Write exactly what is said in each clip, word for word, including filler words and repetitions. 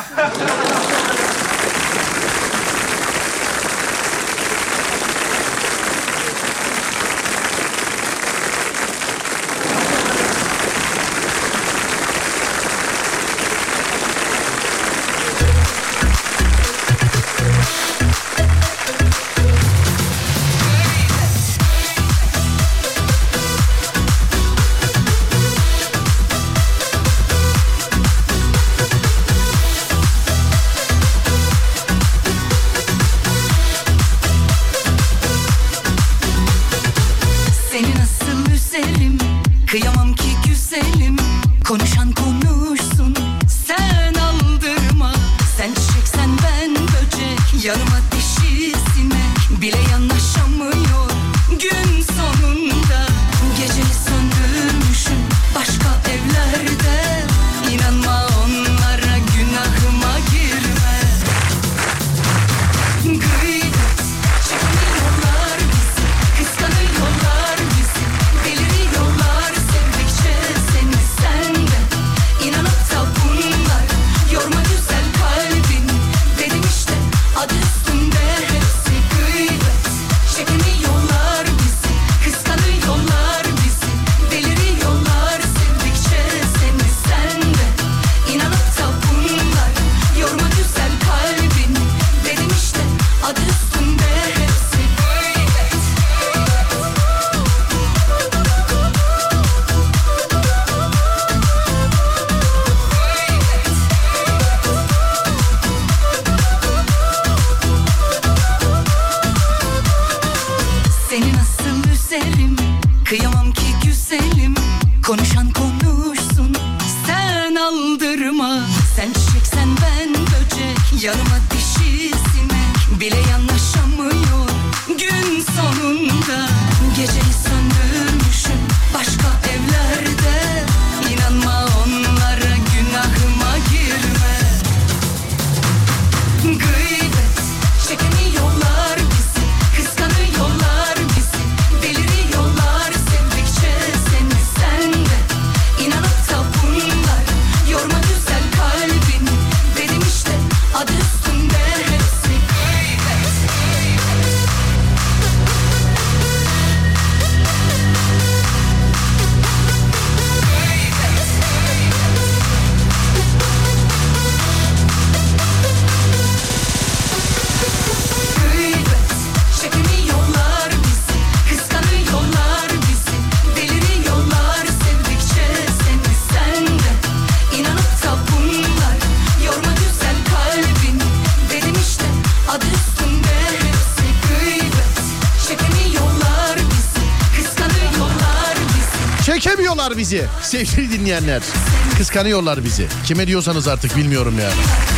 Çekemiyorlar bizi sevgili dinleyenler. Kıskanıyorlar bizi. Kime diyorsanız artık bilmiyorum ya.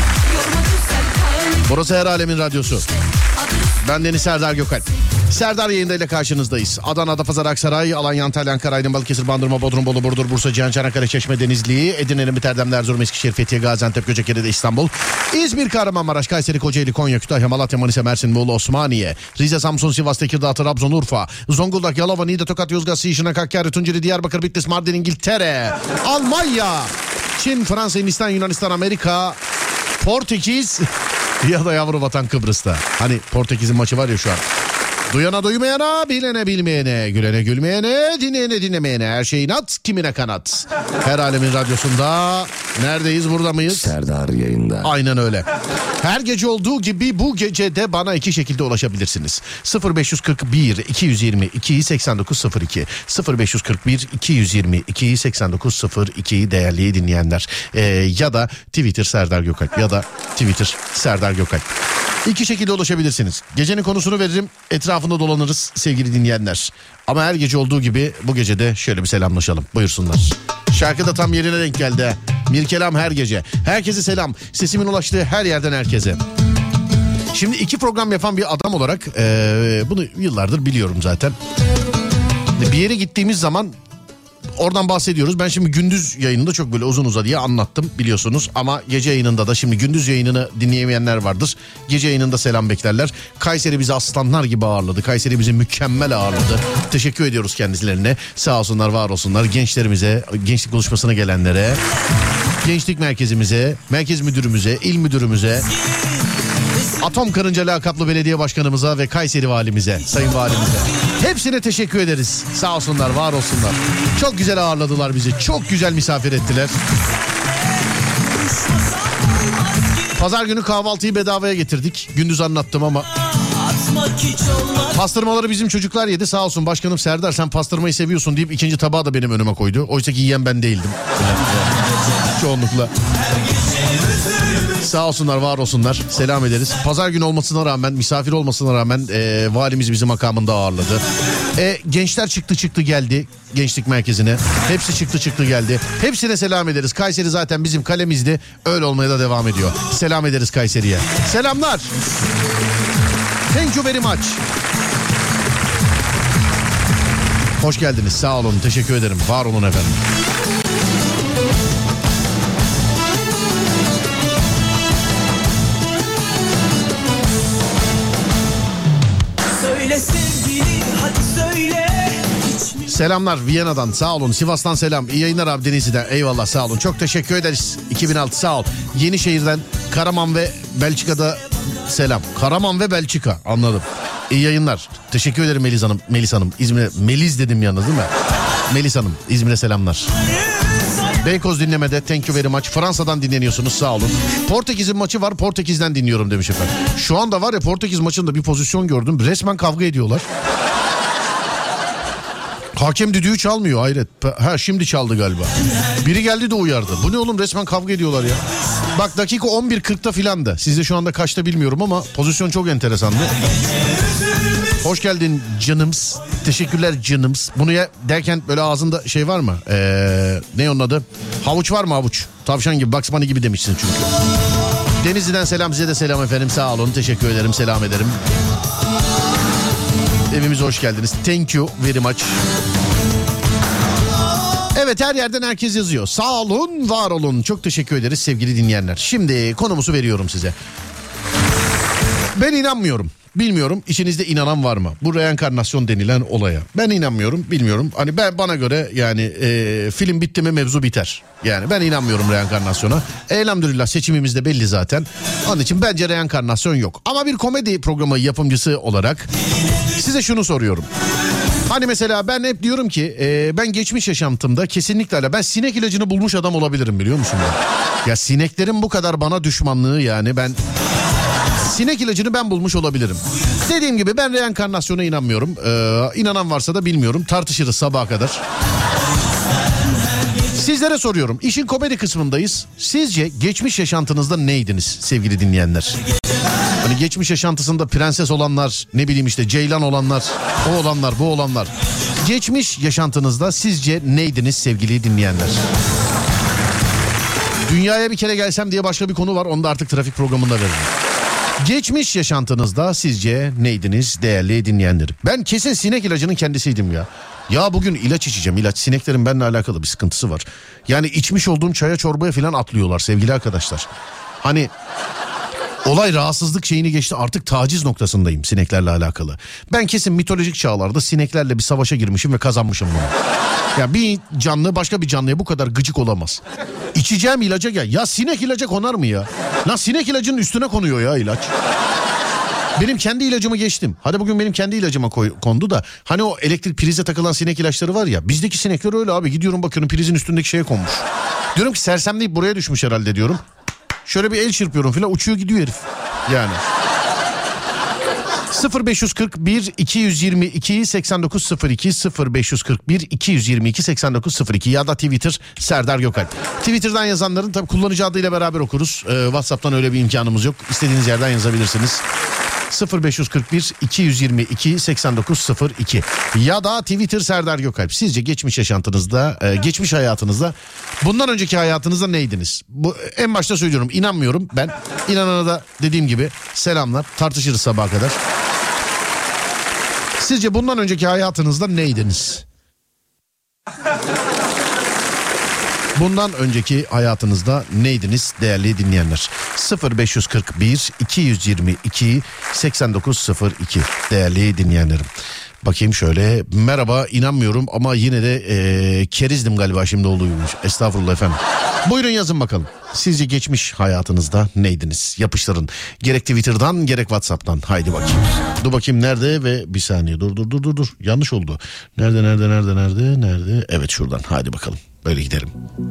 Burası Her Alemin Radyosu. Ben Deniz Serdar Gökalp. Serdar yayındayla karşınızdayız. Adana, Adapazarı, Aksaray, Alanya, Antalya, Ankara, Aydın, Balıkesir, Bandırma, Bodrum, Bolu, Burdur, Bursa, Cihan, Çanakkale, Çeşme, Denizli, Edirne, Limit, Erdemli, Erzurum, Eskişehir, Fethiye, Gaziantep, Göcekere, İstanbul, İzmir, Kahramanmaraş, Kayseri, Kocaeli, Konya, Kütahya, Malatya, Manisa, Mersin, Muğla, Osmaniye, Rize, Samsun, Sivas, Tekirdağ, Trabzon, Urfa, Zonguldak, Yalova, Niğde, Tokat, Yozgat, Sişin, Hakkari, Tunceli, Diyarbakır, Bitlis, Mardin, İngiltere, Almanya, Çin, Fransa, Hindistan, Yunanistan, Amerika, Portekiz ya da yavru vatan Kıbrıs'ta. Hani Portekiz'in maçı var ya şu an. Duyana duymayana, bilene bilmeyene, gülene gülmeyene, dinleyene dinlemeyene, her şeyin at, kimine kanat. Her Alemin Radyosu'nda neredeyiz, burada mıyız? Serdar yayında. Aynen öyle. Her gece olduğu gibi bu gece de bana iki şekilde ulaşabilirsiniz. sıfır beş kırk bir iki yüz yirmi iki seksen dokuz sıfır iki sıfır beş kırk bir iki yüz yirmi iki seksen dokuz sıfır iki değerli dinleyenler. Ee, ya da Twitter Serdar Gökalp ya da Twitter Serdar Gökalp. İki şekilde ulaşabilirsiniz. Gecenin konusunu veririm, etrafında dolanırız sevgili dinleyenler. Ama her gece olduğu gibi bu gece de şöyle bir selamlaşalım. Buyursunlar. Şarkı da tam yerine denk geldi. Mirkelam her gece. Herkese selam. Sesimin ulaştığı her yerden herkese. Şimdi iki program yapan bir adam olarak ee, bunu yıllardır biliyorum zaten. Bir yere gittiğimiz zaman oradan bahsediyoruz. Ben şimdi gündüz yayınında çok böyle uzun uzadıya anlattım biliyorsunuz. Ama gece yayınında da, şimdi gündüz yayınını dinleyemeyenler vardır. Gece yayınında selam beklerler. Kayseri bizi aslanlar gibi ağırladı. Kayseri bizi mükemmel ağırladı. Teşekkür ediyoruz kendilerine. Sağ olsunlar, var olsunlar. Gençlerimize, gençlik buluşmasına gelenlere. gençlik merkezimize, merkez müdürümüze, il müdürümüze, Atom Karınca lakaplı belediye başkanımıza ve Kayseri valimize, sayın valimize. Hepsine teşekkür ederiz. Sağ olsunlar, var olsunlar. Çok güzel ağırladılar bizi. Çok güzel misafir ettiler. Pazar günü kahvaltıyı bedavaya getirdik. Gündüz anlattım ama. Pastırmaları bizim çocuklar yedi. Sağ olsun başkanım Serdar, sen pastırmayı seviyorsun deyip ikinci tabağı da benim önüme koydu. Oysa ki yiyen ben değildim. Çoğunlukla. Sağ olsunlar, var olsunlar. Selam ederiz. Pazar günü olmasına rağmen, misafir olmasına rağmen e, valimiz bizi makamında ağırladı. E, gençler çıktı çıktı geldi gençlik merkezine. Hepsi çıktı çıktı geldi. Hepsine selam ederiz. Kayseri zaten bizim kalemizdi. Öyle olmaya da devam ediyor. Selam ederiz Kayseri'ye. Selamlar. Thank you very much. Hoş geldiniz. Sağ olun. Teşekkür ederim. Var olun efendim. Söyle sevgili, hadi söyle. Selamlar Viyana'dan, sağ olun. Sivas'tan selam. İyi yayınlar abi, Denizli'den. Eyvallah, sağ olun. Çok teşekkür ederiz. iki bin altı, sağ ol. Yenişehir'den, Karaman ve Belçika'da selam. Karaman ve Belçika, anladım. İyi yayınlar. Teşekkür ederim Melis Hanım. Melis Hanım. İzmir'e Melis dedim yalnız değil mi? Melis Hanım. İzmir'e selamlar. Beykoz dinlemede, thank you very much. Fransa'dan dinleniyorsunuz, sağ olun. Portekiz'in maçı var, Portekiz'den dinliyorum demiş efendim. Şu anda var ya, Portekiz maçında bir pozisyon gördüm. Resmen kavga ediyorlar. Hakem düdüğü çalmıyor, hayret. Ha, şimdi çaldı galiba. Biri geldi de uyardı. Bu ne oğlum, resmen kavga ediyorlar ya. Bak dakika on bir kırkta filan da. Sizde şu anda kaçta bilmiyorum ama pozisyon çok enteresandı. Hoş geldin canımız. Teşekkürler canımız. Bunu ya derken böyle ağzında şey var mı? Ee, ne onun adı? Havuç var mı, havuç? Tavşan gibi, Bugs Bunny gibi demişsin çünkü. Denizli'den selam, size de selam efendim. Sağ olun, teşekkür ederim, selam ederim. Evimize hoş geldiniz. Thank you very much. Evet, her yerden herkes yazıyor. Sağ olun, var olun. Çok teşekkür ederiz sevgili dinleyenler. Şimdi konumuzu veriyorum size. Ben inanmıyorum. Bilmiyorum, içinizde inanan var mı? Bu reenkarnasyon denilen olaya. Ben inanmıyorum, bilmiyorum. Hani ben, bana göre yani e, film bitti mi mevzu biter. Yani ben inanmıyorum reenkarnasyona. Elhamdülillah seçimimiz de belli zaten. Onun için bence reenkarnasyon yok. Ama bir komedi programı yapımcısı olarak size şunu soruyorum. Hani mesela ben hep diyorum ki e, ben geçmiş yaşantımda kesinlikle öyle. Ben sinek ilacını bulmuş adam olabilirim, biliyor musun? Ya, ya sineklerin bu kadar bana düşmanlığı, yani ben... Sinek ilacını ben bulmuş olabilirim. Dediğim gibi ben reenkarnasyona inanmıyorum. Ee, inanan varsa da bilmiyorum. Tartışırız sabaha kadar. Sizlere soruyorum. İşin komedi kısmındayız. Sizce geçmiş yaşantınızda neydiniz sevgili dinleyenler? Hani geçmiş yaşantısında prenses olanlar, ne bileyim işte ceylan olanlar, o olanlar, bu olanlar. Geçmiş yaşantınızda sizce neydiniz sevgili dinleyenler? Dünyaya bir kere gelsem diye başka bir konu var. Onu da artık trafik programında veririm. Geçmiş yaşantınızda sizce neydiniz değerli dinleyenlerim? Ben kesin sinek ilacının kendisiydim ya. Ya bugün ilaç içeceğim, ilaç. Sineklerin benimle alakalı bir sıkıntısı var. Yani içmiş olduğum çaya çorbaya falan atlıyorlar sevgili arkadaşlar. Hani olay rahatsızlık şeyini geçti, artık taciz noktasındayım sineklerle alakalı. Ben kesin mitolojik çağlarda sineklerle bir savaşa girmişim ve kazanmışım bunu. Ya bir canlı başka bir canlıya bu kadar gıcık olamaz. İçeceğim ilaca gel. Ya sinek ilaca konar mı ya? Lan sinek ilacının üstüne konuyor ya ilaç. Benim kendi ilacımı geçtim. Hadi bugün benim kendi ilacıma koy, kondu da. Hani o elektrik prize takılan sinek ilaçları var ya. Bizdeki sinekler öyle abi. Gidiyorum bakıyorum prizin üstündeki şeye konmuş. Diyorum ki sersemleyip buraya düşmüş herhalde diyorum. Şöyle bir el çırpıyorum filan, uçuyor gidiyor herif. Yani. sıfır beş kırk bir iki yüz yirmi iki seksen dokuz sıfır iki sıfır beş kırk bir iki yüz yirmi iki seksen dokuz sıfır iki ya da Twitter Serdar Gökalp. Twitter'dan yazanların tabii kullanıcı adıyla beraber okuruz. Ee, WhatsApp'tan öyle bir imkanımız yok. İstediğiniz yerden yazabilirsiniz. sıfır beş kırk bir iki yüz yirmi iki seksen dokuz sıfır iki ya da Twitter Serdar Gökalp. Sizce geçmiş yaşantınızda, e, geçmiş hayatınızda, bundan önceki hayatınızda neydiniz? Bu en başta söylüyorum, inanmıyorum ben. İnanana da dediğim gibi selamlar, tartışırız sabaha kadar. Sizce bundan önceki hayatınızda neydiniz? Bundan önceki hayatınızda neydiniz değerli dinleyenler? sıfır beş kırk bir iki yüz yirmi iki seksen dokuz sıfır iki değerli dinleyenlerim. Bakayım şöyle. Merhaba, inanmıyorum ama yine de ee, kerizdim galiba şimdi olduğu gibi. Estağfurullah efendim. Buyurun yazın bakalım. Sizce geçmiş hayatınızda neydiniz? Yapıştırın. Gerek Twitter'dan gerek WhatsApp'tan. Haydi bakayım. Dur bakayım nerede ve bir saniye. Dur dur dur dur dur. Yanlış oldu. Nerede nerede nerede nerede nerede? Evet şuradan. Haydi bakalım. Böyle gidelim.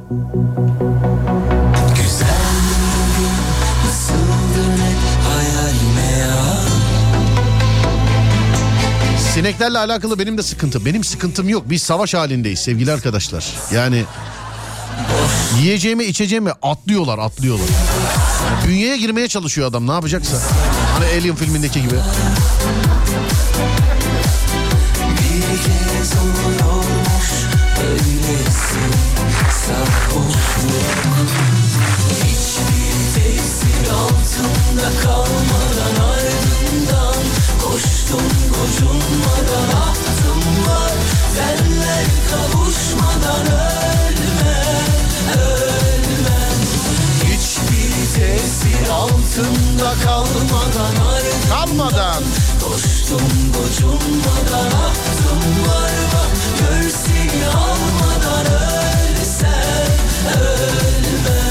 Sineklerle alakalı benim de sıkıntı. Benim sıkıntım yok. Biz savaş halindeyiz sevgili arkadaşlar. Yani yiyeceğimi içeceğimi atlıyorlar atlıyorlar. Yani bünyeye girmeye çalışıyor adam, ne yapacaksa. Hani Alien filmindeki gibi. Bir kez olmuş öylesin sarhoşluk. Hiçbir tesir altında kalmadan ardından koştum gocunmadan ahtım var. Derler kavuşmadan ölme, ölme. Hiçbir tesir altında kalmadan ardından kalmadan koştum gocunmadan ahtım var. Bak gör seni almadan ölsem ölme.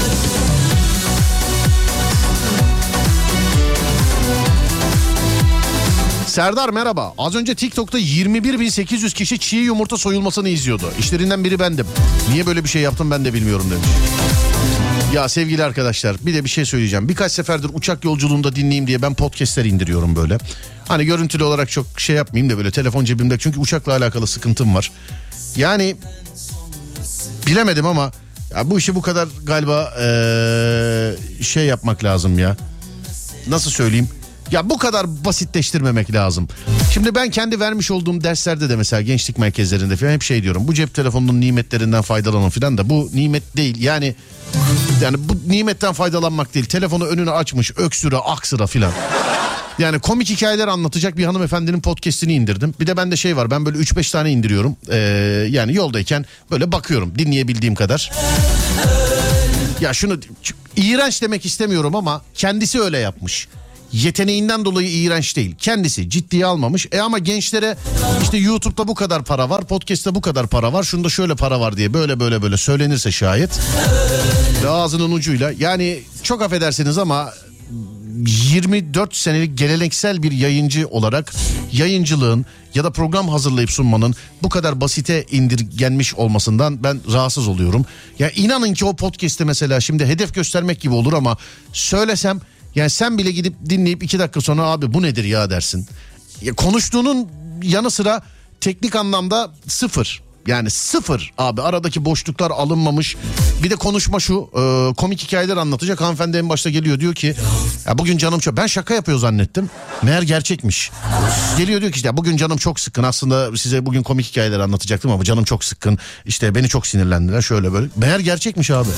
Serdar merhaba. Az önce TikTok'ta yirmi bir bin sekiz yüz kişi çiğ yumurta soyulmasını izliyordu. İşlerinden biri bendim. Niye böyle bir şey yaptım ben de bilmiyorum demiş. Ya sevgili arkadaşlar, bir de bir şey söyleyeceğim. Birkaç seferdir uçak yolculuğunda dinleyeyim diye ben podcastler indiriyorum böyle. Hani görüntülü olarak çok şey yapmayayım da böyle telefon cebimde, çünkü uçakla alakalı sıkıntım var. Yani bilemedim ama ya bu işi bu kadar galiba ee, şey yapmak lazım ya. Nasıl söyleyeyim? Ya bu kadar basitleştirmemek lazım. Şimdi ben kendi vermiş olduğum derslerde de mesela gençlik merkezlerinde falan hep şey diyorum. Bu cep telefonunun nimetlerinden faydalanın falan da bu nimet değil. Yani yani bu nimetten faydalanmak değil. Telefonu önüne açmış öksüre aksıra falan. Yani komik hikayeler anlatacak bir hanımefendinin podcast'ini indirdim. Bir de bende şey var, ben böyle üç beş tane indiriyorum. Ee, yani yoldayken böyle bakıyorum dinleyebildiğim kadar. Ya şunu iğrenç demek istemiyorum ama kendisi öyle yapmış. Yeteneğinden dolayı iğrenç değil. Kendisi ciddiye almamış. E ama gençlere işte YouTube'da bu kadar para var, podcast'ta bu kadar para var, şunda şöyle para var diye böyle böyle böyle söylenirse şayet ve ağzının ucuyla, yani çok affedersiniz ama yirmi dört senelik geleneksel bir yayıncı olarak yayıncılığın ya da program hazırlayıp sunmanın bu kadar basite indirgenmiş olmasından ben rahatsız oluyorum. Ya inanın ki o podcast'te mesela şimdi hedef göstermek gibi olur ama söylesem, yani sen bile gidip dinleyip iki dakika sonra abi bu nedir ya dersin. Ya konuştuğunun yanı sıra teknik anlamda sıfır. Yani sıfır abi, aradaki boşluklar alınmamış. Bir de konuşma şu, e, komik hikayeler anlatacak. Hanımefendi en başta geliyor, diyor ki ya bugün canım çok, ben şaka yapıyor zannettim. Meğer gerçekmiş. Geliyor diyor ki işte bugün canım çok sıkkın, aslında size bugün komik hikayeler anlatacaktım ama canım çok sıkkın. İşte beni çok sinirlendiler şöyle böyle. Meğer gerçekmiş abi.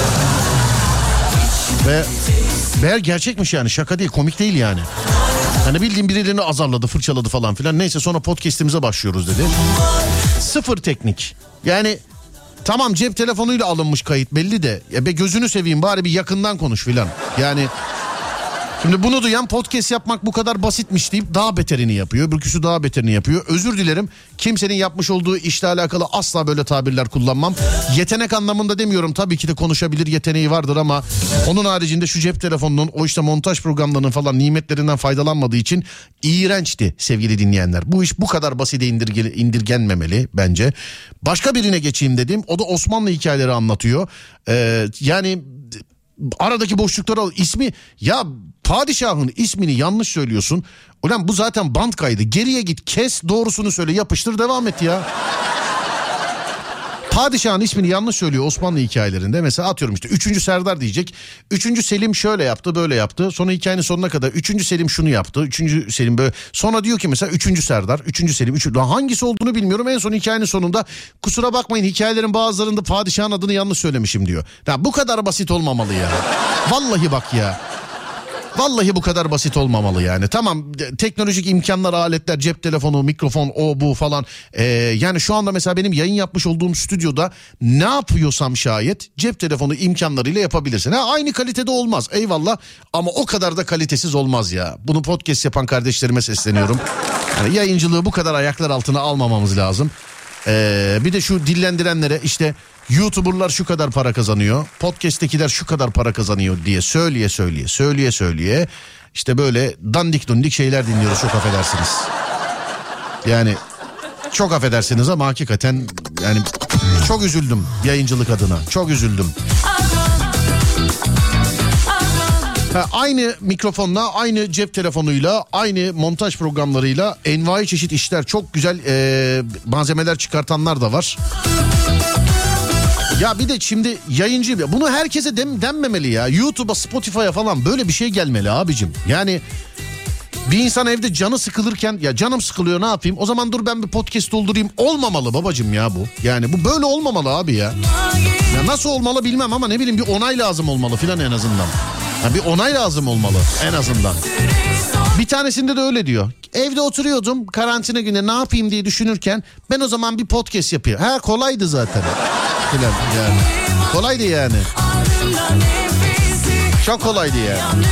Ve meğer gerçekmiş, yani şaka değil, komik değil yani. Hani bildiğim birilerini azarladı, fırçaladı falan filan. Neyse sonra podcast'imize başlıyoruz dedi. Sıfır teknik. Yani tamam cep telefonuyla alınmış kayıt belli de. Ya be gözünü seveyim bari bir yakından konuş filan. Yani şimdi bunu duyan podcast yapmak bu kadar basitmiş deyip daha beterini yapıyor. Öbürküsü daha beterini yapıyor. Özür dilerim. Kimsenin yapmış olduğu işle alakalı asla böyle tabirler kullanmam. Yetenek anlamında demiyorum. Tabii ki de konuşabilir, yeteneği vardır ama onun haricinde şu cep telefonunun o işte montaj programlarının falan nimetlerinden faydalanmadığı için iğrençti sevgili dinleyenler. Bu iş bu kadar basite indirge, indirgenmemeli bence. Başka birine geçeyim dedim. O da Osmanlı hikayeleri anlatıyor. Ee, yani aradaki boşlukları al. İsmi ya, padişahın ismini yanlış söylüyorsun. Ulan bu zaten band kaydı. Geriye git, kes, doğrusunu söyle, yapıştır, devam et ya. Padişahın ismini yanlış söylüyor Osmanlı hikayelerinde. Mesela atıyorum işte üçüncü Serdar diyecek. üçüncü Selim şöyle yaptı, böyle yaptı. Sonra hikayenin sonuna kadar üçüncü Selim şunu yaptı. üçüncü Selim böyle. Sonra diyor ki mesela üçüncü Serdar, üçüncü Selim, üçüncü hangisi olduğunu bilmiyorum. En son hikayenin sonunda kusura bakmayın hikayelerin bazılarında padişahın adını yanlış söylemişim diyor. Ya bu kadar basit olmamalı ya. Vallahi bak ya. Vallahi bu kadar basit olmamalı yani. Tamam, teknolojik imkanlar, aletler, cep telefonu, mikrofon, o bu falan. Ee, yani şu anda mesela benim yayın yapmış olduğum stüdyoda ne yapıyorsam şayet cep telefonu imkanlarıyla yapabilirsin. Ha, aynı kalitede olmaz eyvallah ama o kadar da kalitesiz olmaz ya. Bunu podcast yapan kardeşlerime sesleniyorum. Yani yayıncılığı bu kadar ayaklar altına almamamız lazım. Ee, bir de şu dillendirenlere işte YouTuber'lar şu kadar para kazanıyor, podcast'tekiler şu kadar para kazanıyor diye söyleye söyleye söyleye söyleye işte böyle dandik dundik şeyler dinliyoruz, çok affedersiniz. Yani çok affedersiniz ama hakikaten yani çok üzüldüm yayıncılık adına, çok üzüldüm. Ha, aynı mikrofonla, aynı cep telefonuyla, aynı montaj programlarıyla envai çeşit işler, çok güzel e, malzemeler çıkartanlar da var. Ya bir de şimdi yayıncı, bunu herkese dem, denmemeli ya. YouTube'a, Spotify'a falan böyle bir şey gelmeli abicim. Yani bir insan evde canı sıkılırken, ya canım sıkılıyor ne yapayım, o zaman dur ben bir podcast doldurayım, olmamalı babacım ya bu. Yani bu böyle olmamalı abi ya. Ya nasıl olmalı bilmem ama ne bileyim bir onay lazım olmalı filan en azından. Ya bir onay lazım olmalı en azından. Bir tanesinde de öyle diyor. Evde oturuyordum karantina günü ne yapayım diye düşünürken ben o zaman bir podcast yapayım. Ha kolaydı zaten. Filan yani. Kolaydı yani. Çok kolaydı yani.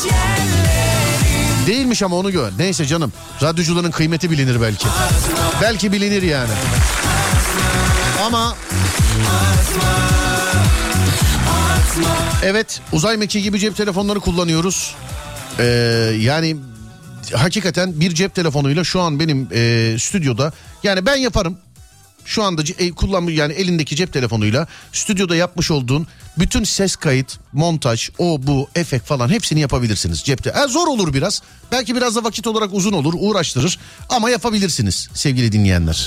Değilmiş ama onu gör. Neyse canım. Radyocuların kıymeti bilinir belki. Belki bilinir yani. Ama evet, uzay mekiği gibi cep telefonları kullanıyoruz. Ee, yani hakikaten bir cep telefonuyla şu an benim e, stüdyoda, yani ben yaparım. Şu anda e, kullanmış yani elindeki cep telefonuyla stüdyoda yapmış olduğun bütün ses kayıt, montaj, o bu, efekt falan hepsini yapabilirsiniz cepte. E, zor olur biraz. Belki biraz da vakit olarak uzun olur, uğraştırır ama yapabilirsiniz sevgili dinleyenler.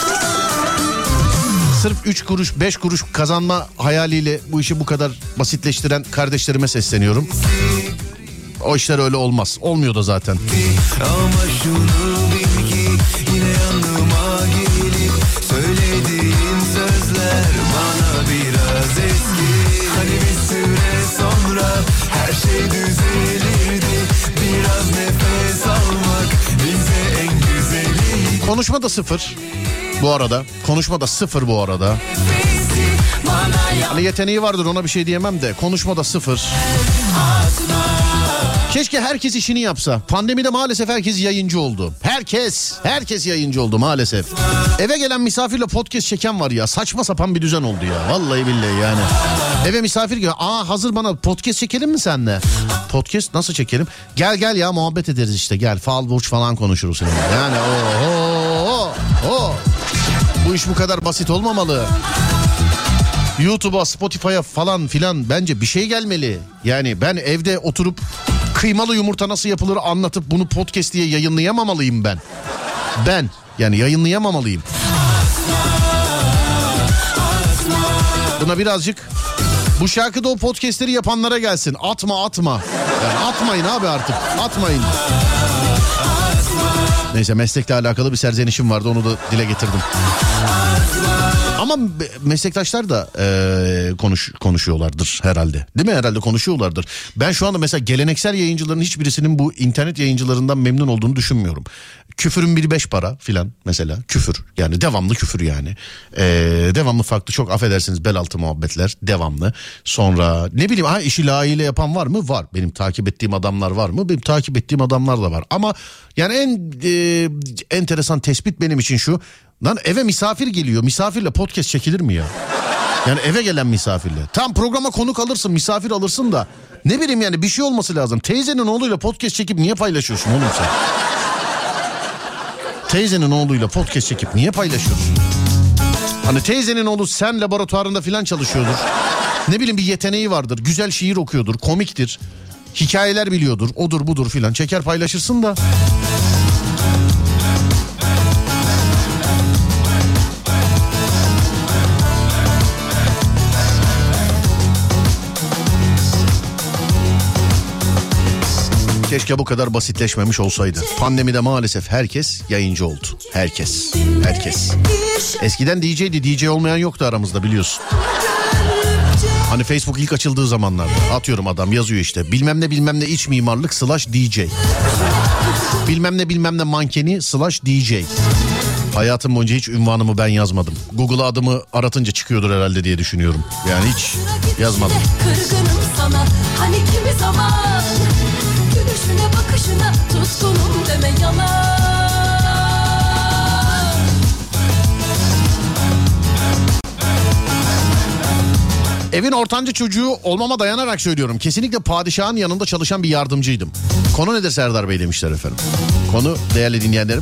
Sırf üç kuruş beş kuruş kazanma hayaliyle bu işi bu kadar basitleştiren kardeşlerime sesleniyorum. O işler öyle olmaz. Olmuyor da zaten. Ama şunu bil ki yine yanıma gelip söylediğin sözler bana biraz eski. Hani bir süre sonra her şey düzelirdi. Biraz nefes almak bize en güzeli. Konuşma da sıfır. Bu arada konuşma da sıfır bu arada. Hani yeteneği vardır, ona bir şey diyemem de konuşma da sıfır. Keşke herkes işini yapsa. Pandemide maalesef herkes yayıncı oldu. Herkes, herkes yayıncı oldu maalesef. Eve gelen misafirle podcast çeken var ya. Saçma sapan bir düzen oldu ya. Vallahi billahi yani. Eve misafir geliyor. Aa hazır bana podcast çekelim mi senle? Podcast nasıl çekelim? Gel gel ya muhabbet ederiz işte. Gel fal burç falan konuşuruz seninle. Yani o o o. Bu iş bu kadar basit olmamalı. YouTube'a, Spotify'a falan filan bence bir şey gelmeli. Yani ben evde oturup kıymalı yumurta nasıl yapılır anlatıp bunu podcast diye yayınlayamamalıyım ben. Ben yani yayınlayamamalıyım. Buna birazcık bu şarkıda o podcastleri yapanlara gelsin. Atma atma. Yani atmayın abi artık. Atmayın. Neyse, meslekle alakalı bir serzenişim vardı, onu da dile getirdim. Ama meslektaşlar da e, konuş konuşuyorlardır herhalde. Değil mi? Herhalde konuşuyorlardır. Ben şu anda mesela geleneksel yayıncıların hiçbirisinin bu internet yayıncılarından memnun olduğunu düşünmüyorum. Küfürün biri beş para filan mesela. Küfür yani devamlı küfür yani. E, devamlı farklı, çok affedersiniz bel altı muhabbetler devamlı. Sonra ne bileyim ha işi layığıyla yapan var mı? Var. Benim takip ettiğim adamlar var mı? Benim takip ettiğim adamlar da var. Ama yani en e, enteresan tespit benim için şu. Lan eve misafir geliyor. Misafirle podcast çekilir mi ya? Yani eve gelen misafirle. Tam programa konuk alırsın, misafir alırsın da ne bileyim yani bir şey olması lazım. Teyzenin oğluyla podcast çekip niye paylaşıyorsun oğlum sen? Teyzenin oğluyla podcast çekip niye paylaşıyorsun? Hani teyzenin oğlu sen laboratuvarında filan çalışıyordur. Ne bileyim bir yeteneği vardır. Güzel şiir okuyordur, komiktir. Hikayeler biliyordur, odur budur filan. Çeker paylaşırsın da. Keşke bu kadar basitleşmemiş olsaydı. Pandemide maalesef herkes yayıncı oldu. Herkes. Herkes. Eskiden D J'di. D J olmayan yoktu aramızda biliyorsun. Hani Facebook ilk açıldığı zamanlarda. Atıyorum adam yazıyor işte. Bilmem ne bilmem ne iç mimarlık slash D J. Bilmem ne bilmem ne mankeni slash D J. Hayatım boyunca hiç ünvanımı ben yazmadım. Google'a adımı aratınca çıkıyordur herhalde diye düşünüyorum. Yani hiç yazmadım. Kırgınım sana hani kimi zaman. Gülüşüne bakışına tutkunum deme yalan. Evin ortanca çocuğu olmama dayanarak söylüyorum. Kesinlikle padişahın yanında çalışan bir yardımcıydım. Konu nedir Serdar Bey demişler efendim. Konu değerli dinleyenlerim.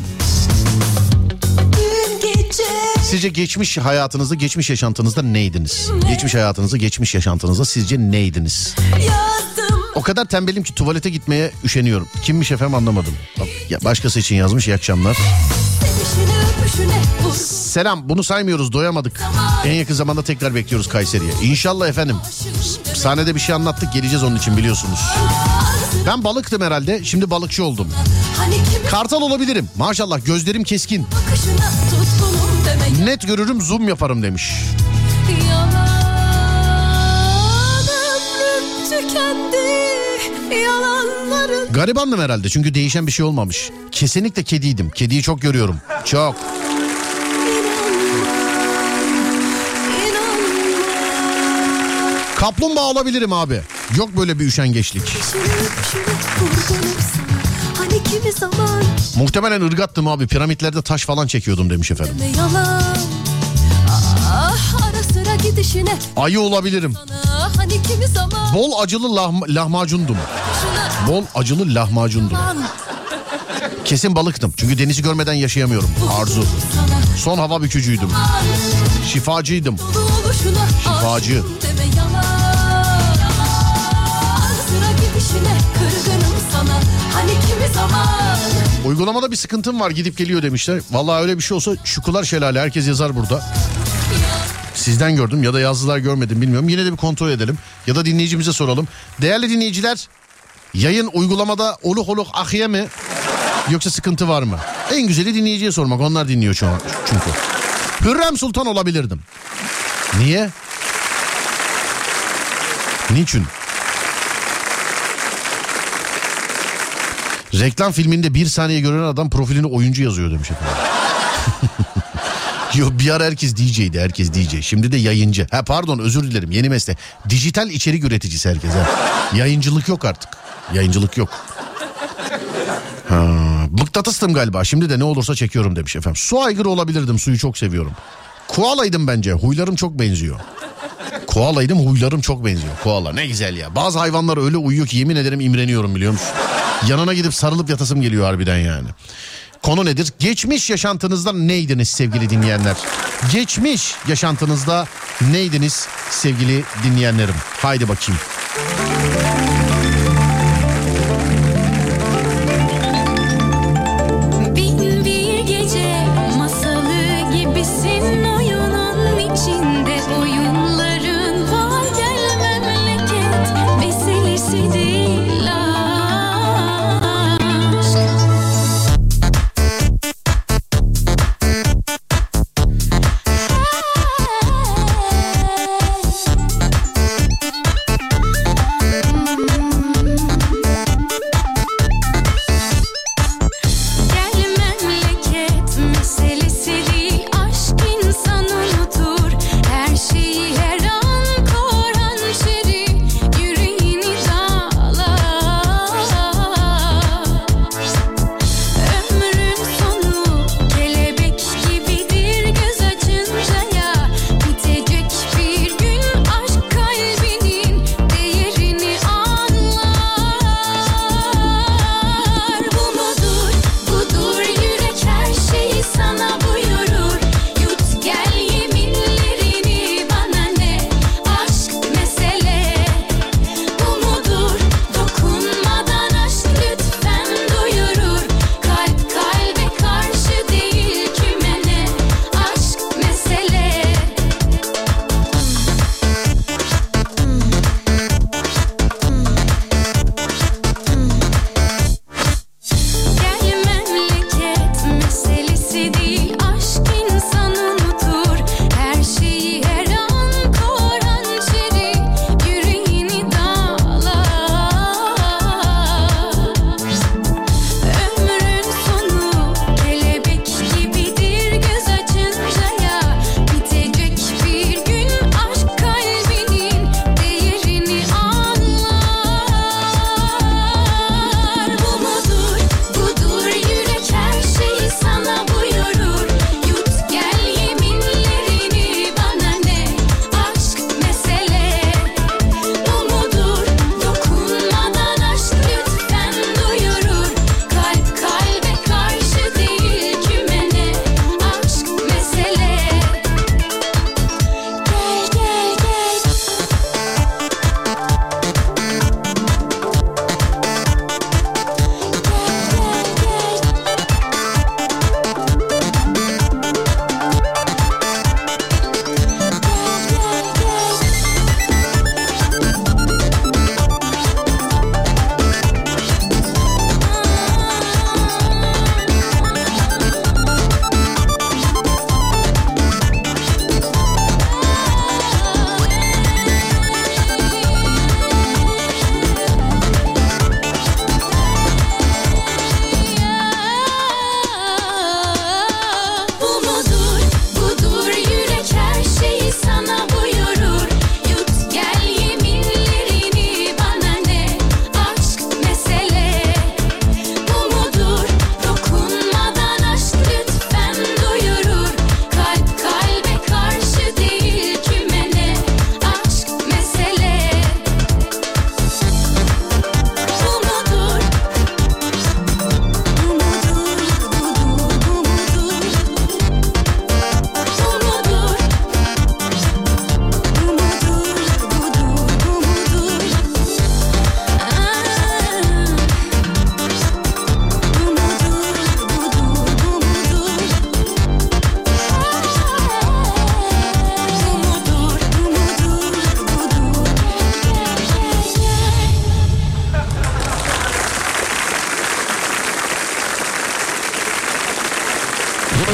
Sizce geçmiş hayatınızda, geçmiş yaşantınızda neydiniz? Geçmiş hayatınızda, geçmiş yaşantınızda sizce neydiniz? O kadar tembelim ki tuvalete gitmeye üşeniyorum. Kimmiş efendim anlamadım. Ya başkası için yazmış, iyi akşamlar. Selam, bunu saymıyoruz, doyamadık. En yakın zamanda tekrar bekliyoruz Kayseri'ye. İnşallah efendim. Sahnede bir şey anlattık, geleceğiz onun için biliyorsunuz. Ben balıktım herhalde, şimdi balıkçı oldum. Kartal olabilirim. Maşallah gözlerim keskin. Net görürüm, zoom yaparım demiş. Garibandım herhalde çünkü değişen bir şey olmamış. Kesinlikle kediydim. Kediyi çok görüyorum. Çok. Kaplumbağa olabilirim abi. Yok böyle bir üşengeçlik. Hani kimi zaman... Muhtemelen ırgattım abi. Piramitlerde taş falan çekiyordum demiş efendim. Ah, ara sıra gidişine... Ayı olabilirim. Hani kimi zaman... Bol acılı lah- lahmacundum. Bol acılı lahmacundum. Kesin balıktım. Çünkü denizi görmeden yaşayamıyorum. Arzu. Son hava bükücüydüm. Şifacıydım. Şifacı. Uygulamada bir sıkıntım var, gidip geliyor demişler. Vallahi öyle bir şey olsa Şukular Şelale, herkes yazar burada. Sizden gördüm ya da yazdılar, görmedim bilmiyorum. Yine de bir kontrol edelim ya da dinleyicimize soralım. Değerli dinleyiciler, yayın uygulamada oluk oluk ahiye mi yoksa sıkıntı var mı? En güzeli dinleyiciye sormak, onlar dinliyor şu an çünkü. Hürrem Sultan olabilirdim. Niye? Niçin? Reklam filminde bir saniye gören adam profiline oyuncu yazıyor demiş efendim. Yok, bir ara herkes D J'ydi, herkes D J. Şimdi de yayıncı. Ha pardon, özür dilerim, yeni meslek. Dijital içerik üreticisi herkes. Ha. Yayıncılık yok artık. Yayıncılık yok. Ha, bıktatıstım galiba. Şimdi de ne olursa çekiyorum demiş efendim. Su aygırı olabilirdim, suyu çok seviyorum. Koalaydım bence, huylarım çok benziyor. Koalaydım, huylarım çok benziyor. Koala ne güzel ya. Bazı hayvanlar öyle uyuyor ki yemin ederim imreniyorum, biliyor musun? Yanına gidip sarılıp yatasım geliyor harbiden yani. Konu nedir? Geçmiş yaşantınızda neydiniz sevgili dinleyenler? Geçmiş yaşantınızda neydiniz sevgili dinleyenlerim? Haydi bakayım. Bin bir gece masalı gibisin, oyunun içinde oyunların var, gel memleket meselesi değil.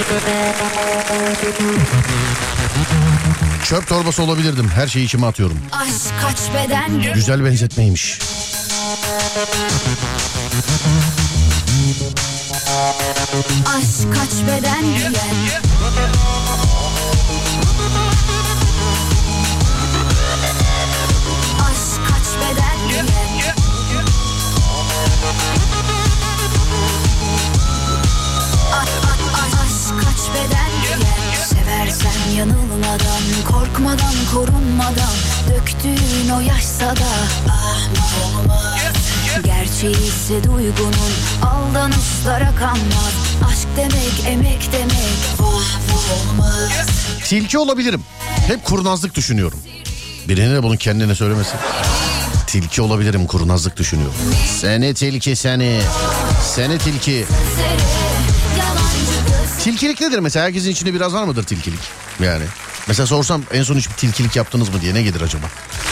Çöp torbası olabilirdim. Her şeyi içime atıyorum. Aşk kaç beden. Güzel benzetmeymiş. Aşk kaç beden giyer. Aşk kaç beden giyer. Aşk kaç beden giyer. Seversen yanılmadan, korkmadan, korunmadan, döktüğün o yaşsa da ah olmaz. Gerçeği ise duygunun, aldanışlara kanmaz. Aşk demek, emek demek, vah vah olmaz. Tilki olabilirim. Hep kurnazlık düşünüyorum. Birine de bunu kendine söylemesin. Tilki olabilirim, kurnazlık düşünüyorum. Seni tilki seni. Seni tilki. Tilkilik nedir mesela? Herkesin içinde biraz var mıdır tilkilik? Yani. Mesela sorsam en son hiç bir tilkilik yaptınız mı diye ne gelir acaba?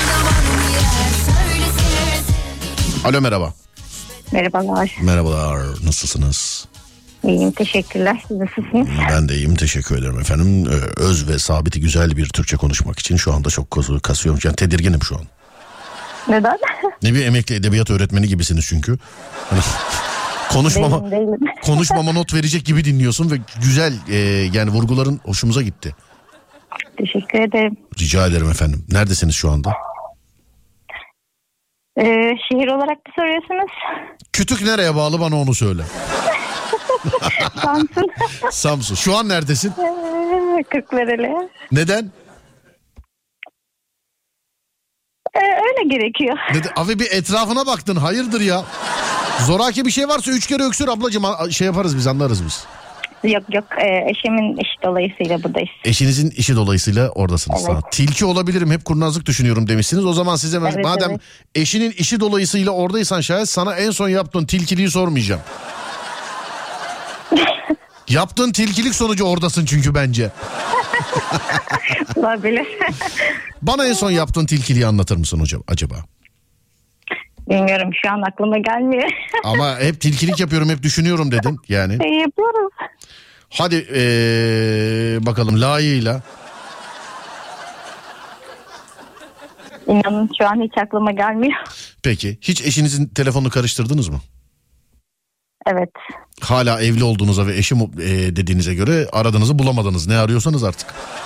Alo, merhaba. Merhabalar. Merhabalar, nasılsınız? İyiyim, teşekkürler. Siz nasılsınız? Ben de iyiyim, teşekkür ederim efendim. Ee, öz ve sabiti güzel bir Türkçe konuşmak için şu anda çok kasıyorum. Yani tedirginim şu an. Neden? Ne bir emekli edebiyat öğretmeni gibisiniz çünkü. Hani konuşmama, değilim, değilim. konuşmama not verecek gibi dinliyorsun ve güzel e, yani vurguların hoşumuza gitti. Teşekkür ederim. Rica ederim efendim. Neredesiniz şu anda? Ee, şehir olarak da soruyorsunuz. Kütük nereye bağlı, bana onu söyle. Samsun. Samsun. Şu an neredesin? Kırklareli. Neden? Ee, öyle gerekiyor. Neden? Abi bir etrafına baktın, hayırdır ya? Zoraki bir şey varsa üç kere öksür ablacığım, şey yaparız biz, anlarız biz. Yok yok, ee, eşimin işi dolayısıyla buradayız. Eşinizin işi dolayısıyla oradasınız. Evet. Tamam. Tilki olabilirim, hep kurnazlık düşünüyorum demişsiniz. O zaman size Evet, madem evet. eşinin işi dolayısıyla oradaysan şayet sana en son yaptığın tilkiliği sormayacağım. Yaptığın tilkilik sonucu oradasın çünkü bence. Olabilir. Bana en son yaptığın tilkiliği anlatır mısın hocam acaba? Bilmiyorum, şu an aklıma gelmiyor. Ama hep tilkilik yapıyorum, hep düşünüyorum dedin yani. Şey yapıyoruz. Hadi ee, bakalım layığıyla. İnanın şu an hiç aklıma gelmiyor. Peki hiç eşinizin telefonunu karıştırdınız mı? Evet. Hala evli olduğunuza ve eşim e, dediğinize göre aradığınızı bulamadınız. Ne arıyorsanız artık.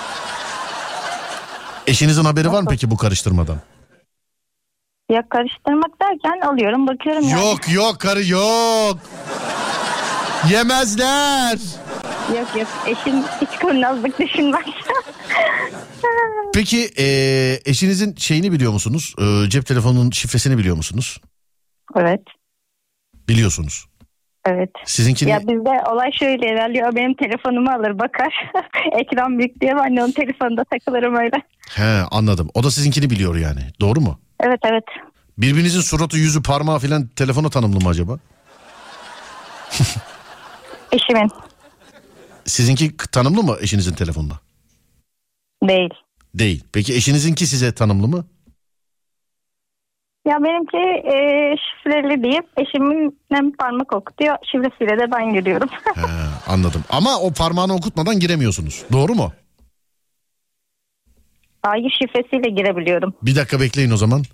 Eşinizin haberi var mı peki bu karıştırmadan? Ya karıştırmak derken alıyorum, bakıyorum. Yani. Yok yok karı yok. Yemezler. Yok yok, eşim hiç kurnazlık düşünmez. Peki e, eşinizin şeyini biliyor musunuz? E, cep telefonunun şifresini biliyor musunuz? Evet. Biliyorsunuz. Evet. Sizinkini... Ya bizde olay şöyle ilerliyor. Benim telefonumu alır bakar. Ekran büyük diye ben de onun telefonunda takılırım öyle. He, anladım. O da sizinkini biliyor yani. Doğru mu? Evet evet. Birbirinizin suratı, yüzü, parmağı filan telefona tanımlı mı acaba? Eşimin. Sizinki tanımlı mı eşinizin telefonuna? Değil. Değil. Peki eşinizinki size tanımlı mı? Ya benimki e, şifreli deyip eşimin hem parmak okutuyor, şifresiyle de ben giriyorum. He, anladım. Ama o parmağını okutmadan giremiyorsunuz. Doğru mu? Hayır, şifresiyle girebiliyorum. Bir dakika bekleyin o zaman.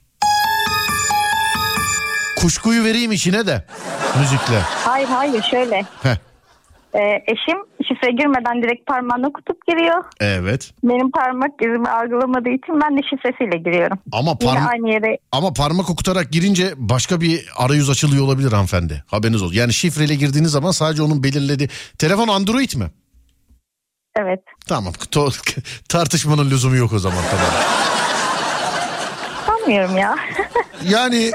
Kuşkuyu vereyim içine de müzikle. Hayır hayır şöyle. Heh. E, eşim şifre girmeden direkt parmağını okutup giriyor. Evet. Benim parmak izimi algılamadığı için ben de şifresiyle giriyorum. Ama Yine parma- aynı yere. ama parmak okutarak girince başka bir arayüz açılıyor olabilir hanımefendi. Haberiniz olsun. Yani şifreyle girdiğiniz zaman sadece onun belirlediği... Telefon Android mi? Evet. Tamam. To- tartışmanın lüzumu yok o zaman. Tamam. Sanmıyorum ya. Yani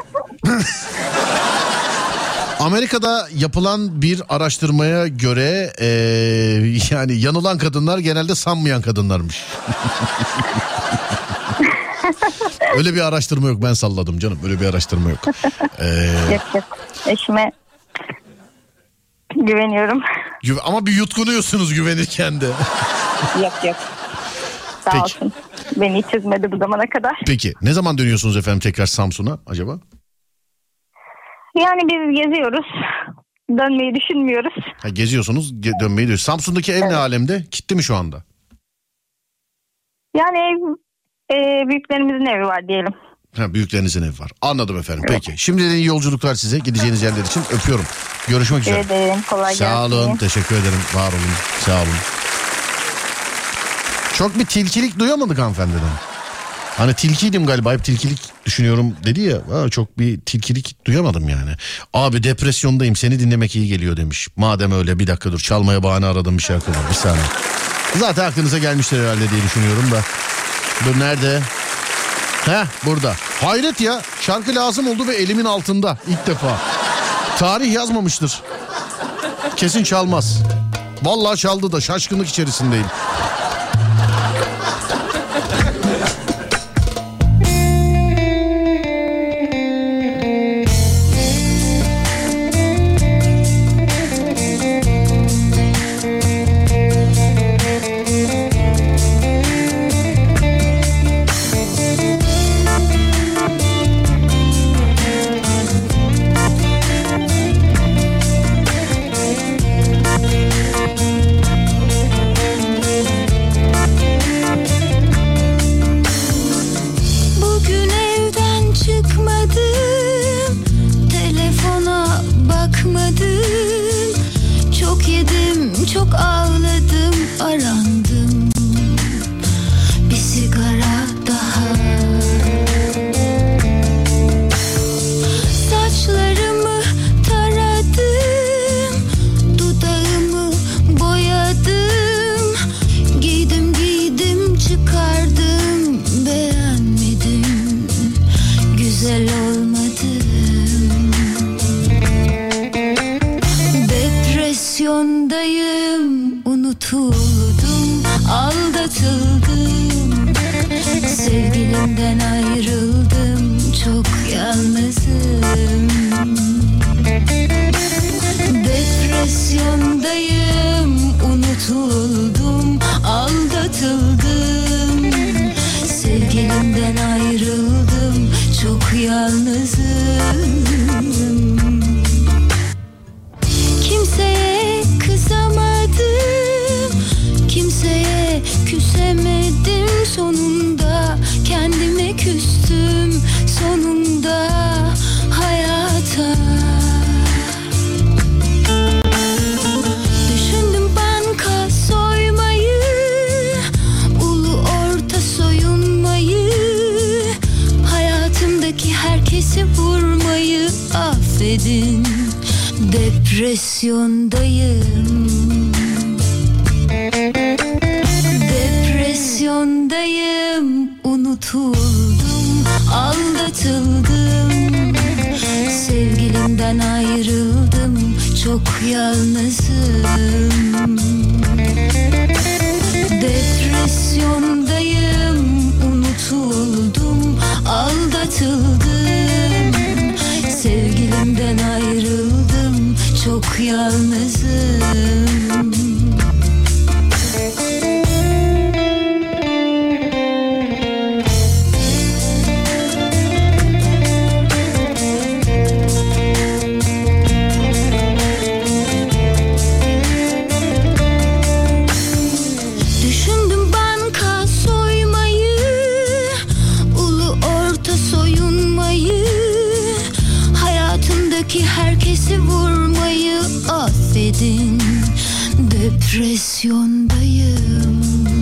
Amerika'da yapılan bir araştırmaya göre ee, yani yanılan kadınlar genelde sanmayan kadınlarmış. Öyle bir araştırma yok, ben salladım canım, öyle bir araştırma yok. Ee, Yok yok. Eşime güveniyorum. gü- ama bir yutkunuyorsunuz güvenirken de. Yok yok. Sağ Peki. olsun. Beni hiç üzmedi bu zamana kadar. Peki ne zaman dönüyorsunuz efendim tekrar Samsun'a acaba? Yani biz geziyoruz. Dönmeyi düşünmüyoruz. Ha, geziyorsunuz, ge- dönmeyi diyor. Samsun'daki ev Evet. ne alemde? Gitti mi şu anda? Yani ev, e, büyüklerimizin evi var diyelim. Ha, büyüklerinizin evi var. Anladım efendim. Peki. Şimdiden iyi yolculuklar size. Gideceğiniz yerler için öpüyorum. Görüşmek üzere. Teşekkür ederim. Kolay gelsin. Sağ olun. Teşekkür ederim. Var olun. Sağ olun. Çok bir tilkilik duyamadık hanımefendiden. Hani tilkiydim galiba, hep tilkilik düşünüyorum dedi ya. Ha, çok bir tilkilik duyamadım yani. Abi depresyondayım, seni dinlemek iyi geliyor demiş. Madem öyle bir dakika dur, çalmaya bahane aradım, bir şarkı var, bir saniye. Zaten aklınıza gelmiştir herhalde diye düşünüyorum da. Dur, nerede? Heh, burada. Hayret ya, şarkı lazım oldu ve elimin altında ilk defa. Tarih yazmamıştır. Kesin çalmaz. Vallahi çaldı da şaşkınlık içerisindeyim. Bugün evden çıkmadım, telefona bakmadım. Çok yedim, çok ağladım, arandım. Bir sigara daha. Saçlarımı taradım, dudağımı boyadım. Giydim giydim çıkardım, beğenmedim, güzel olmadım. Depresyondayım, unutuldum, aldatıldım. Sevgilimden ayrıldım, çok yalnızım. Depresyondayım, unutuldum, aldatıldım. Sevgilimden ayrıldım, çok yalnızım. Kimseye kızamadım, kimseye küsemedim. Sonunda kendime küstüm, sonunda hayata. Düşündüm banka soymayı, ulu orta soyunmayı, hayatımdaki herkesi vurmayı. Affedin, depresyondayım. Depresyondayım, unutuldum, aldatıldım. Sevgilimden ayrıldım, çok yalnızım. Depresyondayım, unutuldum, aldatıldım. Sevgilimden ayrıldım, çok yalnızım. Düşündüm banka soymayı, ulu orta soyunmayı, hayatımdaki herkesi vurmayı. Affedin, depresyondayım.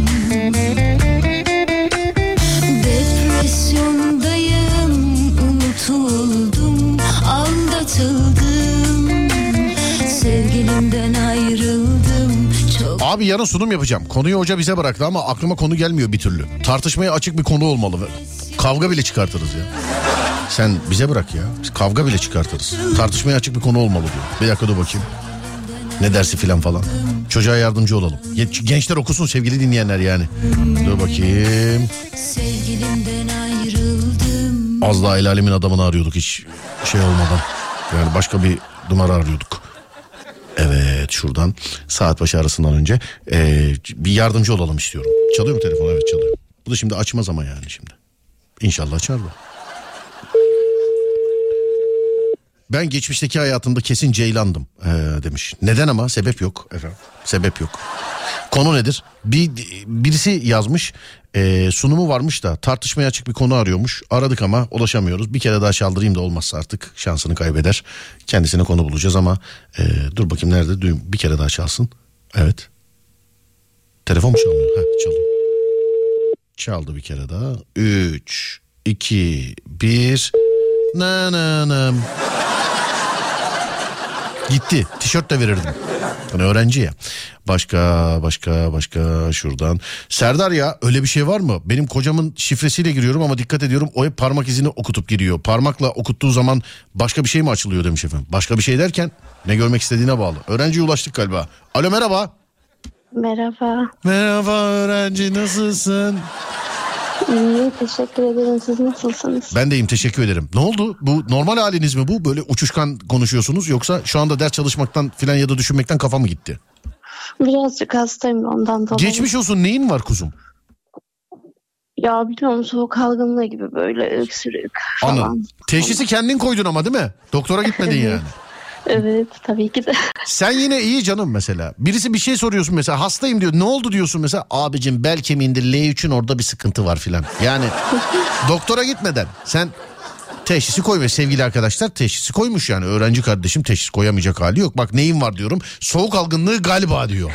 Depresyondayım, unutuldum, aldatıldım. Sevgilimden ayrıldım, çok... Abi yarın sunum yapacağım. Konuyu hoca bize bıraktı ama aklıma konu gelmiyor bir türlü. Tartışmaya açık bir konu olmalı. Kavga bile çıkartırız ya. Sen bize bırak ya. Biz kavga bile çıkartırız. Tartışmaya açık bir konu olmalı diyor. Bir dakika dur bakayım. Ne dersi filan falan. Çocuğa yardımcı olalım. Gençler okusun sevgili dinleyenler yani. Dur bakayım. Sevgilimden ayrıldım. Az daha el alemin adamını arıyorduk hiç şey olmadan. Yani başka bir numara arıyorduk. Evet, şuradan saat başı arasından önce ee, bir yardımcı olalım istiyorum. Çalıyor mu telefon? Evet, çalıyor. Bu da şimdi açmaz ama yani şimdi. İnşallah açar da. Ben geçmişteki hayatımda kesin ceylandım ee, demiş. Neden ama? Sebep yok efendim. Sebep yok. Konu nedir? Bir birisi yazmış. E, sunumu varmış da tartışmaya açık bir konu arıyormuş. Aradık ama ulaşamıyoruz. Bir kere daha çaldırayım da olmazsa artık şansını kaybeder. Kendisine konu bulacağız ama e, dur bakayım nerede? Duyum. Bir kere daha çalsın. Evet. Telefon mu çalıyor? Heh, çalıyor. Çaldı bir kere daha. Üç, iki, bir. Nananam. Gitti. Tişört de verirdim. Yani öğrenci ya. Başka başka başka şuradan. Serdar ya öyle bir şey var mı? Benim kocamın şifresiyle giriyorum ama dikkat ediyorum o hep parmak izini okutup giriyor. Parmakla okuttuğu zaman başka bir şey mi açılıyor demiş efendim. Başka bir şey derken ne görmek istediğine bağlı. Öğrenciye ulaştık galiba. Alo merhaba. Merhaba. Merhaba öğrenci nasılsın? İyi, teşekkür ederim. Siz nasılsınız? Ben de iyiyim teşekkür ederim. Ne oldu? Bu normal haliniz mi bu? Böyle uçuşkan konuşuyorsunuz yoksa şu anda ders çalışmaktan filan ya da düşünmekten kafa mı gitti? Birazcık hastayım ondan dolayı. Geçmiş olsun, neyin var kuzum? Ya biliyorum, soğuk algınlığı gibi böyle öksürük falan. Anladım. Teşhisi kendin koydun ama değil mi? Doktora gitmedin yani. Evet tabii ki de. Sen yine iyi canım mesela. Birisi bir şey soruyorsun mesela, hastayım diyor. Ne oldu diyorsun mesela? Abicim bel kemiğinde L üçün orada bir sıkıntı var filan. Yani doktora gitmeden sen teşhisi koymuyor sevgili arkadaşlar. Teşhisi koymuş yani. Öğrenci kardeşim teşhis koyamayacak hali yok. Bak neyin var diyorum. Soğuk algınlığı galiba diyor.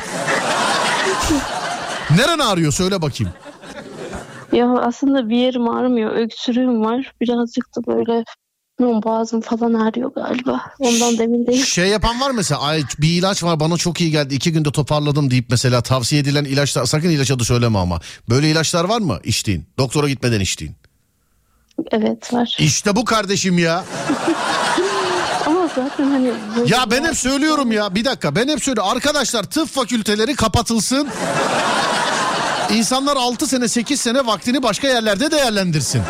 Neren ağrıyor söyle bakayım. Ya aslında bir yerim ağrımıyor. Öksürüğüm var. Birazcık da böyle boğazım falan ağrıyor galiba. Ondan da emin değilim. Şey yapan var mesela, ay bir ilaç var bana çok iyi geldi, iki günde toparladım deyip mesela tavsiye edilen ilaçlar, sakın ilaç adı söyleme ama. Böyle ilaçlar var mı içtiğin? Doktora gitmeden içtiğin. Evet var. İşte bu kardeşim ya. Ama zaten hani... Ya ben hep söylüyorum ya, bir dakika ben hep söylüyorum. Arkadaşlar tıp fakülteleri kapatılsın. İnsanlar altı sene sekiz sene vaktini başka yerlerde değerlendirsin.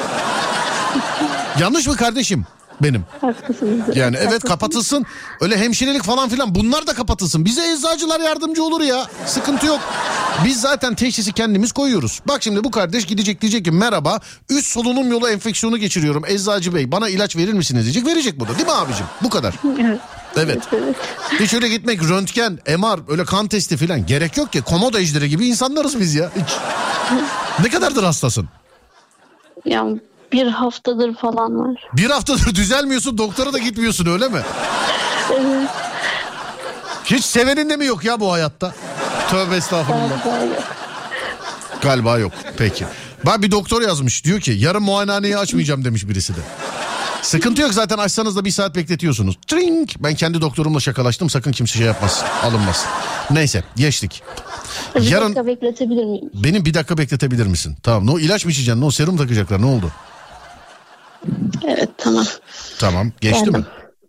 Yanlış mı kardeşim? Benim. Haklısınız. Yani evet Haklısınız. kapatılsın. Öyle hemşirelik falan filan bunlar da kapatılsın. Bize eczacılar yardımcı olur ya. Sıkıntı yok. Biz zaten teşhisi kendimiz koyuyoruz. Bak şimdi bu kardeş gidecek, diyecek ki merhaba üst solunum yolu enfeksiyonu geçiriyorum. Eczacı bey bana ilaç verir misiniz diyecek. Verecek bu da değil mi abicim? Bu kadar. Evet. Evet. Evet. Hiç öyle gitmek, röntgen, M R, öyle kan testi filan gerek yok ki. Komodo ejderi gibi insanlarız biz ya. Hiç. Ne kadardır hastasın? Ya bir haftadır falan var. Bir haftadır düzelmiyorsun, doktora da gitmiyorsun öyle mi? Evet. Hiç sevenin de mi yok ya bu hayatta? Tövbe estağfurullah. Galiba yok. Galiba yok. Peki. Bak bir doktor yazmış. Diyor ki yarın muayenehaneyi açmayacağım demiş birisi de. Sıkıntı yok zaten, açsanız da bir saat bekletiyorsunuz. Trink. Ben kendi doktorumla şakalaştım. Sakın kimse şey yapmasın. Alınmasın. Neyse geçtik. Bir Yarın... dakika bekletebilir miyim? Benim bir dakika bekletebilir misin? Tamam. Ne o ilaç mı içeceksin? Ne o serum takacaklar? Ne oldu? Evet tamam. Tamam. Geçti Geldim. mi?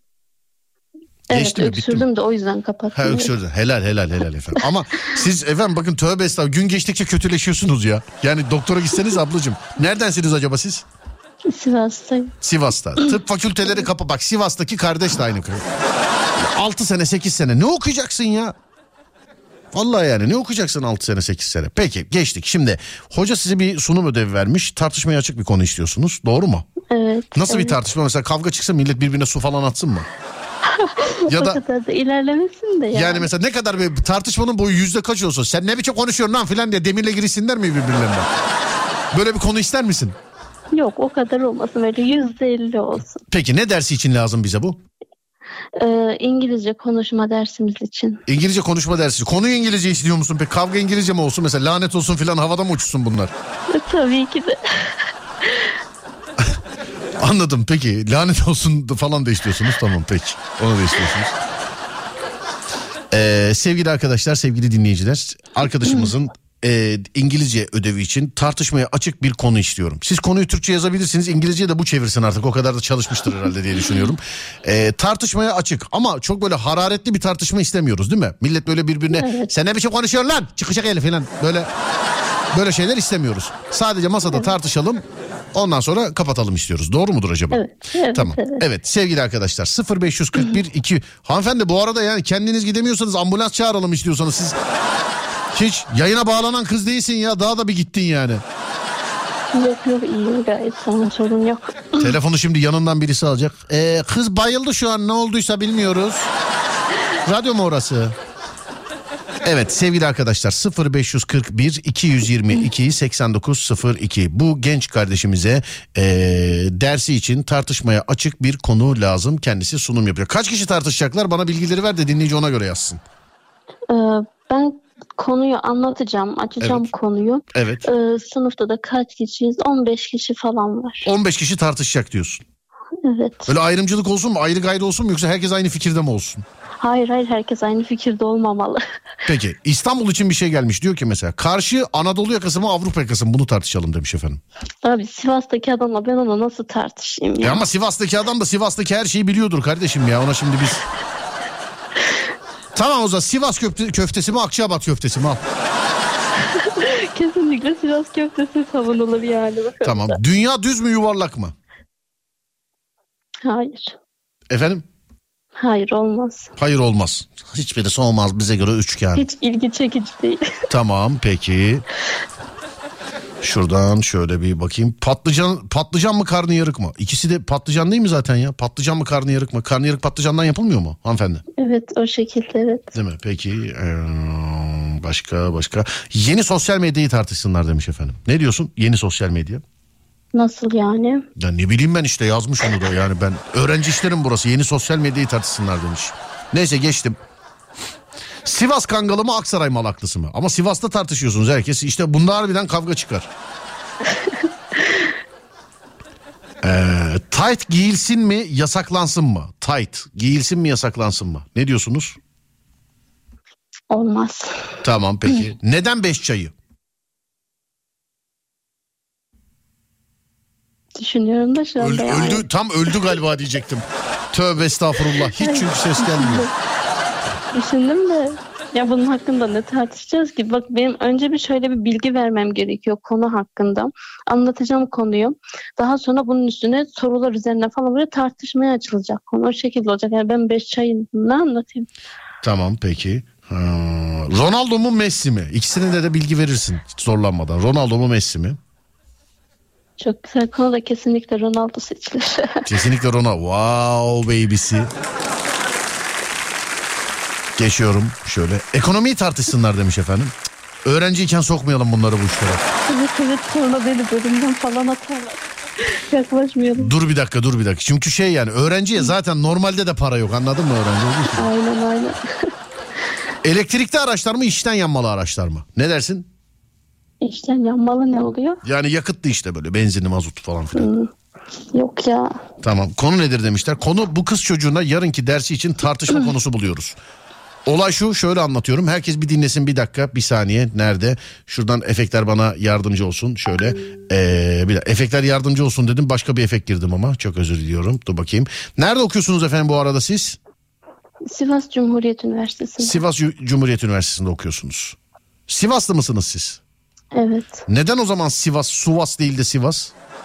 Evet Geçti mi? Bitti mi? öksürdüm de o yüzden kapattım. Ha öksürdün. Helal helal helal efendim. Ama siz efendim bakın tövbe estağfurullah gün geçtikçe kötüleşiyorsunuz ya. Yani doktora gitseniz ablacığım. Neredensiniz acaba siz? Sivas'tayım. Sivas'ta. Tıp fakülteleri kapı. Bak Sivas'taki kardeş de aynı. altı sene sekiz sene ne okuyacaksın ya? Vallahi yani ne okuyacaksın altı sene sekiz sene. Peki geçtik. Şimdi hoca size bir sunum ödevi vermiş. Tartışmaya açık bir konu istiyorsunuz. Doğru mu? Evet. Nasıl evet. bir tartışma? Mesela kavga çıksa millet birbirine su falan atsın mı? Ya o da kadar da ilerlemesin de yani. yani mesela ne kadar bir tartışmanın boyu yüzde kaç olsun? Sen ne biçim konuşuyorsun lan filan diye demirle girişsinler mi birbirlerine? Böyle bir konu ister misin? Yok o kadar olmasın, böyle yüzde elli olsun. Peki ne dersi için lazım bize bu? Ee, İngilizce konuşma dersimiz için. İngilizce konuşma dersi. Konuyu İngilizce istiyor musun? Peki kavga İngilizce mi olsun? Mesela lanet olsun filan havada mı uçuşsun bunlar? E, tabii ki de. Anladım peki. Lanet olsun falan da istiyorsunuz. Tamam peki. Onu da istiyorsunuz. Ee, sevgili arkadaşlar, sevgili dinleyiciler. Arkadaşımızın e, İngilizce ödevi için tartışmaya açık bir konu istiyorum. Siz konuyu Türkçe yazabilirsiniz. İngilizce'ye de bu çevirsin artık. O kadar da çalışmıştır herhalde diye düşünüyorum. Ee, tartışmaya açık ama çok böyle hararetli bir tartışma istemiyoruz değil mi? Millet böyle birbirine Evet. sen ne biçim konuşuyorsun lan? Çıkacak el falan. Böyle böyle şeyler istemiyoruz. Sadece masada evet. tartışalım. Ondan sonra kapatalım istiyoruz. Doğru mudur acaba? Evet. Evet. Tamam. Evet. evet sevgili arkadaşlar sıfır beş kırk bir iki hanımefendi bu arada yani kendiniz gidemiyorsanız ambulans çağıralım istiyorsanız siz. Hiç yayına bağlanan kız değilsin ya, daha da bir gittin yani. Yok yok iyiyim gayet, tamam, sorun yok. Telefonu şimdi yanından birisi alacak. Ee, kız bayıldı şu an, ne olduysa bilmiyoruz. Radyo mu orası? Evet sevgili arkadaşlar, sıfır beş kırk bir iki yüz yirmi iki seksen dokuz sıfır iki bu genç kardeşimize e, dersi için tartışmaya açık bir konu lazım. Kendisi sunum yapıyor. Kaç kişi tartışacaklar, bana bilgileri ver de dinleyici ona göre yazsın. Ee, ben konuyu anlatacağım, açacağım Evet. konuyu. Evet. Ee, sınıfta da kaç kişiyiz? on beş kişi falan var. on beş kişi tartışacak diyorsun. Evet. Öyle ayrımcılık olsun mu, ayrı gayrı olsun mu, yoksa herkes aynı fikirde mi olsun? Hayır hayır, herkes aynı fikirde olmamalı. Peki İstanbul için bir şey gelmiş, diyor ki mesela karşı Anadolu yakası mı Avrupa yakası mı, bunu tartışalım demiş efendim. Abi Sivas'taki adamla ben ona nasıl tartışayım ya? E ama Sivas'taki adam da Sivas'taki her şeyi biliyordur kardeşim ya, ona şimdi biz... Tamam o zaman Sivas köfte, köftesi mi Akçabat köftesi mi, al. Kesinlikle Sivas köftesi savunulur yani. Bakalım. Tamam, dünya düz mü yuvarlak mı? Hayır. Efendim? Hayır olmaz. Hayır olmaz. Hiçbirisi olmaz, bize göre üçgen. Hiç ilgi çekici değil. Tamam peki. Şuradan şöyle bir bakayım. Patlıcan patlıcan mı karnıyarık mı? İkisi de patlıcan değil mi zaten ya? Patlıcan mı karnıyarık mı? Karnıyarık patlıcandan yapılmıyor mu hanımefendi? Evet o şekilde, evet. Değil mi? Peki ee, başka başka. Yeni sosyal medyayı tartışsınlar demiş efendim. Ne diyorsun yeni sosyal medya? Nasıl yani? Ya ne bileyim ben, işte yazmış onu da, yani ben öğrenci işlerim burası, yeni sosyal medyayı tartışsınlar demiş. Neyse geçtim. Sivas Kangalı mı Aksaray Malaklısı mı? Ama Sivas'ta tartışıyorsunuz herkes, işte bunda harbiden kavga çıkar. ee, tight giyilsin mi yasaklansın mı? Tight giyilsin mi yasaklansın mı? Ne diyorsunuz? Olmaz. Tamam peki. Neden beş çayı? Düşünüyorum da şu anda Öldü, yani. öldü tam öldü galiba diyecektim. Tövbe estağfurullah, hiç çünkü ses gelmiyor. Düşündüm de ya bunun hakkında ne tartışacağız ki? Bak benim önce bir şöyle bir bilgi vermem gerekiyor konu hakkında. Anlatacağım konuyu. Daha sonra bunun üstüne sorular üzerine falan böyle tartışmaya açılacak konu. O şekilde olacak. Yani ben beş çayın ne anlatayım? Tamam peki. Ha, Ronaldo mu Messi mi? İkisine de de bilgi verirsin hiç zorlanmadan. Ronaldo mu Messi mi? Çok güzel konu da kesinlikle Ronaldo seçilir. Kesinlikle Ronaldo. Wow babysi. Geçiyorum şöyle. Ekonomiyi tartışsınlar demiş efendim. Cık, öğrenciyken sokmayalım bunları bu işlere. Evet evet, sonra beni bölümden falan atarlar. Yaklaşmayalım. Dur bir dakika dur bir dakika. Çünkü şey yani öğrenciye zaten normalde de para yok, anladın mı öğrenci? Aynen aynen. Elektrikli araçlar mı içten yanmalı araçlar mı? Ne dersin? İçten yanmalı ne oluyor? Yani yakıtlı işte, böyle benzinli mazot falan filan. Hmm. Yok ya. Tamam, konu nedir demişler. Konu bu kız çocuğuna yarınki dersi için tartışma konusu buluyoruz. Olay şu, şöyle anlatıyorum. Herkes bir dinlesin, bir dakika, bir saniye. Nerede? Şuradan efektler bana yardımcı olsun. Şöyle ee, bir dakika. Efektler yardımcı olsun dedim. Başka bir efekt girdim ama. Çok özür diliyorum. Dur bakayım. Nerede okuyorsunuz efendim bu arada siz? Sivas Cumhuriyet Üniversitesi'nde. Sivas Cumhuriyet Üniversitesi'nde okuyorsunuz. Sivaslı mısınız siz? Evet. Neden o zaman Sivas, Suvas değil de Sivas?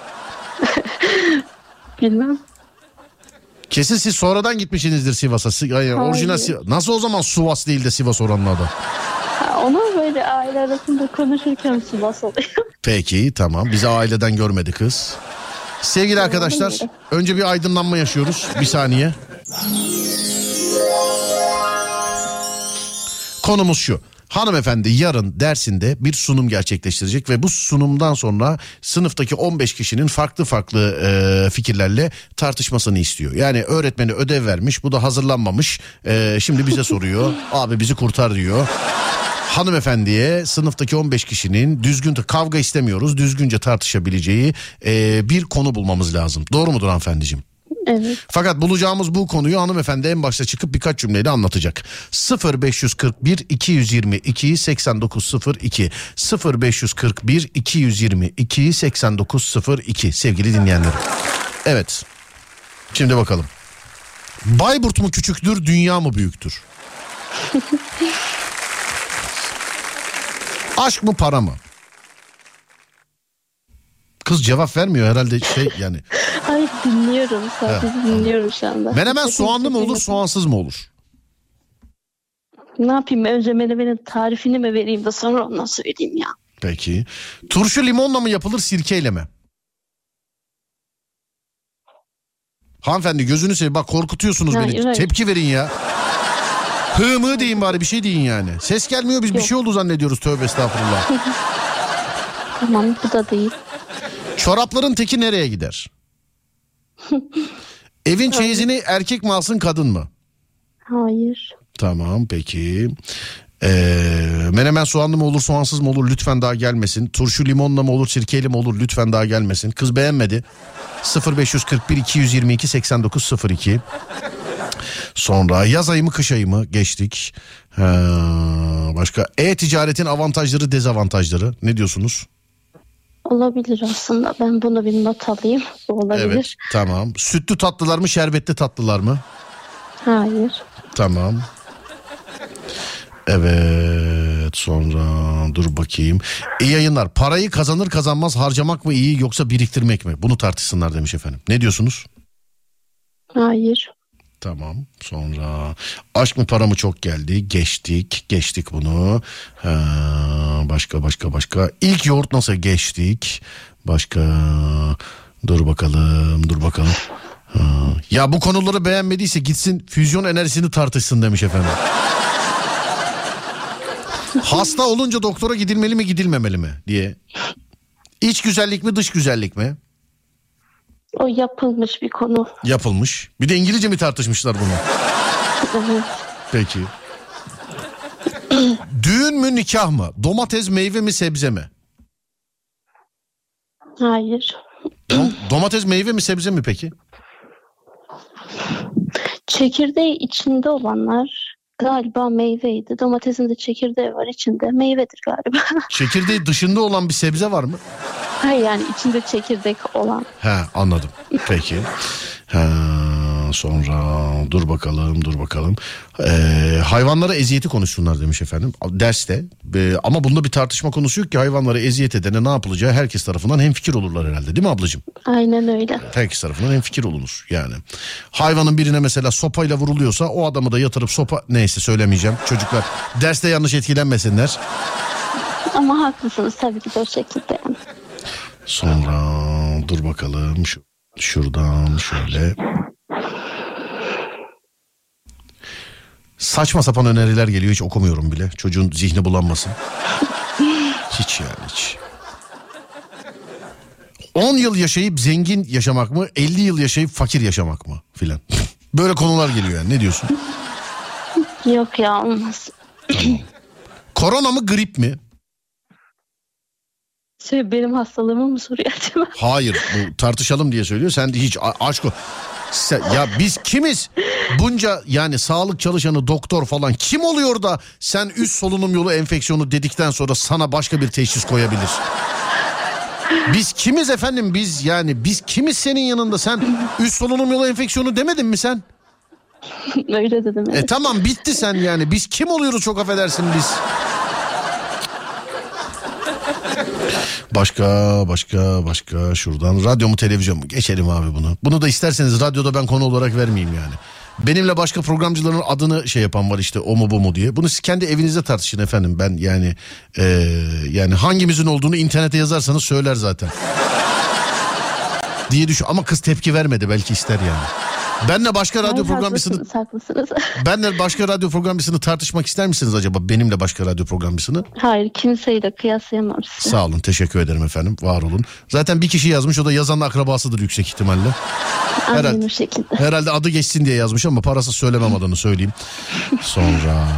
Bilmem. Kesin siz sonradan gitmişsinizdir Sivas'a. Yani orijinal Sivas. Nasıl o zaman Suvas değil de Sivas oranın adı? Ha, onu böyle aile arasında konuşurken Sivas oluyor. Peki tamam, bizi aileden görmedi kız. Sevgili arkadaşlar, önce bir aydınlanma yaşıyoruz. Bir saniye. Konumuz şu. Hanımefendi yarın dersinde bir sunum gerçekleştirecek ve bu sunumdan sonra sınıftaki on beş kişinin farklı farklı e, fikirlerle tartışmasını istiyor. Yani öğretmeni ödev vermiş, bu da hazırlanmamış. E, şimdi bize soruyor. Abi bizi kurtar diyor. Hanımefendiye sınıftaki on beş kişinin düzgün kavga istemiyoruz, düzgünce tartışabileceği e, bir konu bulmamız lazım. Doğru mudur hanımefendiciğim? Evet. Fakat bulacağımız bu konuyu hanımefendi en başta çıkıp birkaç cümleyle anlatacak. sıfır beş kırk bir iki yüz yirmi iki seksen dokuz sıfır iki sıfır beş kırk bir iki yüz yirmi iki seksen dokuz sıfır iki sevgili dinleyenlerim. Evet. Şimdi bakalım. Bayburt mu küçüktür, dünya mı büyüktür? Aşk mı, para mı? Kız cevap vermiyor herhalde, şey yani. Hayır, dinliyorum sadece, Evet. dinliyorum şu anda. Menemen soğanlı mı olur, soğansız mı olur? Ne yapayım, önce menemenin tarifini mi vereyim de sonra ondan söyleyeyim ya. Peki. Turşu limonla mı yapılır, sirkeyle mi? Hanımefendi gözünü seveyim, bak korkutuyorsunuz Ha, beni. evet. Tepki verin ya. Hı mı deyin bari, bir şey deyin yani. Ses gelmiyor, biz Yok. bir şey oldu zannediyoruz, tövbe estağfurullah. Tamam, bu da değil. Çorapların teki nereye gider? Evin çeyizini erkek mi alsın, kadın mı? Hayır. Tamam peki. Ee, menemen soğanlı mı olur, soğansız mı olur, lütfen daha gelmesin. Turşu limonla mı olur, sirkeyle mi olur, lütfen daha gelmesin. Kız beğenmedi. sıfır beş kırk bir iki yüz yirmi iki seksen dokuz sıfır iki. Sonra yaz ayı mı kış ayı mı geçtik. Ee, başka e-ticaretin avantajları, dezavantajları ne diyorsunuz? Olabilir aslında. Ben bunu bir not alayım. Bu olabilir. Evet, tamam. Sütlü tatlılar mı, şerbetli tatlılar mı? Hayır. Tamam. Evet, sonra dur bakayım. İyi yayınlar. Parayı kazanır kazanmaz harcamak mı iyi, yoksa biriktirmek mi? Bunu tartışsınlar demiş efendim. Ne diyorsunuz? Hayır. Tamam. Sonra aşk mı para mı çok geldi. Geçtik. Geçtik bunu. Ha, başka başka başka. İlk yoğurt nasıl, geçtik. Başka. Dur bakalım. Dur bakalım. Ha. Ya bu konuları beğenmediyse gitsin füzyon enerjisini tartışsın demiş efendim. Hasta olunca doktora gidilmeli mi, gidilmemeli mi diye. İç güzellik mi, dış güzellik mi? O yapılmış bir konu. Yapılmış. Bir de İngilizce mi tartışmışlar bunu? Evet. Peki. Düğün mü, nikah mı? Domates meyve mi, sebze mi? Hayır. Dom- domates meyve mi, sebze mi peki? Çekirdeği içinde olanlar galiba meyveydi. Domatesin de çekirdeği var içinde. Meyvedir galiba. Çekirdeği dışında olan bir sebze var mı? Hayır, yani içinde çekirdek olan. He, anladım. Peki. Ha, sonra dur bakalım dur bakalım. Ee, hayvanlara eziyeti konuşsunlar demiş efendim derste. Ee, ama bunda bir tartışma konusu yok ki, hayvanlara eziyet edene ne yapılacağı herkes tarafından hemfikir olurlar herhalde, değil mi ablacığım? Aynen öyle. Herkes tarafından hemfikir olunur yani. Hayvanın birine mesela sopayla vuruluyorsa o adamı da yatırıp sopa, neyse söylemeyeceğim. Çocuklar derste yanlış etkilenmesinler. Ama haklısınız tabii ki de o şekilde yani. Sonra dur bakalım şu, şuradan şöyle. Saçma sapan öneriler geliyor, hiç okumuyorum bile. Çocuğun zihni bulanmasın. Hiç yani hiç. on yıl yaşayıp zengin yaşamak mı, elli yıl yaşayıp fakir yaşamak mı filan. Böyle konular geliyor yani, ne diyorsun? Yok ya, olmaz. Tamam. Korona mı, grip mi? Şey, benim hastalığımı mı soruyor acaba? Hayır, bu tartışalım diye söylüyor. Sen de hiç a- aşk o. Sen, ya biz kimiz? Bunca yani sağlık çalışanı, doktor falan kim oluyor da sen üst solunum yolu enfeksiyonu dedikten sonra sana başka bir teşhis koyabilir? Biz kimiz efendim, biz yani biz kimiz senin yanında? Sen üst solunum yolu enfeksiyonu demedin mi sen? Öyle dedim. Evet. E tamam, bitti sen yani. Biz kim oluyoruz, çok affedersin biz. Başka başka başka şuradan radyo mu televizyon mu, geçelim abi bunu. Bunu da isterseniz radyoda ben konu olarak vermeyeyim yani. Benimle başka programcıların adını şey yapan var işte, o mu bu mu diye. Bunu siz kendi evinizde tartışın efendim. Ben yani e, yani hangimizin olduğunu internete yazarsanız söyler zaten. diye düşün. Ama kız tepki vermedi, belki ister yani. Benle başka radyo Hayır, programcısını haklısınız, haklısınız. benle başka radyo programcısını tartışmak ister misiniz acaba, benimle başka radyo programcısını? Hayır, kimseyle kıyaslayamam size. Sağ olun, teşekkür ederim efendim, var olun. Zaten bir kişi yazmış, o da yazanın akrabasıdır yüksek ihtimalle. Aynen Herhalde, o şekilde. herhalde adı geçsin diye yazmış ama parasız söylemem adını, söyleyeyim. Sonra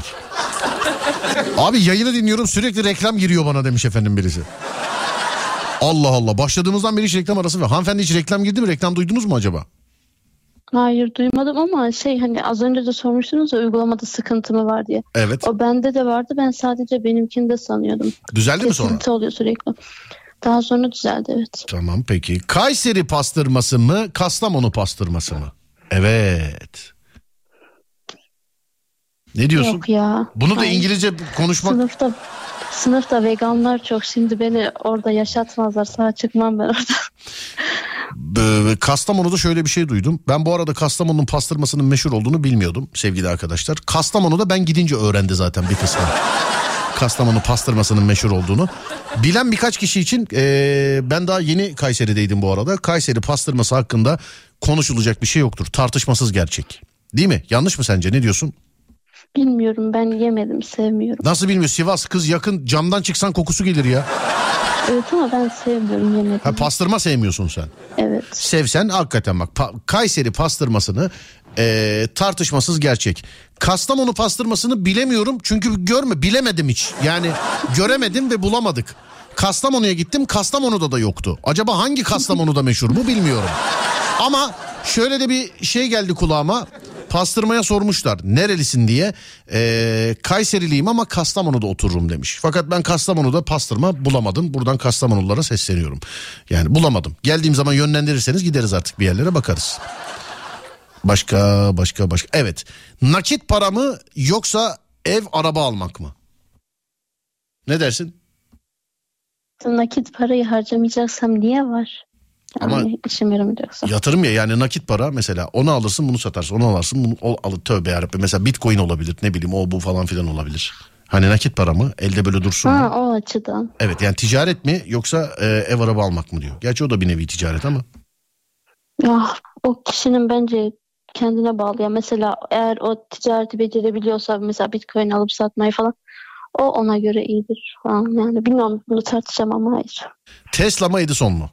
abi yayını dinliyorum, sürekli reklam giriyor bana demiş efendim birisi. Allah Allah, başladığımızdan beri hiç reklam arası var. Hanımefendi hiç reklam girdi mi, reklam duydunuz mu acaba? Hayır, duymadım ama şey, hani az önce de sormuştunuz ya uygulamada sıkıntı mı var diye. Evet. O bende de vardı, ben sadece benimkinde sanıyordum. Düzeldi mi sonra? Kesinti oluyor sürekli. Daha sonra düzeldi, evet. Tamam peki. Kayseri pastırması mı, Kastamonu pastırması mı? Evet. Ne diyorsun? Yok ya. Bunu da Hayır. İngilizce konuşmak... Sınıfta sınıfta veganlar çok, şimdi beni orada yaşatmazlar, sağ çıkmam ben oradan. Ee, Kastamonu'da şöyle bir şey duydum. Ben bu arada Kastamonu'nun pastırmasının meşhur olduğunu bilmiyordum sevgili arkadaşlar. Kastamonu'da ben gidince öğrendi zaten bir kısmı. Kastamonu pastırmasının meşhur olduğunu. Bilen birkaç kişi için ee, ben daha yeni Kayseri'deydim bu arada. Kayseri pastırması hakkında konuşulacak bir şey yoktur. Tartışmasız gerçek. Değil mi? Yanlış mı sence? Ne diyorsun? Bilmiyorum, ben yemedim, sevmiyorum. Nasıl bilmiyorsun? Sivas kız, yakın, camdan çıksan kokusu gelir ya. Evet ama ben sevmiyorum, yemedim. Ha, pastırma sevmiyorsun sen. Evet. Sevsen hakikaten bak pa- Kayseri pastırmasını ee, tartışmasız gerçek. Kastamonu pastırmasını bilemiyorum çünkü görme bilemedim hiç. Yani göremedim ve bulamadık. Kastamonu'ya gittim, Kastamonu'da da yoktu. Acaba hangi Kastamonu'da meşhur bu bilmiyorum. Ama şöyle de bir şey geldi kulağıma. Pastırmaya sormuşlar nerelisin diye. Ee, Kayseriliyim ama Kastamonu'da otururum demiş. Fakat ben Kastamonu'da pastırma bulamadım. Buradan Kastamonululara sesleniyorum. Yani bulamadım. Geldiğim zaman yönlendirirseniz gideriz artık bir yerlere bakarız. Başka başka başka. Evet. Nakit para mı yoksa ev araba almak mı? Ne dersin? Nakit parayı harcamayacaksam niye var? Yani Ama işim yaramayacaksa. yatırım ya, yani nakit para mesela, onu alırsın bunu satarsın, onu alırsın bunu o, alır, tövbe yarabbim, mesela bitcoin olabilir, ne bileyim o bu falan filan olabilir. Hani nakit para mı elde böyle dursun Ha, mu? o açıdan. Evet, yani ticaret mi yoksa e, ev araba almak mı diyor. Gerçi o da bir nevi ticaret ama. Ya o kişinin bence kendine bağlı. Ya mesela eğer o ticareti becerebiliyorsa, mesela bitcoin alıp satmayı falan, o ona göre iyidir falan. Yani bilmiyorum, bunu tartışacağım ama hayır. Tesla mı Edison mu?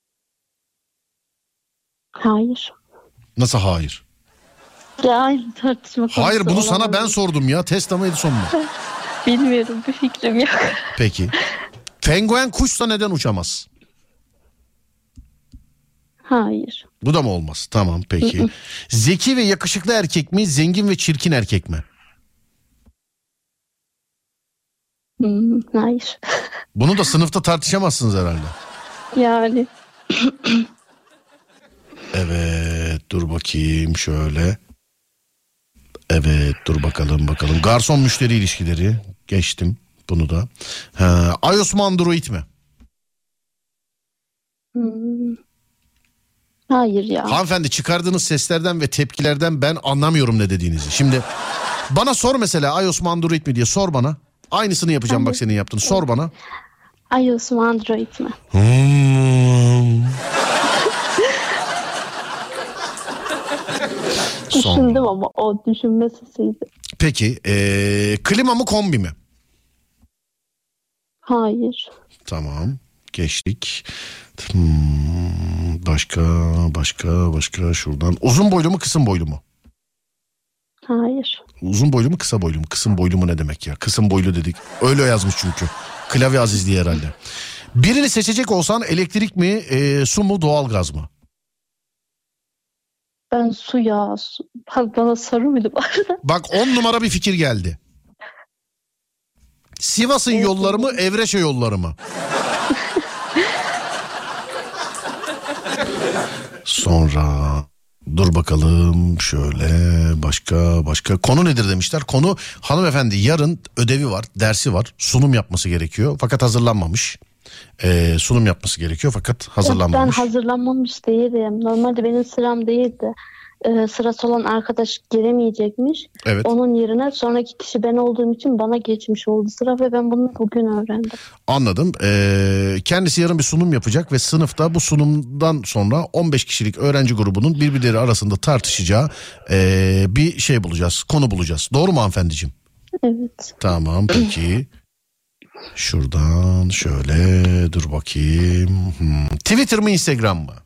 Hayır. Nasıl hayır? Ya hayır, tartışma konusu Hayır, bunu sana olamaz. ben sordum ya, Tesla mı Edison mu? Bilmiyorum, bir fikrim yok. Peki. Penguen kuşsa neden uçamaz? Hayır. Bu da mı olmaz? Tamam peki. Zeki ve yakışıklı erkek mi, zengin ve çirkin erkek mi? Hmm, hayır. Bunu da sınıfta tartışamazsınız herhalde. Yani. Evet, dur bakayım şöyle. Evet, dur bakalım bakalım. Garson müşteri ilişkileri. Geçtim bunu da. Ha, iOS mu Android mi? Hmm. Hayır ya. Hanımefendi, çıkardığınız seslerden ve tepkilerden ben anlamıyorum ne dediğinizi. Şimdi bana sor mesela, iOS mu Android mi diye sor bana. Aynısını yapacağım bak senin yaptığını. Sor bana. iOS mu Android mi? Hmm. Düşündüm ama o düşünme sesiydi. Peki ee, klima mı kombi mi? Hayır. Tamam, geçtik. Hmm, başka başka başka şuradan. Uzun boylu mu kısın boylu mu? Hayır. Uzun boylu mu kısa boylu mu? Kısın boylu mu ne demek ya? Kısın boylu dedik. Öyle yazmış çünkü. Klavye azizliği herhalde. Birini seçecek olsan elektrik mi, e, su mu, doğalgaz mı? Ben su ya. Su. Bana soru muydu bu arada? Bak, on numara bir fikir geldi. Sivas'ın Evet, yolları mı, evet. Evreşe yolları mı? Sonra dur bakalım şöyle, başka başka konu nedir demişler. Konu, hanımefendi yarın ödevi var, dersi var, sunum yapması gerekiyor fakat hazırlanmamış. Ee, sunum yapması gerekiyor fakat hazırlanmamış. Ben hazırlanmamış değilim. Normalde benim sıram değildi. Ee, sırası olan arkadaş giremeyecekmiş. Evet. Onun yerine sonraki kişi ben olduğum için bana geçmiş oldu sıra ve ben bunu bugün öğrendim. Anladım. Ee, kendisi yarın bir sunum yapacak ve sınıfta bu sunumdan sonra on beş kişilik öğrenci grubunun birbirleri arasında tartışacağı ee, bir şey bulacağız, konu bulacağız. Doğru mu hanımefendiciğim? Evet. Tamam peki. Şuradan şöyle dur bakayım. Hmm. Twitter mı Instagram mı?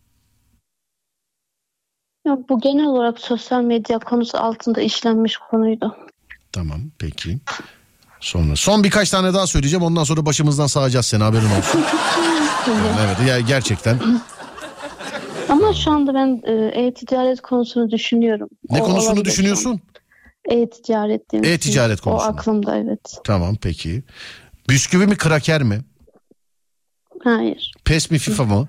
Ya, bu genel olarak sosyal medya konusu altında işlenmiş konuydu. Tamam peki. Sonra son birkaç tane daha söyleyeceğim, ondan sonra başımızdan sağacağız seni, haberin olsun. Yani evet ya, gerçekten. Ama şu anda ben e, e-ticaret konusunu düşünüyorum. Ne O konusunu olabilir düşünüyorsun? şu an. E-ticaret demiştim. E-ticaret konusunu. O aklımda, evet. Tamam peki. Bisküvi mi kraker mi? Hayır. Pes mi FIFA mı?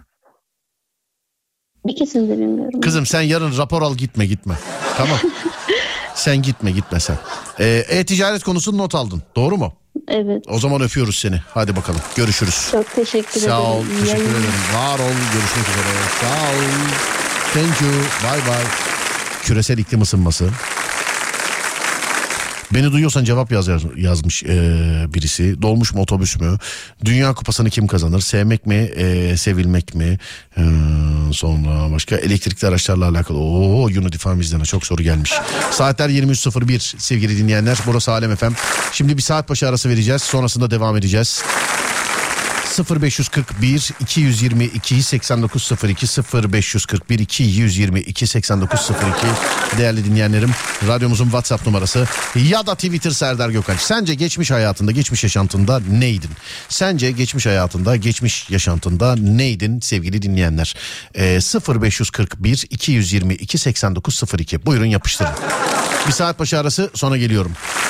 İkisini de bilmiyorum. Kızım sen yarın rapor al, gitme gitme. Tamam. Sen gitme gitme sen. Ee, e-ticaret konusunu not aldın, doğru mu? Evet. O zaman öpüyoruz seni. Hadi bakalım, görüşürüz. Çok teşekkür ederim. Sağ ol, İyi teşekkür yayınlar. ederim. Var ol, görüşmek üzere. Sağ ol. Thank you, bye bye. Küresel iklim ısınması. Beni duyuyorsan cevap yaz, yazmış ee, birisi. Dolmuş mu otobüs mü? Dünya Kupası'nı kim kazanır? Sevmek mi? Ee, sevilmek mi? Ee, sonra başka elektrikli araçlarla alakalı. Oo, Unity Farm izlene çok soru gelmiş. Saatler yirmi üç sıfır bir sevgili dinleyenler. Burası Alem F M. Şimdi bir saat başı arası vereceğiz. Sonrasında devam edeceğiz. sıfır beş kırk bir iki yüz yirmi iki seksen dokuz sıfır iki sıfır beş kırk bir iki yüz yirmi iki seksen dokuz sıfır iki değerli dinleyenlerim, radyomuzun WhatsApp numarası ya da Twitter Serdar Gökalp. Sence geçmiş hayatında, geçmiş yaşantında neydin? Sence geçmiş hayatında, geçmiş yaşantında neydin sevgili dinleyenler? Ee, sıfır beş kırk bir iki yüz yirmi iki seksen dokuz sıfır iki buyurun yapıştırın. Bir saat başı arası, sonra geliyorum.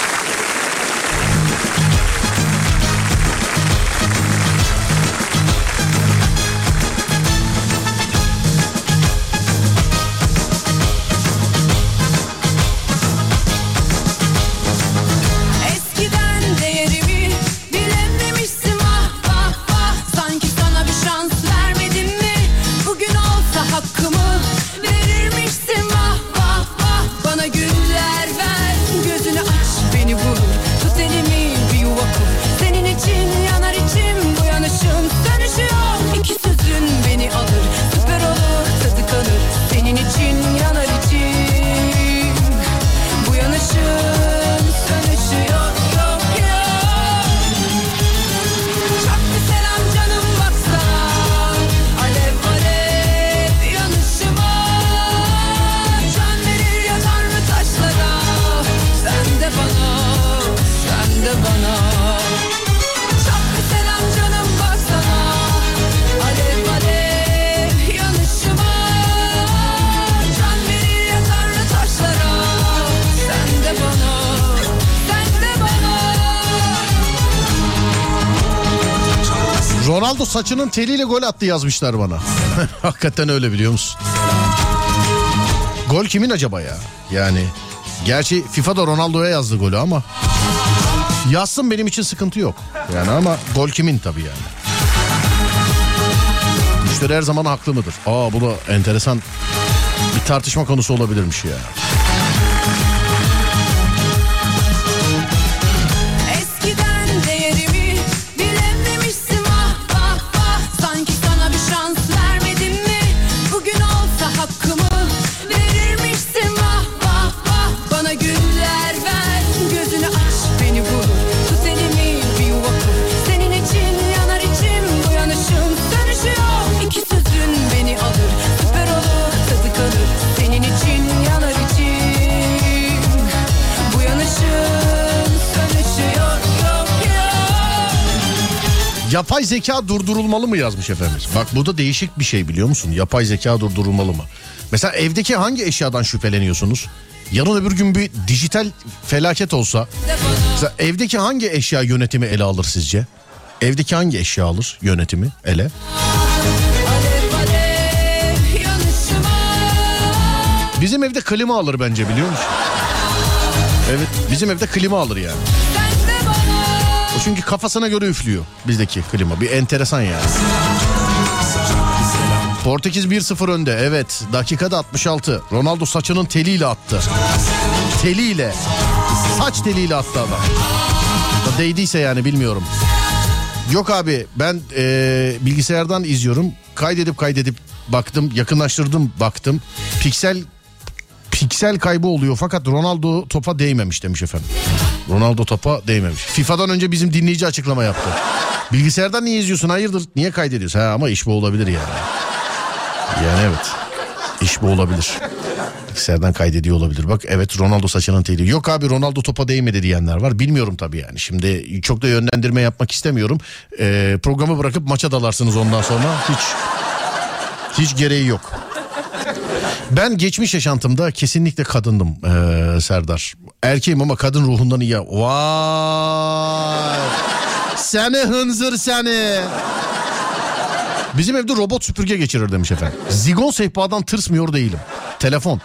Ronaldo saçının teliyle gol attı yazmışlar bana. Hakikaten öyle, biliyor musun? Gol kimin acaba ya? Yani gerçi FIFA da Ronaldo'ya yazdı golü ama yazsın, benim için sıkıntı yok. Yani ama gol kimin tabii yani. Müşteri her zaman haklı mıdır? Aa, bu da enteresan bir tartışma konusu olabilirmiş ya. Yapay zeka durdurulmalı mı yazmış efendim. Bak bu da değişik bir şey, biliyor musun? Yapay zeka durdurulmalı mı? Mesela evdeki hangi eşyadan şüpheleniyorsunuz? Yarın öbür gün bir dijital felaket olsa, mesela evdeki hangi eşya yönetimi ele alır sizce? Evdeki hangi eşya alır yönetimi ele? Bizim evde klima alır bence, biliyor musun? Evet, bizim evde klima alır yani. O çünkü kafasına göre üflüyor bizdeki klima. Bir enteresan yani. Portekiz bir sıfır önde. Evet, dakikada altmış altı. Ronaldo saçının teliyle attı. Teliyle. Saç teliyle attı adam. Değdiyse yani, bilmiyorum. Yok abi, ben e, bilgisayardan izliyorum. Kaydedip kaydedip baktım. Yakınlaştırdım baktım. Piksel piksel kaybı oluyor. Fakat Ronaldo topa değmemiş demiş efendim. Ronaldo topa değmemiş. FIFA'dan önce bizim dinleyici açıklama yaptı. Bilgisayardan niye izliyorsun, hayırdır, niye kaydediyorsun? Ha, ama iş bu olabilir yani. Yani evet, iş bu olabilir. Bilgisayardan kaydediyor olabilir. Bak evet, Ronaldo saçının teli. Yok abi, Ronaldo topa değmedi diyenler var. Bilmiyorum tabii yani. Şimdi çok da yönlendirme yapmak istemiyorum. Ee, programı bırakıp maça dalarsınız ondan sonra. Hiç hiç gereği yok. Ben geçmiş yaşantımda kesinlikle kadındım ee, Serdar. Erkeğim ama kadın ruhundan iyi. Vay! Seni hınzır seni! Bizim evde robot süpürge geçirir demiş efendim. Zigon sehpadan tırsmıyor değilim. Telefon.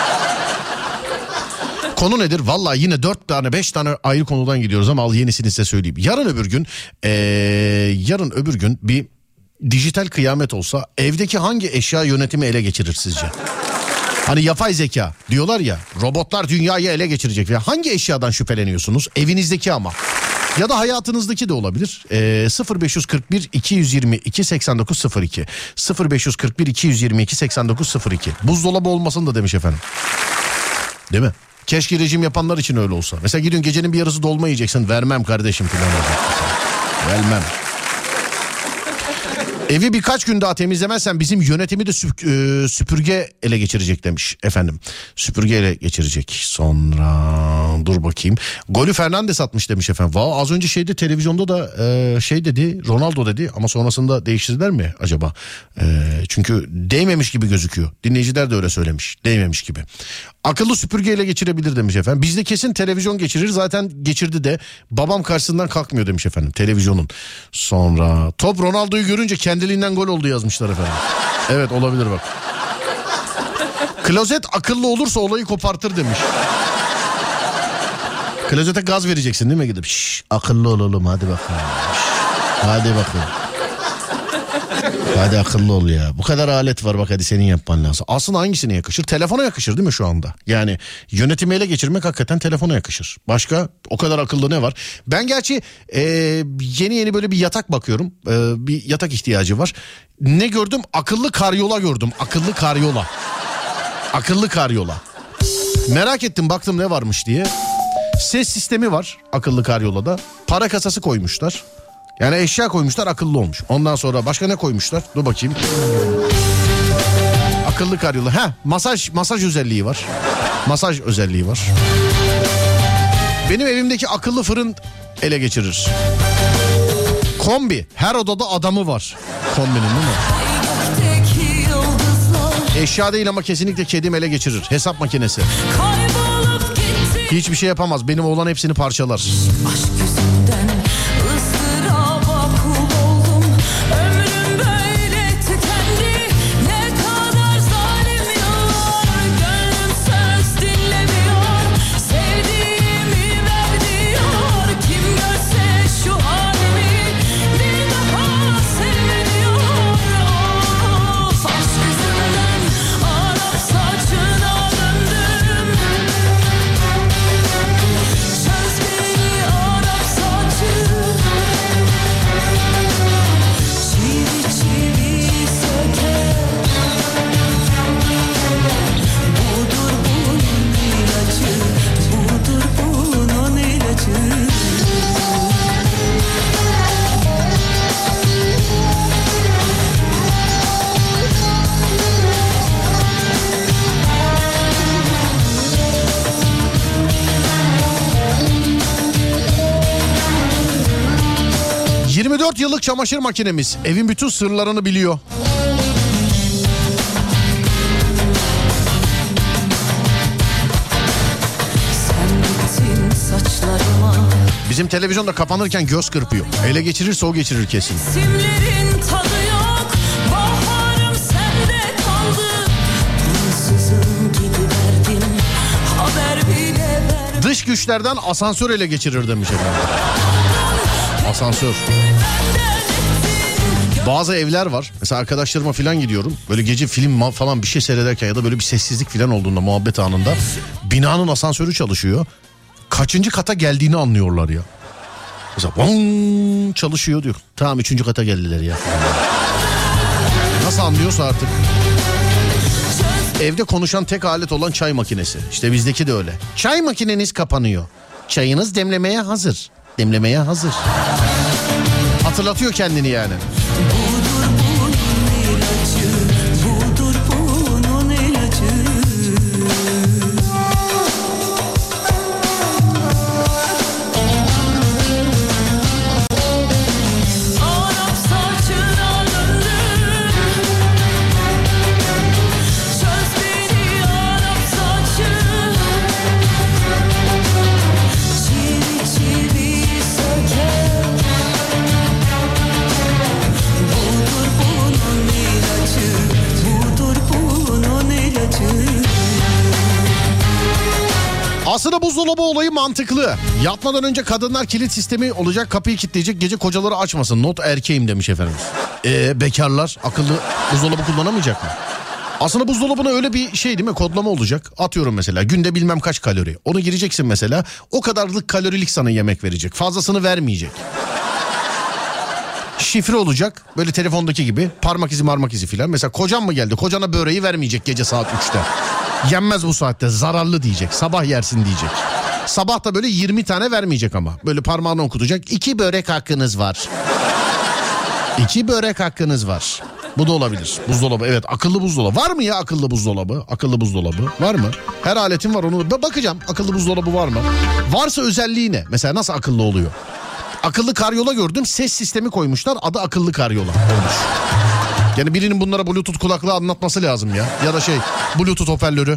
Konu nedir? Vallahi yine dört tane beş tane ayrı konudan gidiyoruz ama al yenisini size söyleyeyim. Yarın öbür gün ee, yarın öbür gün bir dijital kıyamet olsa evdeki hangi eşya yönetimi ele geçirir sizce? Hani yapay zeka diyorlar ya, robotlar dünyayı ele geçirecek. Ya hangi eşyadan şüpheleniyorsunuz? Evinizdeki ama. Ya da hayatınızdaki de olabilir. Ee, sıfır beş kırk bir iki yüz yirmi iki seksen dokuz sıfır iki sıfır beş kırk bir iki yüz yirmi iki seksen dokuz sıfır iki. Buzdolabı olmasın da demiş efendim. Değil mi? Keşke rejim yapanlar için öyle olsa. Mesela gidiyorsun gecenin bir yarısı dolma yiyeceksin. Vermem kardeşim falan. Vermem. Evi birkaç gün daha temizlemezsen bizim yönetimi de süp- e, süpürge ele geçirecek demiş efendim. Süpürge ele geçirecek. Sonra dur bakayım. Golü Fernandes atmış demiş efendim. Valla az önce şeyde televizyonda da e, şey dedi, Ronaldo dedi ama sonrasında değiştirdiler mi acaba? E, çünkü değmemiş gibi gözüküyor. Dinleyiciler de öyle söylemiş. Değmemiş gibi. Akıllı süpürge ele geçirebilir demiş efendim. Bizde kesin televizyon geçirir, zaten geçirdi de babam karşısından kalkmıyor demiş efendim televizyonun. Sonra top Ronaldo'yu görünce kendiliğinden gol oldu yazmışlar efendim. Evet olabilir bak. Klozet akıllı olursa olayı kopartır demiş. Klozete gaz vereceksin değil mi gidip? Şşş, akıllı olalım hadi bakalım. Şş, hadi bakalım. Hadi akıllı ol ya. Bu kadar alet var bak, hadi senin yapman lazım. Aslında hangisine yakışır? Telefona yakışır değil mi şu anda? Yani yönetimi ele geçirmek hakikaten telefona yakışır. Başka o kadar akıllı ne var? Ben gerçi e, yeni yeni böyle bir yatak bakıyorum. E, bir yatak ihtiyacı var. Ne gördüm? Akıllı karyola gördüm. Akıllı karyola. Akıllı karyola. Merak ettim, baktım ne varmış diye. Ses sistemi var akıllı karyolada. Para kasası koymuşlar. Yani eşya koymuşlar, akıllı olmuş. Ondan sonra başka ne koymuşlar? Dur bakayım. Akıllı karyola. Heh, masaj masaj özelliği var. Masaj özelliği var. Benim evimdeki akıllı fırın ele geçirir. Kombi. Her odada adamı var. Kombinin değil mi? Eşya değil ama kesinlikle kedim ele geçirir. Hesap makinesi. Hiçbir şey yapamaz. Benim oğlan hepsini parçalar. Aşk yüzünden ızdıraba kul oldum. Ömrüm böyle tükendi. Ne kadar zalim yıllar. Gönlüm söz dinlemiyor. Sevdiğimi ver diyor. Kim görse şu halimi bir daha sevmiyor. Of, aşk yüzünden Arap saçına döndüm. Söz beni Arap saçı. Çivi çivi söker. Budur bunun ilacı. Budur bunun ilacı. yirmi dört yıllık çamaşır makinemiz evin bütün sırlarını biliyor. Sen gittin saçlarıma. Bizim televizyonda kapanırken göz kırpıyor. Ele geçirirse o geçirir kesin. Simlerin tadı yok. Baharım sende kaldı. Ansızın gidiverdin. Haber bile ver. Dış güçlerden asansör ele geçirir demiş efendim. Asansör. Bazı evler var. Mesela arkadaşlarıma falan gidiyorum. Böyle gece film falan bir şey seyrederken ya da böyle bir sessizlik falan olduğunda, muhabbet anında binanın asansörü çalışıyor. Kaçıncı kata geldiğini anlıyorlar ya. Mesela bong çalışıyor diyor. Tamam üçüncü kata geldiler ya. Nasıl anlıyorsa artık. Evde konuşan tek alet olan çay makinesi. İşte bizdeki de öyle. Çay makineniz kapanıyor. Çayınız demlemeye hazır. Demlemeye hazır. Hatırlatıyor kendini yani. Budur bunun ilacı. Budur bunun ilacı. Arap saçına döndüm. Söz beni Arap saçı. Çivi çivi söker. Budur bunun ilacı. Budur bunun ilacı. Aslında buzdolabı olayı mantıklı. Yatmadan önce kadınlar kilit sistemi olacak, kapıyı kilitleyecek, gece kocaları açmasın. Not erkeğim demiş efendimiz. Ee, bekarlar akıllı buzdolabı kullanamayacak mı? Aslında buzdolabına öyle bir şey değil mi, kodlama olacak. Atıyorum mesela günde bilmem kaç kalori. Onu gireceksin mesela, o kadarlık kalorilik sana yemek verecek. Fazlasını vermeyecek. Şifre olacak böyle telefondaki gibi, parmak izi marmak izi filan. Mesela kocan mı geldi, kocana böreği vermeyecek gece saat üçte. Yenmez bu saatte, zararlı diyecek, sabah yersin diyecek. Sabah da böyle yirmi tane vermeyecek ama. Böyle parmağını okutacak, iki börek hakkınız var. İki börek hakkınız var. Bu da olabilir. Buzdolabı, evet, akıllı buzdolabı. Var mı ya akıllı buzdolabı? Akıllı buzdolabı var mı? Her aletin var, onu bakacağım. Akıllı buzdolabı var mı? Varsa özelliği ne? Mesela nasıl akıllı oluyor? Akıllı karyola gördüm. Ses sistemi koymuşlar. Adı akıllı karyola olmuş. Yani birinin bunlara Bluetooth kulaklığı anlatması lazım ya. Ya da şey, Bluetooth hoparlörü.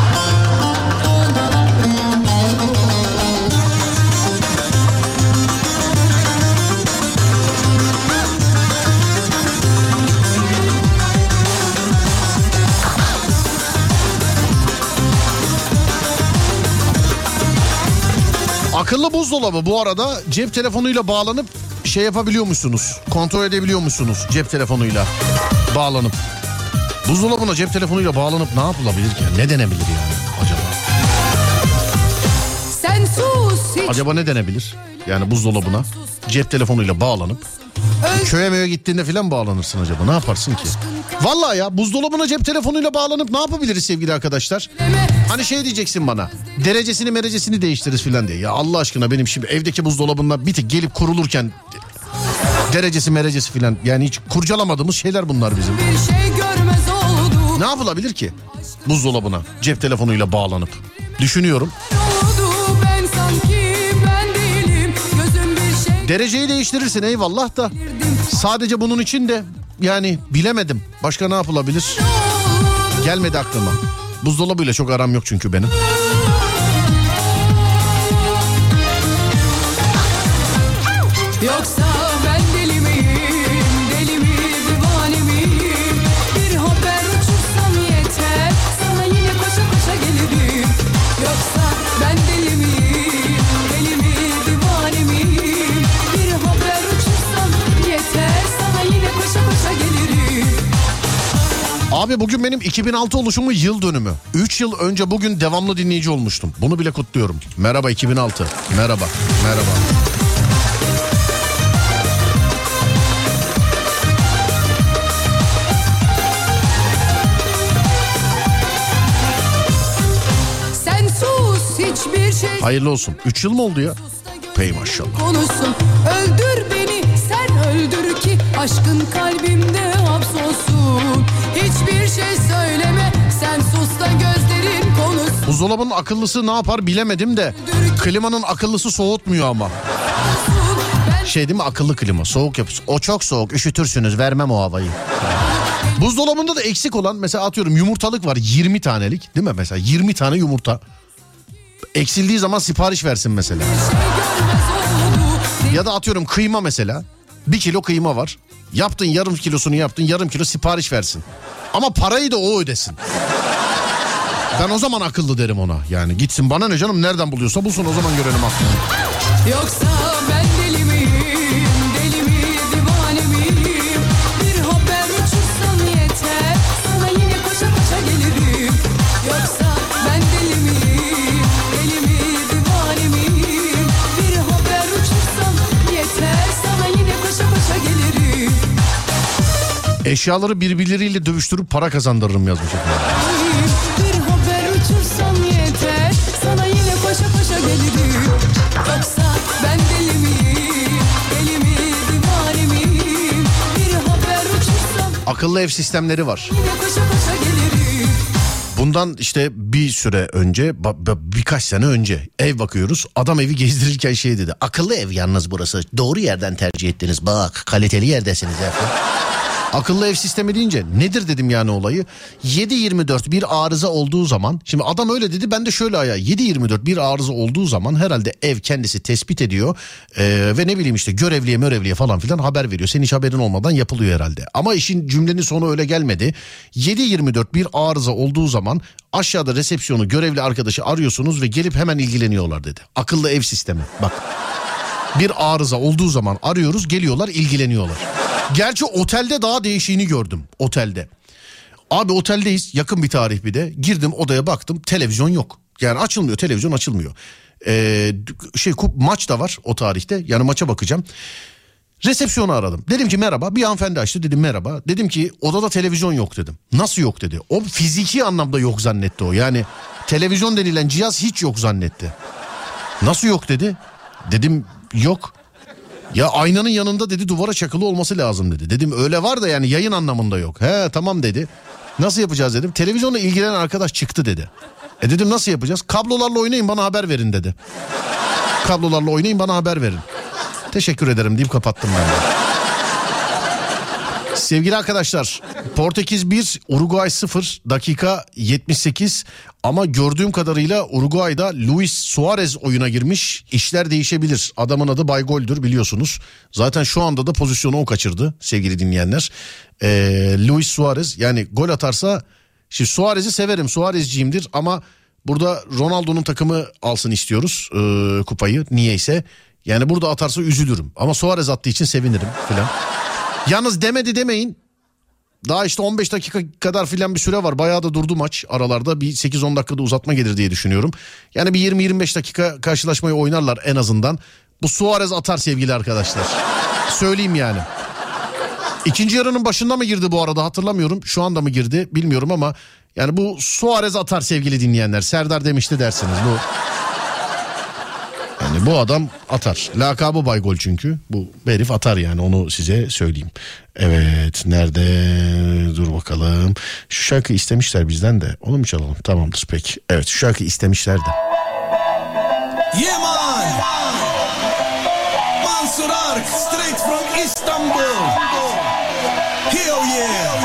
Akıllı buzdolabı bu arada cep telefonuyla bağlanıp şey yapabiliyor musunuz? Kontrol edebiliyor musunuz cep telefonuyla bağlanıp? Buzdolabına cep telefonuyla bağlanıp ne yapılabilir ki? Ne denebilir yani acaba? Sen sus hiç. Acaba ne denebilir? Yani buzdolabına cep telefonuyla bağlanıp köye möye gittiğinde filan bağlanırsın acaba? Ne yaparsın ki? Vallahi ya, buzdolabına cep telefonuyla bağlanıp ne yapabiliriz sevgili arkadaşlar? Hani şey diyeceksin bana, derecesini merecesini değiştiririz filan diye. Ya Allah aşkına, benim şimdi evdeki buzdolabında bir tık gelip kurulurken derecesi merecesi filan, yani hiç kurcalamadığımız şeyler bunlar bizim. Bir şey görmez oldu. Ne yapılabilir ki buzdolabına cep telefonuyla bağlanıp? Düşünüyorum. Oldu, ben sanki ben değilim. Gözüm bir şey. Dereceyi değiştirirsin eyvallah da sadece bunun için de yani bilemedim. Başka ne yapılabilir? Gelmedi aklıma. Buzdolabıyla çok aram yok çünkü benim. Yoksa ben deli miyim, deli mi, divane miyim? Bir haber uçursam yeter, sana yine koşa koşa gelirim. Yoksa ben deli miyim, deli mi, divane miyim? Bir haber uçursam yeter, sana yine koşa koşa gelirim. Abi bugün benim iki bin altı oluşumu yıl dönümü. üç yıl önce bugün devamlı dinleyici olmuştum. Bunu bile kutluyorum. Merhaba iki bin altı. Merhaba. Merhaba. Sen sus, hiçbir şey Hayırlı olsun. üç yıl mı oldu ya? Pey maşallah. konuşsun. Öldür beni, sen öldür ki aşkın kalbimde hapsolsun. Hiçbir şey söyleme, sen sus da gözlerin konuşsun. Buzdolabının akıllısı ne yapar bilemedim de klimanın akıllısı soğutmuyor ama. Şey değil mi, akıllı klima soğuk yapıyor. O çok soğuk, üşütürsünüz, vermem o havayı. Buzdolabında da eksik olan mesela atıyorum yumurtalık var yirmi tanelik değil mi mesela, yirmi tane yumurta. Eksildiği zaman sipariş versin mesela. Ya da atıyorum kıyma mesela. Bir kilo kıyma var. Yaptın yarım kilosunu yaptın, yarım kilo sipariş versin. Ama parayı da o ödesin. Ben o zaman akıllı derim ona. Yani gitsin, bana ne canım, nereden buluyorsa bulsun, o zaman görelim aklını. Yoksa ben deli miyim, deli mi, divane miyim? Bir haber uçursam yeter, sana yine koşa koşa gelirim. Yoksa ben deli miyim, deli mi, divane miyim? Bir haber uçursam yeter, sana yine koşa koşa gelirim. Eşyaları birbirleriyle dövüştürüp para kazandırırım yazmış efendim. Bir haber uçursam yeter, sana yine koşa koşa gelirim. Yoksa ben deli miyim, deli mi, divane miyim? Bir haber uçursam Akıllı ev sistemleri var. yine koşa koşa gelirim. Bundan işte bir süre önce, ba- ba- birkaç sene önce ev bakıyoruz. Adam evi gezdirirken şey dedi. Akıllı ev yalnız burası. Doğru yerden tercih ettiniz. Bak kaliteli yerdesiniz efendim. Akıllı ev sistemi deyince nedir dedim yani olayı. yedi yirmi dört bir arıza olduğu zaman, şimdi adam öyle dedi, ben de şöyle aya yedi yirmi dört bir arıza olduğu zaman herhalde ev kendisi tespit ediyor ee, ve ne bileyim işte görevliye mörevliye falan filan haber veriyor. Senin hiç haberin olmadan yapılıyor herhalde. Ama işin cümlenin sonu öyle gelmedi. yedi yirmi dört bir arıza olduğu zaman aşağıda resepsiyonu, görevli arkadaşı arıyorsunuz ve gelip hemen ilgileniyorlar dedi. Akıllı ev sistemi bak. Bir arıza olduğu zaman arıyoruz, geliyorlar, ilgileniyorlar. Gerçi otelde daha değişiğini gördüm, otelde. Abi oteldeyiz, yakın bir tarih bir de. Girdim odaya, baktım televizyon yok. Yani açılmıyor, televizyon açılmıyor. Ee, şey maç da var o tarihte, yani maça bakacağım. Resepsiyonu aradım. Dedim ki merhaba. Bir hanımefendi açtı, dedim merhaba. Dedim ki odada televizyon yok dedim. Nasıl yok dedi. O fiziki anlamda yok zannetti o. Yani televizyon denilen cihaz hiç yok zannetti. Nasıl yok dedi. Dedim yok. Ya aynanın yanında dedi, duvara çakılı olması lazım dedi. Dedim öyle var da yani yayın anlamında yok. He tamam dedi. Nasıl yapacağız dedim. Televizyonla ilgilenen arkadaş çıktı dedi. E dedim nasıl yapacağız? Kablolarla oynayın, bana haber verin dedi. Kablolarla oynayın, bana haber verin. Teşekkür ederim deyip kapattım ben de. Sevgili arkadaşlar, Portekiz bir, Uruguay sıfır, dakika yetmiş sekiz. Ama gördüğüm kadarıyla Uruguay'da Luis Suarez oyuna girmiş. İşler değişebilir. Adamın adı Bay Gol'dür biliyorsunuz. Zaten şu anda da pozisyonu o kaçırdı sevgili dinleyenler. Ee, Luis Suarez, yani gol atarsa... Şimdi Suarez'i severim, Suarez'ciyimdir ama burada Ronaldo'nun takımı alsın istiyoruz e, kupayı niyeyse. Yani burada atarsa üzülürüm ama Suarez attığı için sevinirim filan. Yalnız demedi demeyin. Daha işte on beş dakika kadar filan bir süre var. Bayağı da durdu maç aralarda. Bir sekiz on dakikada uzatma gelir diye düşünüyorum. Yani bir yirmi yirmi beş dakika karşılaşmayı oynarlar en azından. Bu Suarez atar sevgili arkadaşlar. Söyleyeyim yani. İkinci yarının başında mı girdi bu arada hatırlamıyorum. Şu anda mı girdi bilmiyorum ama yani bu Suarez atar sevgili dinleyenler. Serdar demişti dersiniz bu. Yani bu adam atar. Lakabı Bay Gol çünkü. Bu herif atar yani, onu size söyleyeyim. Evet, nerede? Dur bakalım. Şu şarkı istemişler bizden de. Onu mu çalalım? Tamamdır peki. Evet, şu şarkı istemişler de. Yeah man! Mansur Ark, straight from Istanbul. Hell yeah!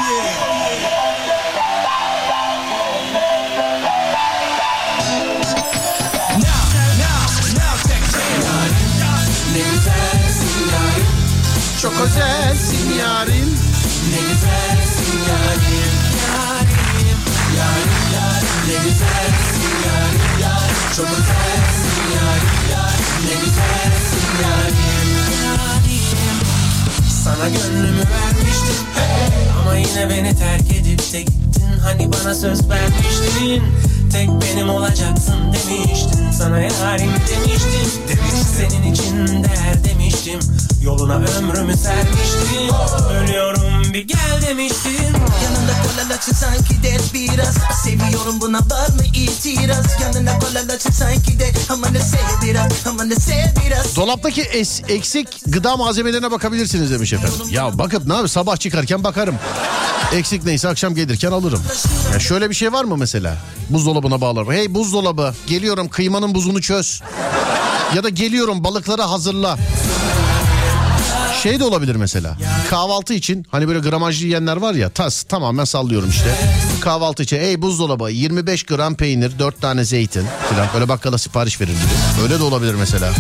Now, now, now check it. Ne güzelsin yarim. Çok özelsin yarim. Ne güzelsin yarim. Yarim, yarim, yarim. Ne güzelsin yarim, yarim. Çok özelsin yarim, yarim. Ne güzelsin yarim, yarim. Sana gönlümü vermiştim, hey. Ama yine beni terk edip de gittin. Hani bana söz vermiştin, tek benim olacaksın demiştin. Sana yarim demiştim, demiştim. Senin için değer demiştim. Yoluna ömrümü sermiştim. Ölüyorum bir gel demiştim. Yanında kolalaçı sanki de biraz. Seviyorum buna var mı itiraz? Yanına kolalaçı sanki de ama ne sev biraz, ama ne sev biraz. Dolaptaki es, eksik gıda malzemelerine bakabilirsiniz demiş efendim. Ya bakıp ne abi, sabah çıkarken bakarım. Eksik neyse akşam gelirken alırım. Ya şöyle bir şey var mı mesela? Buzdolabına bağlarım. Hey buzdolabı, geliyorum kıymanın buzunu çöz. Ya da geliyorum balıkları hazırla. Şey de olabilir mesela. Kahvaltı için hani böyle gramajlı yiyenler var ya, tas tamamen sallıyorum işte. Kahvaltı için ey buzdolabı yirmi beş gram peynir, dört tane zeytin falan, böyle bakkala sipariş verir gibi. Öyle de olabilir mesela.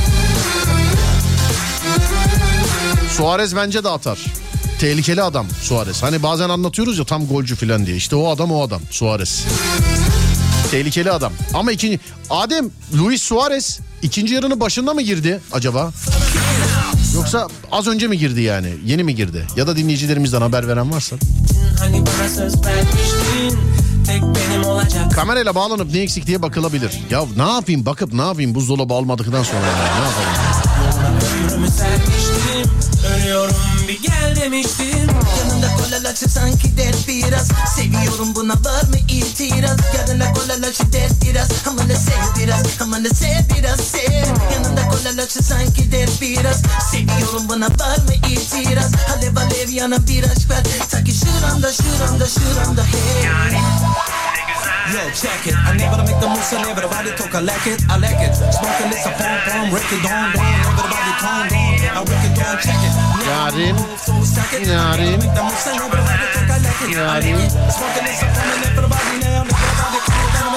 Suarez bence de atar. Tehlikeli adam Suarez. Hani bazen anlatıyoruz ya tam golcü falan diye. İşte o adam o adam Suarez. Tehlikeli adam. Ama ikinci... Adem, Luis Suarez ikinci yarının başında mı girdi acaba? Yoksa az önce mi girdi yani? Yeni mi girdi? Ya da dinleyicilerimizden haber veren varsa. Hani bana söz vermiştin, tek benim olacak. Kamerayla bağlanıp ne eksik diye bakılabilir. Ya ne yapayım, bakıp ne yapayım buzdolabı almadıktan sonra yani, ne yapalım? Yoluna ömrümü sermiştim. Ölüyorum bir gel demiştim. Yanında kolalaçı sanki de biraz. Seviyorum buna var mı itiraz? Yanında kolalaçı de biraz. Ama ne sev biraz, ama ne sev biraz sev. Yanında kolalaçı sanki de biraz. Seviyorum buna var mı itiraz? Alev alev yana bir aşk ver. Ta ki şuramda şuramda şuramda hey. Yo, check it. I never make the moves, I never body talk, I like it, I like it. Smoking this a pom pom, wreck it on, down, everybody calm down. I wreck it on, check it. Yarim, yarim, yarim. Smoking this a pom and everybody now, everybody calm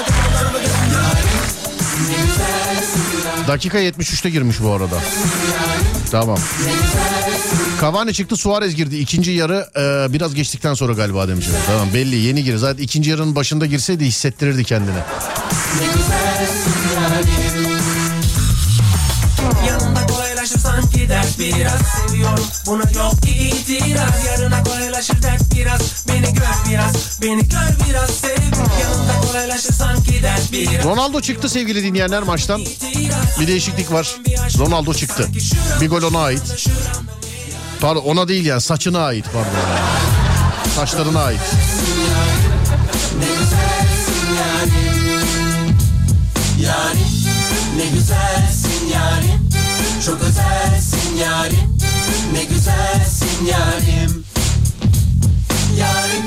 down. Dakika yetmiş üçte girmiş bu arada. Tamam. Cavani çıktı, Suarez girdi. İkinci yarı e, biraz geçtikten sonra galiba demiş. Tamam belli, yeni girdi. Zaten ikinci yarının başında girseydi hissettirirdi kendini. Yanında kolaylaşır sanki sanki dert biraz. Seviyorum buna yok itiraz. Yarına kolaylaşır dert biraz. Beni gör biraz, beni gör biraz sev. Yanında kolaylaşır sanki dert biraz. Ronaldo çıktı sevgili dinleyenler maçtan. Bir değişiklik var. Ronaldo çıktı. Bir gol ona ait. Pardon ona değil yani saçına ait pardon. Saçlarına ait. Ne güzelsin yarim. Yarim ne güzelsin yarim. Çok özelsin yarim. Ne güzelsin yarim. Yarim.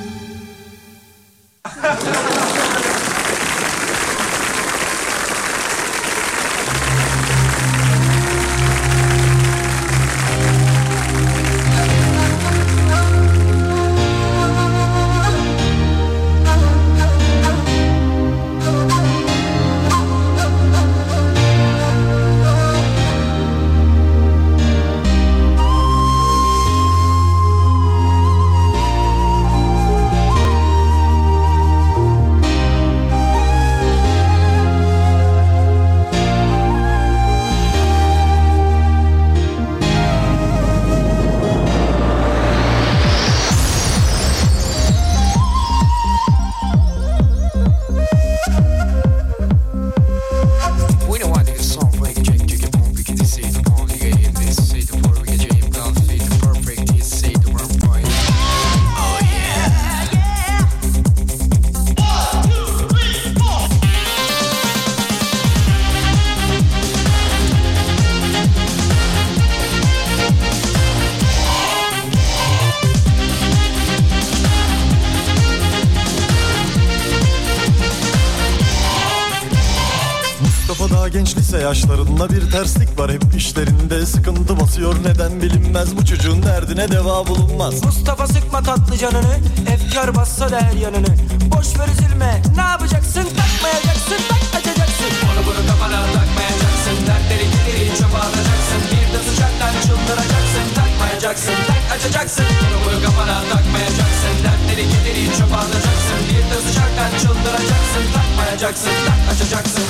genç lise yaşlarında bir terslik var. Hep işlerinde sıkıntı basıyor, neden bilinmez. Bu çocuğun derdine deva bulunmaz. Mustafa sıkma tatlı canını, efkar bassa da her yanını. Boş ver üzülme, ne yapacaksın? Takmayacaksın, tak açacaksın. Onu bunu kafana takmayacaksın. Dertleri gideri çöpe atacaksın. Bir de sıcaktan çıldıracaksın. Takmayacaksın, tak açacaksın. Onu bunu kafana takmayacaksın. Dertleri gideri çöpe atacaksın. Bir de sıcaktan çıldıracaksın. Takmayacaksın, tak açacaksın.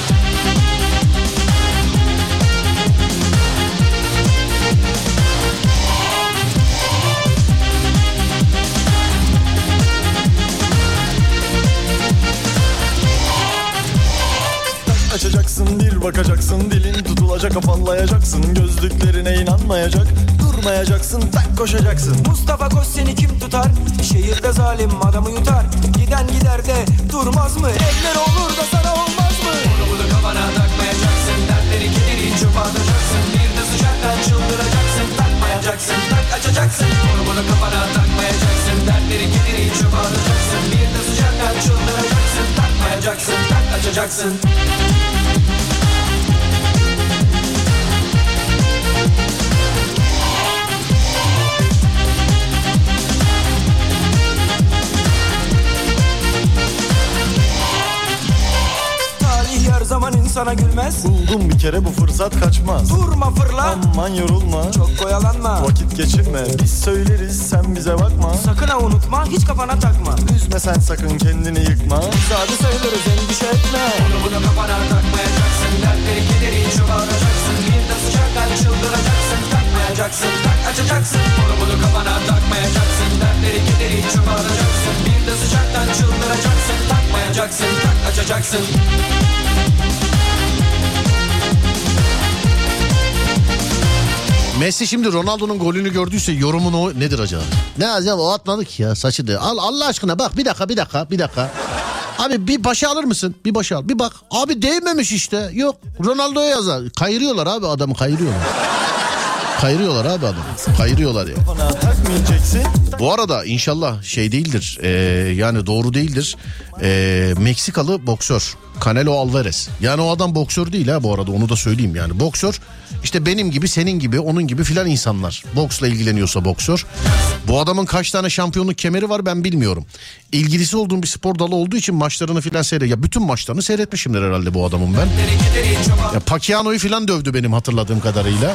Açacaksın, bir bakacaksın, dilin tutulacak, afallayacaksın. Gözlüklerine inanmayacak, durmayacaksın, tak koşacaksın. Mustafa koş, seni kim tutar? Şehirde zalim adamı yutar. Giden gider de durmaz mı? Eller olur da sana olmaz mı? Onu bunu kafana takmayacaksın. Dertleri kederi çöpe atacaksın. Bir de sıcaktan çıldıracaksın. Takmayacaksın, tak açacaksın. Onu bunu kafana takmayacaksın. Dertleri kederi çöpe atacaksın. Bir de sıcaktan çıldıracaksın. Takmayacaksın, tak açacaksın. Her zaman insana gülmez. Buldum bir kere, bu fırsat kaçmaz. Durma fırla, aman yorulma, çok oyalanma, vakit geçirme. Biz söyleriz, sen bize bakma. Sakın ha unutma, hiç kafana takma. Üzme sen sakın, kendini yıkma. Biz adı sayılırız, endişe etme. Onu bunu kafana takmayacaksın. Dertleri kederi çöpe atacaksın. Bir de sıcaktan çıldıracaksın. Takmayacaksın, tak açacaksın. Onu bunu kafana takmayacaksın. Dertleri kederi çöpe atacaksın. Bir de sıcaktan çıldıracaksın. Takmayacaksın, tak açacaksın. Messi şimdi Ronaldo'nun golünü gördüyse yorumun o nedir acaba? Ne acaba, o atmadı ki ya, saçı da. Al Allah aşkına bak, bir dakika bir dakika bir dakika. Abi bir başa alır mısın? Bir başa al. Bir bak. Abi değmemiş işte. Yok. Ronaldo'ya yazar. Kayırıyorlar abi adamı, kayırıyorlar. Kayırıyorlar abi adamı. Kayırıyorlar ya. Bu arada inşallah şey değildir. E, yani doğru değildir. E, Meksikalı boksör Canelo Alvarez. Yani o adam boksör değil ha bu arada, onu da söyleyeyim yani. Boksör işte benim gibi, senin gibi, onun gibi filan insanlar. Boksla ilgileniyorsa boksör. Bu adamın kaç tane şampiyonluk kemeri var ben bilmiyorum. İlgilisi olduğum bir spor dalı olduğu için maçlarını filan seyret. Ya bütün maçlarını seyretmişimdir herhalde bu adamın ben. Ya Pacquiao'yu filan dövdü benim hatırladığım kadarıyla.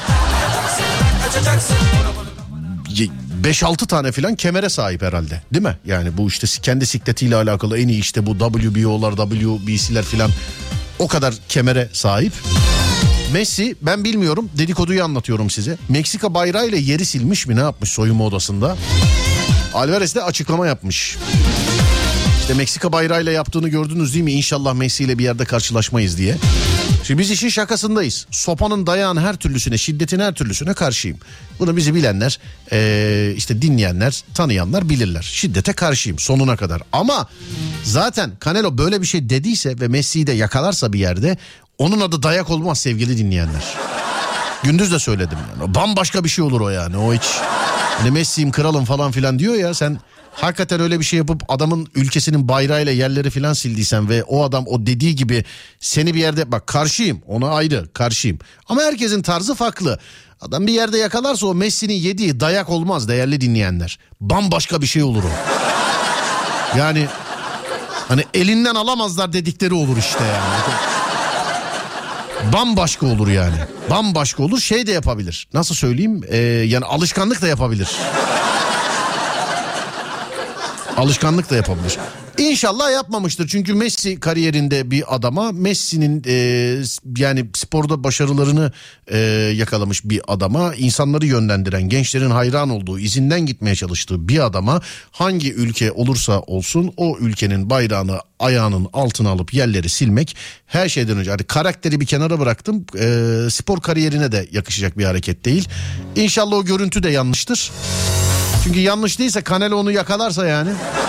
beş altı tane filan kemere sahip herhalde, değil mi? Yani bu işte kendi sikletiyle alakalı en iyi işte bu W B O'lar, W B C'ler filan o kadar kemere sahip. Messi, ben bilmiyorum, dedikoduyu anlatıyorum size. Meksika bayrağıyla yeri silmiş mi, ne yapmış soyunma odasında? Alvarez de açıklama yapmış. İşte Meksika bayrağıyla yaptığını gördünüz değil mi? İnşallah Messi ile bir yerde karşılaşmayız diye. Şimdi biz işin şakasındayız. Sopanın dayağın her türlüsüne, şiddetin her türlüsüne karşıyım. Bunu bizi bilenler, ee, işte dinleyenler, tanıyanlar bilirler. Şiddete karşıyım sonuna kadar. Ama zaten Canelo böyle bir şey dediyse ve Messi'yi de yakalarsa bir yerde, onun adı dayak olmaz sevgili dinleyenler. Gündüz de söyledim yani. Bambaşka bir şey olur o yani. O hiç hani Messi'yim, kralım falan filan diyor ya, sen hakikaten öyle bir şey yapıp adamın ülkesinin bayrağıyla yerleri filan sildiysen ve o adam o dediği gibi seni bir yerde, bak karşıyım, ona ayrı karşıyım. Ama herkesin tarzı farklı. Adam bir yerde yakalarsa o Messi'nin yediği dayak olmaz değerli dinleyenler. Bambaşka bir şey olur o. Yani hani elinden alamazlar dedikleri olur işte yani. Bambaşka olur yani. Bambaşka olur, şey de yapabilir. Nasıl söyleyeyim? Ee, yani alışkanlık da yapabilir. Alışkanlık da yapabilir. İnşallah yapmamıştır. Çünkü Messi kariyerinde bir adama, Messi'nin e, yani sporda başarılarını e, yakalamış bir adama, insanları yönlendiren, gençlerin hayran olduğu, izinden gitmeye çalıştığı bir adama hangi ülke olursa olsun o ülkenin bayrağını ayağının altına alıp yerleri silmek her şeyden önce, hani karakteri bir kenara bıraktım, e, spor kariyerine de yakışacak bir hareket değil. İnşallah o görüntü de yanlıştır. Çünkü yanlış değilse, Canelo onu yakalarsa yani.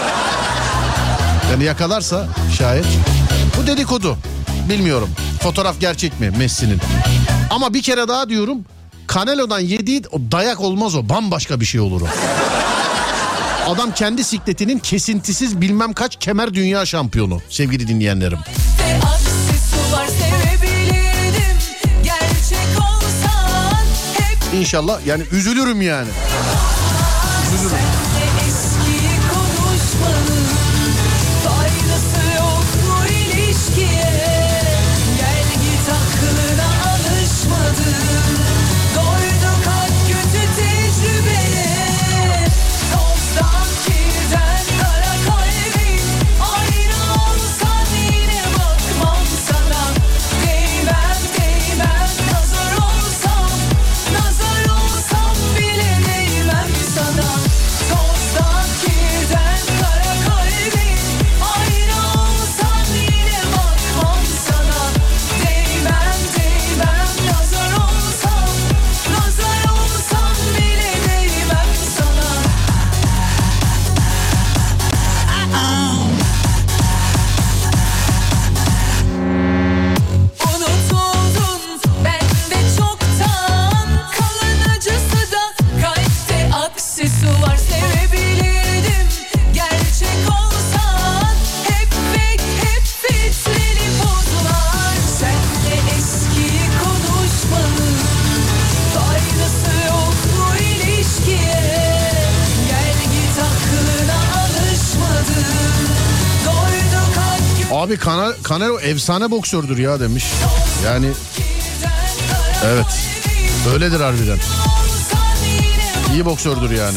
Yani yakalarsa şayet. Bu dedikodu. Bilmiyorum. Fotoğraf gerçek mi Messi'nin? Ama bir kere daha diyorum. Canelo'dan yediği o dayak olmaz o. Bambaşka bir şey olur o. Adam kendi sikletinin kesintisiz bilmem kaç kemer dünya şampiyonu. Sevgili dinleyenlerim. İnşallah yani üzülürüm yani. Üzülürüm. Abi Canelo efsane boksördür ya demiş. Yani evet, öyledir harbiden. İyi boksördür yani.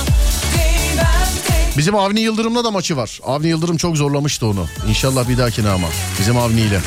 Bizim Avni Yıldırım'la da maçı var. Avni Yıldırım çok zorlamıştı onu. İnşallah bir dahakine ama. Bizim Avni ile.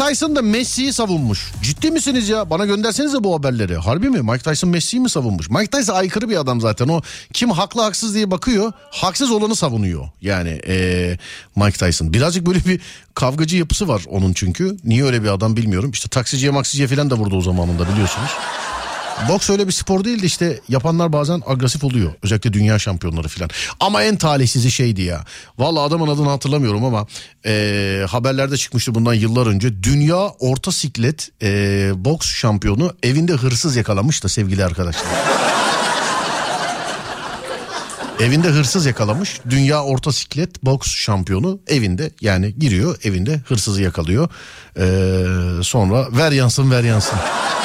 Tyson da Messi'yi savunmuş. Ciddi misiniz ya? Bana göndersenize bu haberleri. Harbi mi? Mike Tyson Messi'yi mi savunmuş? Mike Tyson aykırı bir adam zaten. O kim haklı haksız diye bakıyor. Haksız olanı savunuyor. Yani ee, Mike Tyson. Birazcık böyle bir kavgacı yapısı var onun çünkü. Niye öyle bir adam bilmiyorum. İşte taksiciye maksiciye falan da vurdu o zamanında biliyorsunuz. Boks öyle bir spor değil de işte yapanlar bazen agresif oluyor. Özellikle dünya şampiyonları falan. Ama en talihsizi şeydi ya. Vallahi adamın adını hatırlamıyorum ama e, haberlerde çıkmıştı bundan yıllar önce. Dünya orta siklet e, boks şampiyonu evinde hırsız yakalamış da sevgili arkadaşlar. Evinde hırsız yakalamış. Dünya orta siklet boks şampiyonu evinde, yani giriyor evinde hırsızı yakalıyor. Ee, sonra ver yansın ver yansın.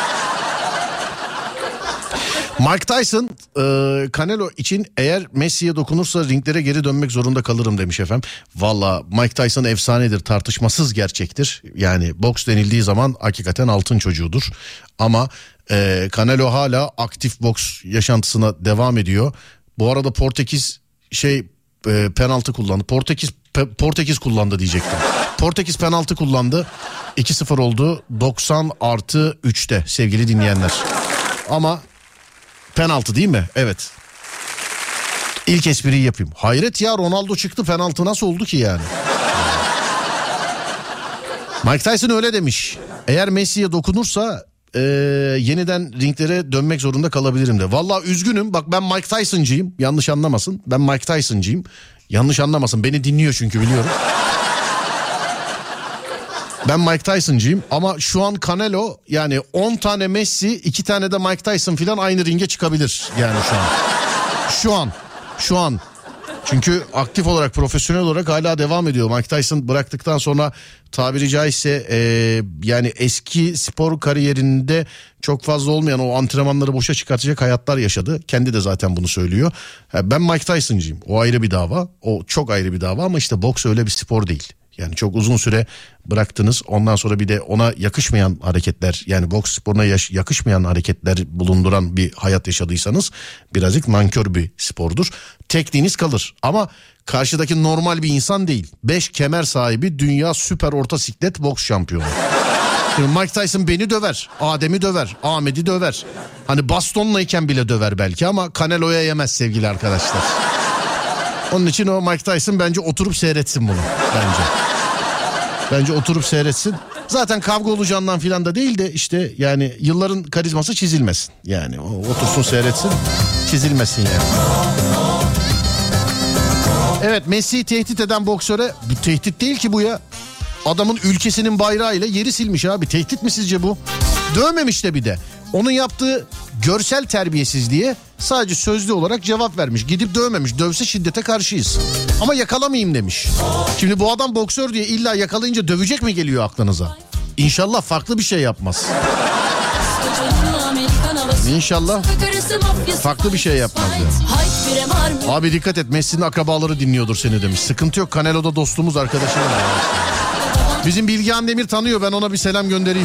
Mike Tyson e, Canelo için eğer Messi'ye dokunursa ringlere geri dönmek zorunda kalırım demiş efendim. Valla Mike Tyson efsanedir, tartışmasız gerçektir. Yani boks denildiği zaman hakikaten altın çocuğudur. Ama e, Canelo hala aktif boks yaşantısına devam ediyor. Bu arada Portekiz şey e, penaltı kullandı. Portekiz pe, Portekiz kullandı diyecektim. Portekiz penaltı kullandı. iki sıfır oldu. doksan artı üçte sevgili dinleyenler. Ama penaltı değil mi? Evet. İlk espriyi yapayım. Hayret ya, Ronaldo çıktı, penaltı nasıl oldu ki yani? Mike Tyson öyle demiş. Eğer Messi'ye dokunursa e, yeniden ringlere dönmek zorunda kalabilirim de. Vallahi üzgünüm. Bak ben Mike Tyson'cıyım. Yanlış anlamasın. Ben Mike Tyson'cıyım. Yanlış anlamasın. Beni dinliyor çünkü biliyorum. Ben Mike Tyson'cıyım ama şu an Canelo, yani on tane Messi, iki tane de Mike Tyson filan aynı ringe çıkabilir yani şu an. Şu an. Şu an. Çünkü aktif olarak, profesyonel olarak hala devam ediyor. Mike Tyson bıraktıktan sonra tabiri caizse e, yani eski spor kariyerinde çok fazla olmayan o antrenmanları boşa çıkartacak hayatlar yaşadı. Kendi de zaten bunu söylüyor. Ben Mike Tyson'cıyım. O ayrı bir dava. O çok ayrı bir dava ama işte boks öyle bir spor değil. Yani çok uzun süre bıraktınız, ondan sonra bir de ona yakışmayan hareketler, yani boks sporuna yaş- yakışmayan hareketler bulunduran bir hayat yaşadıysanız birazcık nankör bir spordur. Tekniğiniz kalır ama karşıdaki normal bir insan değil. Beş kemer sahibi dünya süper orta siklet boks şampiyonu. Şimdi Mike Tyson beni döver, Adem'i döver, Ahmet'i döver. Hani bastonlayken bile döver belki ama Canelo'ya yemez sevgili arkadaşlar. Onun için o Mike Tyson bence oturup seyretsin bunu bence. Bence oturup seyretsin. Zaten kavga olacağından filan da değil de işte yani yılların karizması çizilmesin. Yani otursun seyretsin, çizilmesin yani. Evet, Messi'yi tehdit eden boksöre, bu tehdit değil ki bu ya. Adamın ülkesinin bayrağıyla yeri silmiş abi. Tehdit mi sizce bu? Dövmemiş de bir de. Onun yaptığı görsel terbiyesizliğe sadece sözlü olarak cevap vermiş. Gidip dövmemiş. Dövse şiddete karşıyız. Ama yakalamayayım demiş. Şimdi bu adam boksör diye illa yakalayınca dövecek mi geliyor aklınıza? İnşallah farklı bir şey yapmaz. İnşallah farklı bir şey yapmaz ya. Abi dikkat et, Messi'nin akrabaları dinliyordur seni demiş. Sıkıntı yok, Canelo'da dostumuz, arkadaşımız. Bizim Bilgehan Demir tanıyor, ben ona bir selam göndereyim.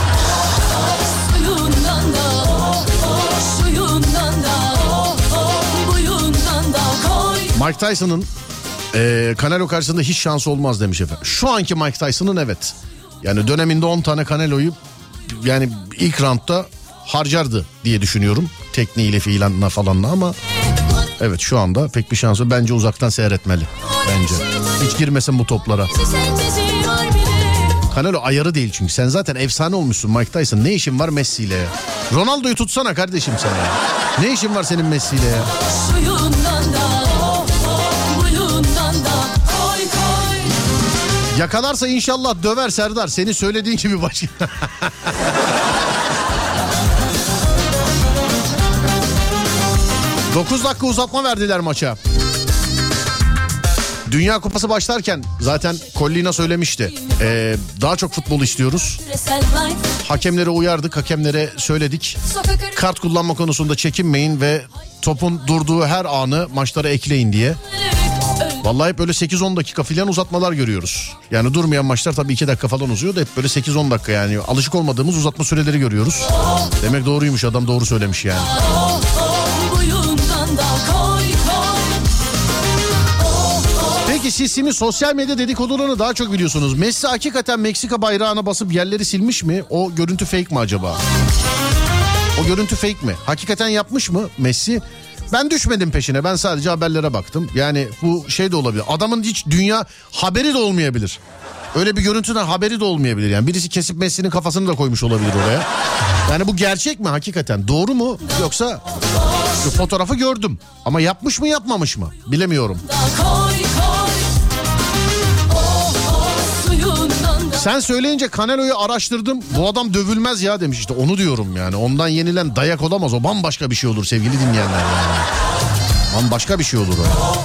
Mike Tyson'ın e, Canelo karşısında hiç şansı olmaz demiş efendim. Şu anki Mike Tyson'ın evet. Yani döneminde on tane Canelo'yu yani ilk roundda harcardı diye düşünüyorum. Tekniğiyle filanla falanla ama evet şu anda pek bir şansı, bence uzaktan seyretmeli. Bence. Hiç girmesin bu toplara. Canelo ayarı değil çünkü. Sen zaten efsane olmuşsun Mike Tyson. Ne işin var Messi'yle ya? Ronaldo'yu tutsana kardeşim sen ya. Ne işin var senin Messi'yle ya? Yakalarsa inşallah döver Serdar. Seni söylediğin gibi başka. dokuz dakika uzatma verdiler maça. Dünya Kupası başlarken zaten Collina söylemişti. Ee, daha çok futbol istiyoruz. Hakemlere uyardık, hakemlere söyledik. Kart kullanma konusunda çekinmeyin ve topun durduğu her anı maçlara ekleyin diye. Vallahi hep böyle sekiz on dakika filan uzatmalar görüyoruz. Yani durmayan maçlar tabii iki dakika falan uzuyor da hep böyle sekiz on dakika, yani alışık olmadığımız uzatma süreleri görüyoruz. Demek doğruymuş, adam doğru söylemiş yani. Peki Peki siz şimdi sosyal medya dedikodularını daha çok biliyorsunuz. Messi hakikaten Meksika bayrağına basıp yerleri silmiş mi? O görüntü fake mi acaba? O görüntü fake mi? Hakikaten yapmış mı Messi? Ben düşmedim peşine. Ben sadece haberlere baktım. Yani bu şey de olabilir. Adamın hiç dünya haberi de olmayabilir. Öyle bir görüntüden haberi de olmayabilir. Yani birisi kesip Messi'nin kafasını da koymuş olabilir oraya. Yani bu gerçek mi hakikaten? Doğru mu? Yoksa şu fotoğrafı gördüm. Ama yapmış mı yapmamış mı? Bilemiyorum. Sen söyleyince Canelo'yu araştırdım. Bu adam dövülmez ya demiş, işte onu diyorum yani. Ondan yenilen dayak olamaz, o bambaşka bir şey olur sevgili dinleyenler yani. Bambaşka bir şey olur o.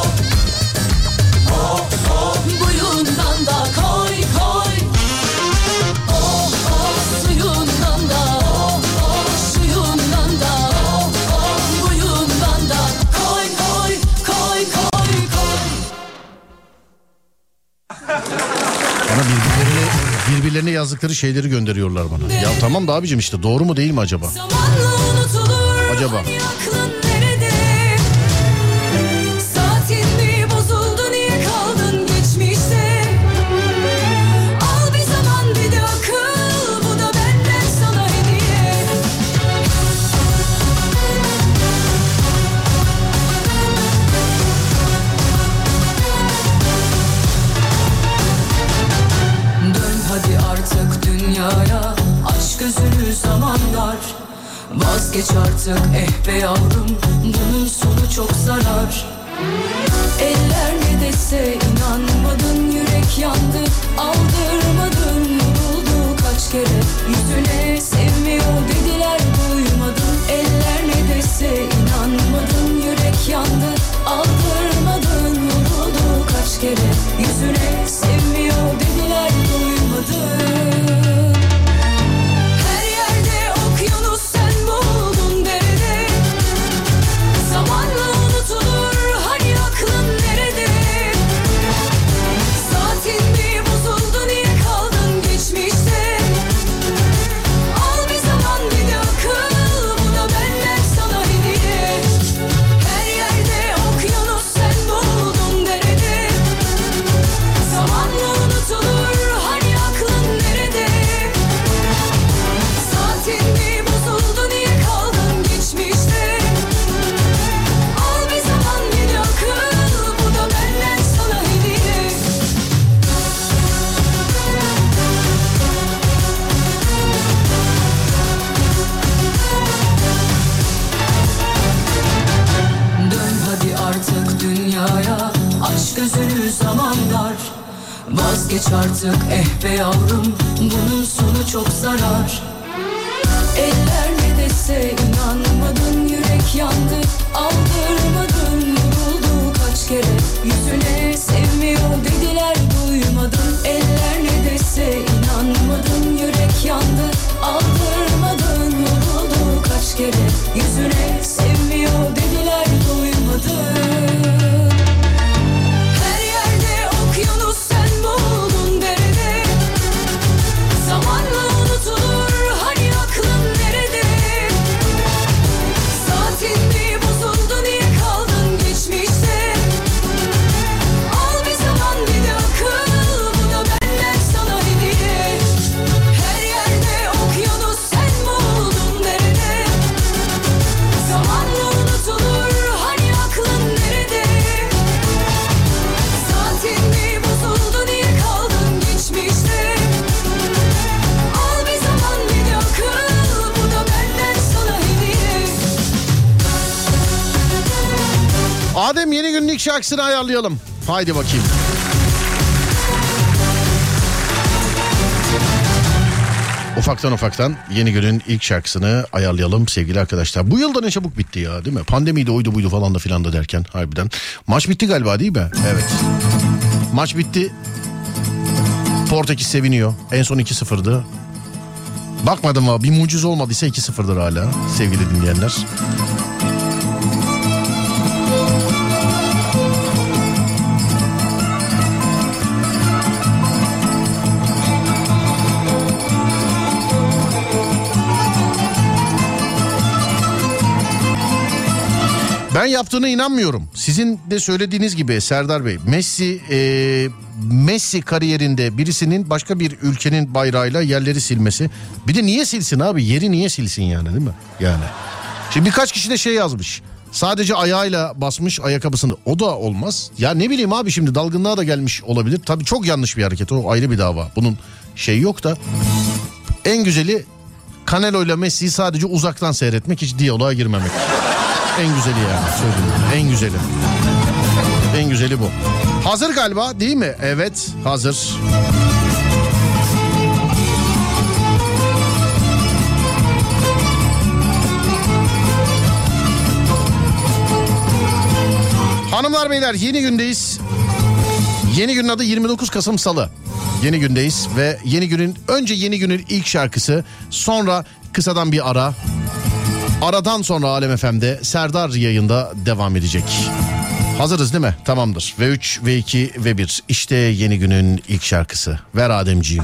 Buyundan da koy koy. Oh oh suyundan da oh oh suyundan da oh oh buyundan da koy koy koy koy koy. Bana birbirlerine, birbirlerine yazdıkları şeyleri gönderiyorlar bana. Ya tamam da abicim işte doğru mu değil mi acaba? Acaba? Dünyaya aşk gözünü zamanlar. Vazgeç artık eh be yavrum, bunun sonu çok zarar. Eller ne dese inanmadın, yürek yandı aldırmadın. Vuruldu kaç kere yüzüne, sevmiyor dediler duymadın. Eller ne dese inanmadın, yürek yandı aldırmadın. Vuruldu kaç kere yüzüne, sevmiyor dediler duymadın. Gözünü zamanlar. Vazgeç artık eh be yavrum, bunun sonu çok zarar. Eller ne dese inanmadın, yürek yandı aldırmadın. Vuruldu kaç kere yüzüne, sevmiyor dediler duymadın. Eller ne dese inanmadın, yürek yandı aldırmadın. Vuruldu kaç kere yüzüne, sevmiyor dediler duymadın. Adem yeni günün ilk şarkısını ayarlayalım. Haydi bakayım. Ufaktan ufaktan yeni günün ilk şarkısını ayarlayalım sevgili arkadaşlar. Bu yılda ne çabuk bitti ya, değil mi? Pandemiydi, oydu buydu falan da filan da derken harbiden. Maç bitti galiba değil mi? Evet. Maç bitti. Portekiz seviniyor. En son iki sıfırdı. Bakmadım ama bir mucize olmadıysa iki sıfırdır hala sevgili dinleyenler. Ben yaptığına inanmıyorum. Sizin de söylediğiniz gibi Serdar Bey. Messi e, Messi kariyerinde birisinin başka bir ülkenin bayrağıyla yerleri silmesi. Bir de niye silsin abi? Yeri niye silsin yani, değil mi? Yani. Şimdi birkaç kişi de şey yazmış. Sadece ayağıyla basmış ayakkabısını. O da olmaz. Ya ne bileyim abi, şimdi dalgınlığa da gelmiş olabilir. Tabii çok yanlış bir hareket. O ayrı bir dava. Bunun şeyi yok da. En güzeli Canelo ile Messi'yi sadece uzaktan seyretmek. Hiç diyaloğa girmemek. En güzeli yani. Söyleyeyim. En güzeli. En güzeli bu. Hazır galiba değil mi? Evet, hazır. Hanımlar beyler, yeni gündeyiz. Yeni günün adı yirmi dokuz Kasım Salı. Yeni gündeyiz ve yeni günün önce yeni günün ilk şarkısı, sonra kısadan bir ara. Aradan sonra Alem F M'de Serdar yayında devam edecek. Hazırız değil mi? Tamamdır. ve üç, ve iki, ve bir. İşte yeni günün ilk şarkısı. Ver Ademciğim.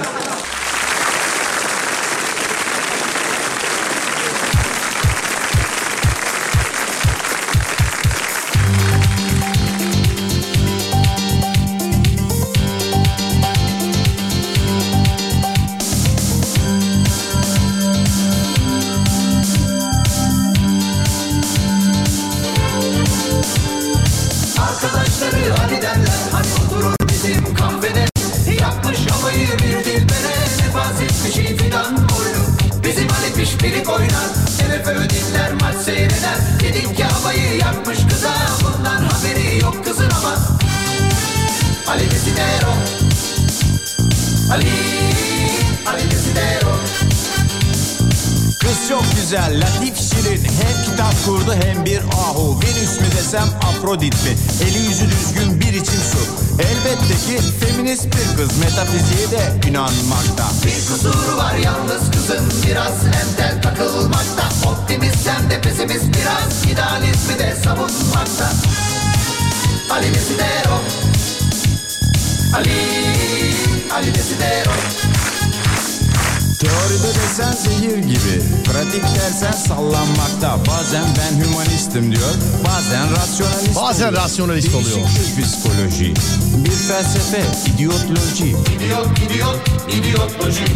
Afrodit mi? Eli yüzü düzgün bir içim su. Elbette ki feminist bir kız, metafiziğe de inanmakta. Bir kusuru var yalnız kızın, biraz entel takılmakta. Optimist hem de pesimist, biraz idealizmi de savunmakta. Ali Desidero, Ali, Ali Desidero. Teoride desen zehir gibi, pratik dersen sallanmakta. Bazen ben hümanistim diyor, bazen rasyonalist Bazen oluyor. rasyonalist oluyor. Değişik bir psikoloji, bir felsefe, idiotloji. İdiot, idiot, idiotloji.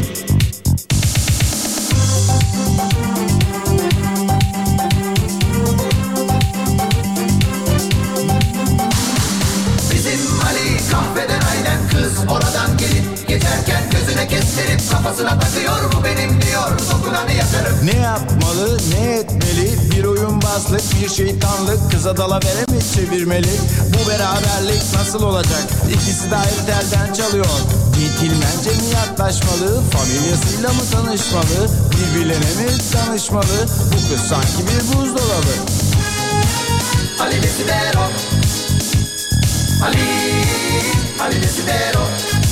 Bizim Ali kahveden aynen kız, oradan gelip geçerken gözüne kestirip kafasına takıyor, bu benim diyor, dokunanı yakarım. Ne yapmalı, ne etmeli? Bir oyunbazlık, bir şeytanlık, kıza dalavere mi çevirmeli? Bu beraberlik nasıl olacak? İkisi de ayrı telden çalıyor. Centilmence mi yaklaşmalı? Familyasıyla mı tanışmalı? Birbirlerine mi danışmalı? Bu kız sanki bir buzdolabı. Ali Desidero, Ali, Ali Desidero,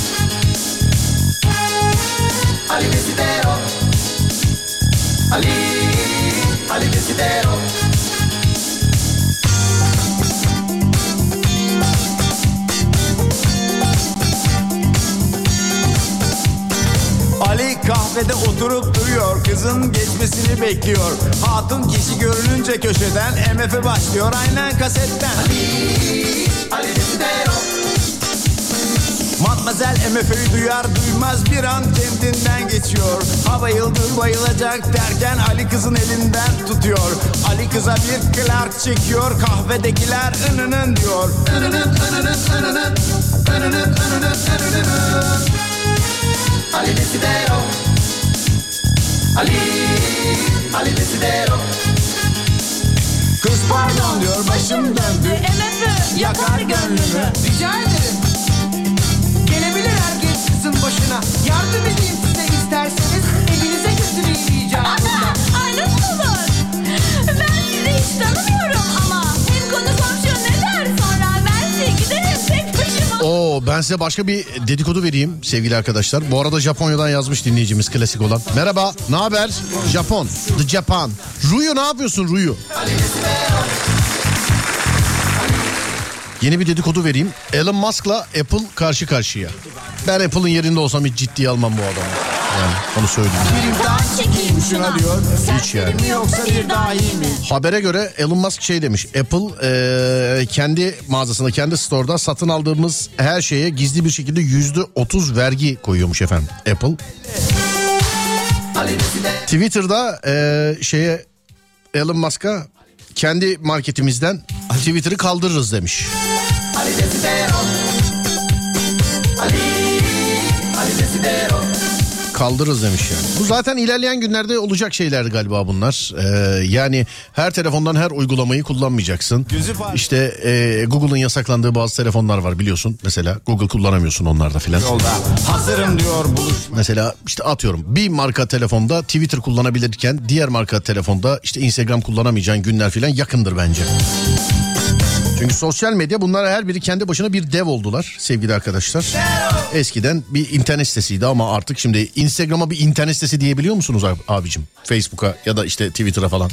Ali Desidero, Ali, Ali Desidero. Ali kahvede oturup duruyor, kızın geçmesini bekliyor. Hatun kişi görününce köşeden M F'e başlıyor aynen kasetten. Ali, Ali Desidero. Matmazel M F'yi duyar duymaz bir an kendinden geçiyor. Ha bayıldı bayılacak derken Ali kızın elinden tutuyor. Ali kıza bir Clark çekiyor, kahvedekiler ınının diyor. Önünün, önünün, önünün, önünün, önünün, önünün. Ali Desidero, Ali, Ali Desidero. Kız pardon diyor, başım döndü. M F yakar gönlümü. Rica ederim. Gelebilir herkes kızın başına. Yardım edeyim size isterseniz. Evinize götüreyim icabında. Ay nasıl olur? Ben sizi hiç tanımıyorum ama hem konu komşu ne der sonra ben size giderim tek başıma. Oo, ben size başka bir dedikodu vereyim sevgili arkadaşlar. Bu arada Japonya'dan yazmış dinleyicimiz, klasik olan. Merhaba, ne haber? Japon, The Japan. Ruyu ne yapıyorsun Ruyu? Yeni bir dedikodu vereyim. Elon Musk'la Apple karşı karşıya. Ben Apple'ın yerinde olsam hiç ciddiye almam bu adamı. Yani onu söyleyeyim. Bir imtihan çekeyim şuna diyor. Hiç yani. Mi yoksa bir dahi mi? Habere göre Elon Musk şey demiş. Apple e, kendi mağazasında, kendi store'da satın aldığımız her şeye gizli bir şekilde yüzde otuz vergi koyuyormuş efendim Apple. Twitter'da e, şeye Elon Musk'a kendi marketimizden Twitter'ı kaldırırız demiş. Kaldırırız demiş yani. Bu zaten ilerleyen günlerde olacak şeyler galiba bunlar. Ee, yani her telefondan her uygulamayı kullanmayacaksın. İşte e, Google'ın yasaklandığı bazı telefonlar var biliyorsun. Mesela Google kullanamıyorsun onlarda filan. Yolda hazırım diyor buluşma. Mesela işte atıyorum bir marka telefonda Twitter kullanabilirken diğer marka telefonda işte Instagram kullanamayacağın günler filan yakındır bence. Çünkü sosyal medya bunlar her biri kendi başına bir dev oldular sevgili arkadaşlar. Eskiden bir internet sitesiydi ama artık şimdi Instagram'a bir internet sitesi diyebiliyor musunuz abicim? Facebook'a ya da işte Twitter'a falan.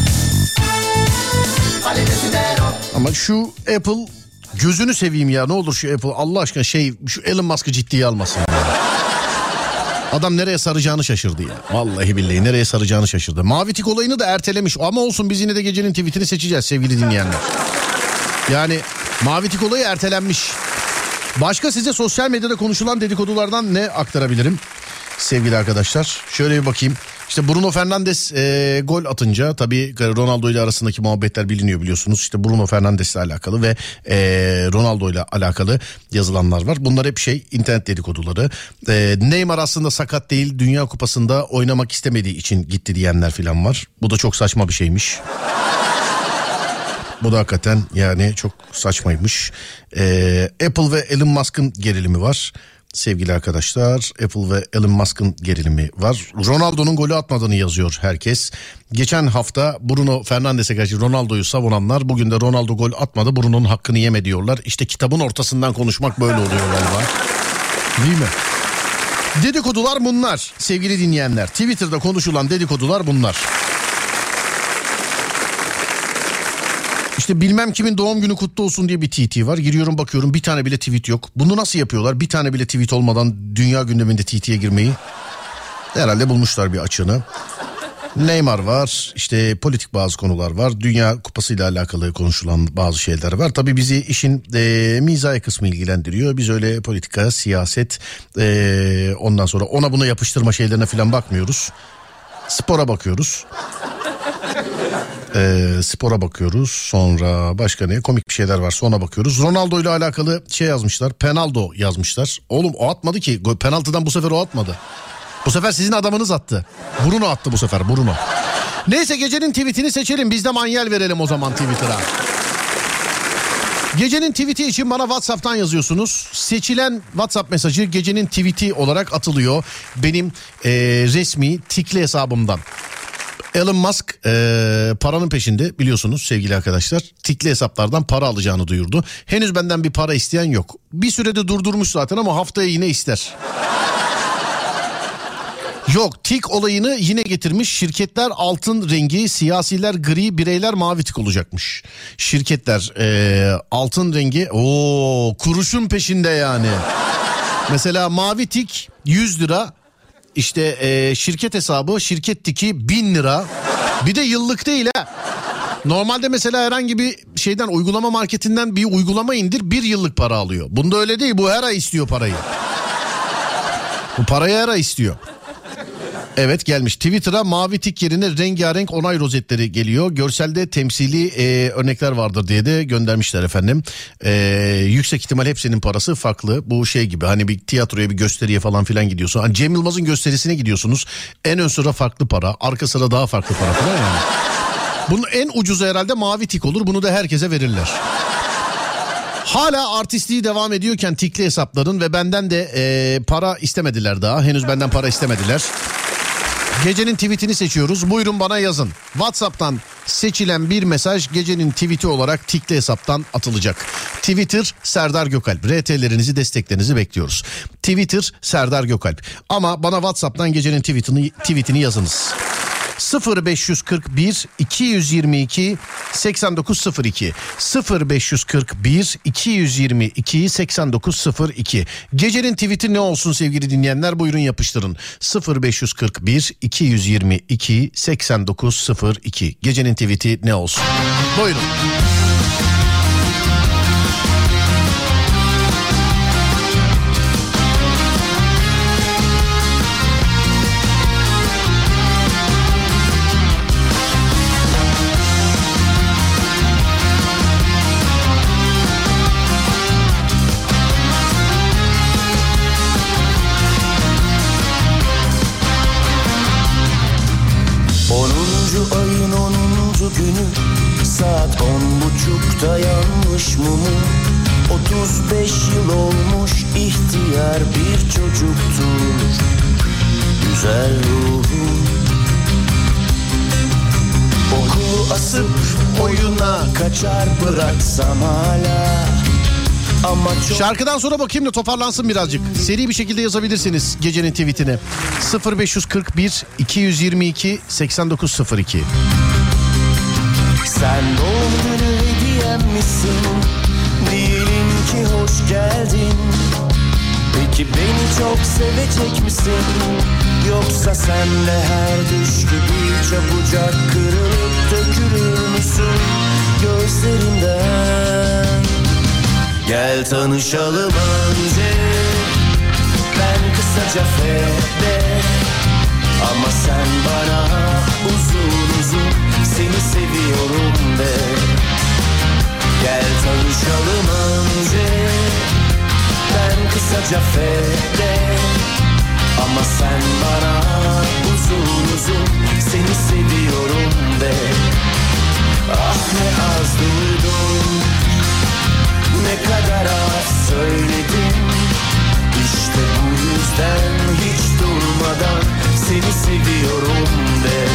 Ama şu Apple gözünü seveyim ya, ne olur şu Apple Allah aşkına şey şu Elon Musk'ı ciddiye almasın. Adam nereye saracağını şaşırdı ya. Vallahi billahi nereye saracağını şaşırdı. Mavi tik olayını da ertelemiş ama olsun biz yine de gecenin tweetini seçeceğiz sevgili dinleyenler. Yani mavi tik olayı ertelenmiş. Başka size sosyal medyada konuşulan dedikodulardan ne aktarabilirim sevgili arkadaşlar? Şöyle bir bakayım. İşte Bruno Fernandes e, gol atınca tabii Ronaldo ile arasındaki muhabbetler biliniyor biliyorsunuz. İşte Bruno Fernandes ile alakalı ve e, Ronaldo ile alakalı yazılanlar var. Bunlar hep şey internet dedikoduları. E, Neymar aslında sakat değil, Dünya Kupası'nda oynamak istemediği için gitti diyenler falan var. Bu da çok saçma bir şeymiş. Bu da hakikaten yani çok saçmaymış. Ee, Apple ve Elon Musk'ın gerilimi var. Sevgili arkadaşlar, Apple ve Elon Musk'ın gerilimi var. Ronaldo'nun golü atmadığını yazıyor herkes. Geçen hafta Bruno Fernandes'e karşı Ronaldo'yu savunanlar bugün de Ronaldo gol atmadı, Bruno'nun hakkını yeme diyorlar. İşte kitabın ortasından konuşmak böyle oluyor galiba. Değil mi? Dedikodular bunlar sevgili dinleyenler. Twitter'da konuşulan dedikodular bunlar. İşte bilmem kimin doğum günü kutlu olsun diye bir T T var. Giriyorum bakıyorum bir tane bile tweet yok. Bunu nasıl yapıyorlar? Bir tane bile tweet olmadan dünya gündeminde T T'ye girmeyi. Herhalde bulmuşlar bir açığını. Neymar var. İşte politik bazı konular var. Dünya kupasıyla alakalı konuşulan bazı şeyler var. Tabii bizi işin e, mizahi kısmı ilgilendiriyor. Biz öyle politika, siyaset e, ondan sonra ona buna yapıştırma şeylerine falan bakmıyoruz. Spora bakıyoruz. E, spora bakıyoruz. Sonra başka ne? Komik bir şeyler varsa ona bakıyoruz. Ronaldo ile alakalı şey yazmışlar. Penaldo yazmışlar. Oğlum o atmadı ki. Penaltıdan bu sefer o atmadı. Bu sefer sizin adamınız attı. Bruno attı bu sefer. Bruno. Neyse gecenin tweetini seçelim. Biz de manyel verelim o zaman Twitter'a. Gecenin tweeti için bana WhatsApp'tan yazıyorsunuz. Seçilen WhatsApp mesajı gecenin tweeti olarak atılıyor. Benim e, resmi tikli hesabımdan. Elon Musk e, paranın peşinde biliyorsunuz sevgili arkadaşlar. Tikli hesaplardan para alacağını duyurdu. Henüz benden bir para isteyen yok. Bir sürede durdurmuş zaten ama haftaya yine ister. Yok, tik olayını yine getirmiş. Şirketler altın rengi, siyasiler gri, bireyler mavi tik olacakmış. Şirketler e, altın rengi, ooo kuruşun peşinde yani. Mesela mavi tik yüz lira. İşte e, şirket hesabı, şirket tiki bin lira. Bir de yıllık değil ha. Normalde mesela herhangi bir şeyden, uygulama marketinden bir uygulama indir, bir yıllık para alıyor. Bunda öyle değil, bu her ay istiyor parayı. Bu parayı her ay istiyor. Evet gelmiş. Twitter'a mavi tik yerine rengarenk onay rozetleri geliyor. Görselde temsili e, örnekler vardır diye de göndermişler efendim. E, yüksek ihtimal hepsinin parası farklı. Bu şey gibi, hani bir tiyatroya, bir gösteriye falan filan gidiyorsun. Hani Cem Yılmaz'ın gösterisine gidiyorsunuz. En ön sıra farklı para, arka sıra daha farklı para falan yani. Bunun en ucuzu herhalde mavi tik olur. Bunu da herkese verirler. Hala artistliği devam ediyorken tikli hesapların ve benden de e, para istemediler daha. Henüz benden para istemediler. Gecenin tweetini seçiyoruz. Buyurun bana yazın. WhatsApp'tan seçilen bir mesaj gecenin tweeti olarak tikli hesaptan atılacak. Twitter Serdar Gökalp. R T'lerinizi, desteklerinizi bekliyoruz. Twitter Serdar Gökalp. Ama bana WhatsApp'tan gecenin tweetini, tweetini yazınız. sıfır beş kırk bir iki yüz yirmi iki seksen dokuz sıfır iki sıfır beş kırk bir iki yüz yirmi iki seksen dokuz sıfır iki. Gecenin tweet'i ne olsun sevgili dinleyenler, buyurun yapıştırın. sıfır beş kırk bir iki yüz yirmi iki seksen dokuz sıfır iki. Gecenin tweet'i ne olsun? Buyurun. onuncu ayın onuncu günü saat on buçukta yanmış mumu. Otuz beş yıl olmuş ihtiyar bir çocuktur güzel ruhum. Okulu asıp oyuna kaçar bıraksam hala. Ama çok... Şarkıdan sonra bakayım da toparlansın birazcık. Seri bir şekilde yazabilirsiniz gecenin tweetini. sıfır beş kırk bir iki yüz yirmi iki seksen dokuz sıfır iki. Sen doğum günü hediyem misin? Diyelim ki hoş geldin. Peki beni çok sevecek misin? Yoksa sen de her düş gibi çabucak kırılıp dökülür müsün gözlerinden? Gel tanışalım önce, ben kısaca fede. Ama sen bana uzun uzun seni seviyorum de. Gel tanışalım önce, ben kısaca fede. Ama sen bana uzun uzun seni seviyorum de. Ah ne az duydum, ne kadar az söyledim. İşte bu yüzden hiç durmadan seni seviyorum de.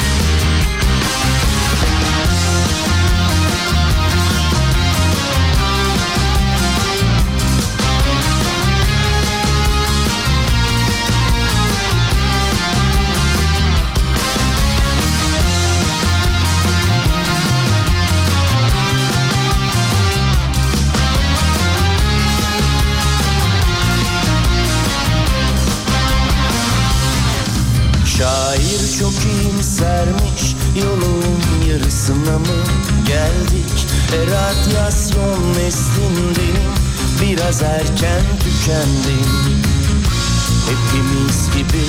Şair çok iyimsermiş, yolun yarısına mı geldik? E radyasyon neslindenim, biraz erken tükendim. Hepimiz gibi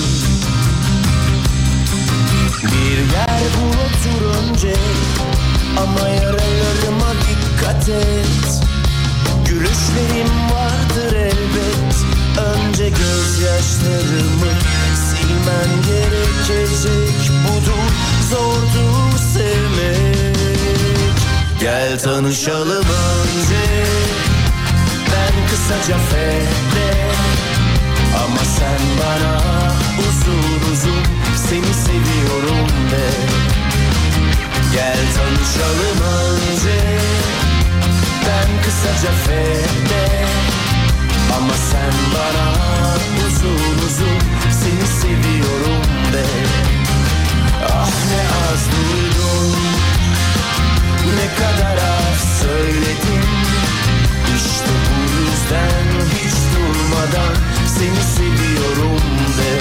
bir yer bul otur önce. Ama yaralarıma dikkat et. Gülüşlerim vardır elbet. Önce gözyaşlarımı silmen gerekecek. Budur, zordur sevmek. Gel tanışalım önce, ben kısaca fede. Ama sen bana uzun uzun seni seviyorum de. Gel tanışalım önce, ben kısaca fede. Ama sen bana uzun uzun seni seviyorum de. Ah ne az duydum, ne kadar az söyledim. İşte bu yüzden hiç durmadan seni seviyorum de.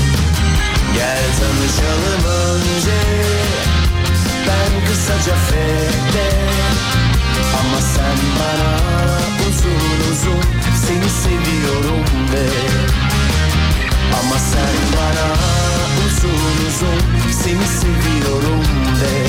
Gel tanışalım önce, ben kısaca fede. Ama sen bana uzun uzun seni seviyorum de. Ama sen bana uzun uzun seni seviyorum de.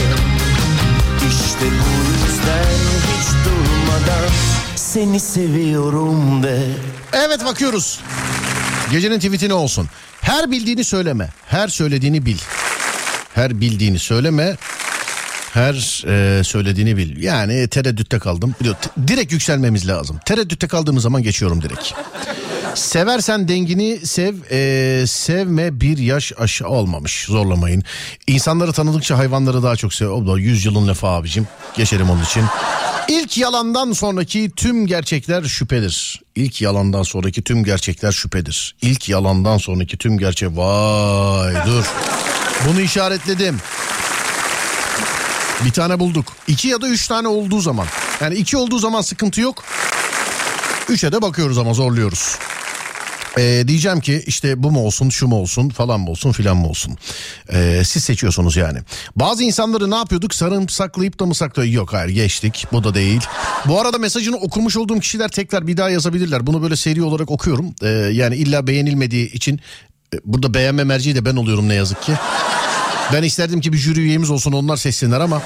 İşte bu yüzden hiç durmadan seni seviyorum de. Evet, bakıyoruz. Gecenin tweet'i ne olsun? Her bildiğini söyleme, her söylediğini bil. Her bildiğini söyleme, her e, söylediğini bil. Yani tereddütte kaldım. Direkt yükselmemiz lazım. Tereddütte kaldığımız zaman geçiyorum direkt. Seversen dengini sev, e, sevme bir yaş aşağı olmamış. Zorlamayın. İnsanları tanıdıkça hayvanları daha çok sev. O da yüz yılın lafı abicim. Geçerim onun için. İlk yalandan sonraki tüm gerçekler şüphedir. İlk yalandan sonraki tüm gerçekler şüphedir. İlk yalandan sonraki tüm gerçek... Vay dur. Bunu işaretledim. Bir tane bulduk. İki ya da üç tane olduğu zaman. Yani iki olduğu zaman sıkıntı yok. Üçe de bakıyoruz ama zorluyoruz. Ee, diyeceğim ki işte bu mu olsun, şu mu olsun, falan mı olsun, filan mı olsun. Ee, siz seçiyorsunuz yani. Bazı insanları ne yapıyorduk? Sarımsaklayıp da mı saklıyor? Yok, hayır, geçtik. Bu da değil. Bu arada mesajını okumuş olduğum kişiler tekrar bir daha yazabilirler. Bunu böyle seri olarak okuyorum. Ee, yani illa beğenilmediği için e, burada beğenme merci de ben oluyorum ne yazık ki. Ben isterdim ki bir jüri üyemiz olsun, onlar seçsinler ama...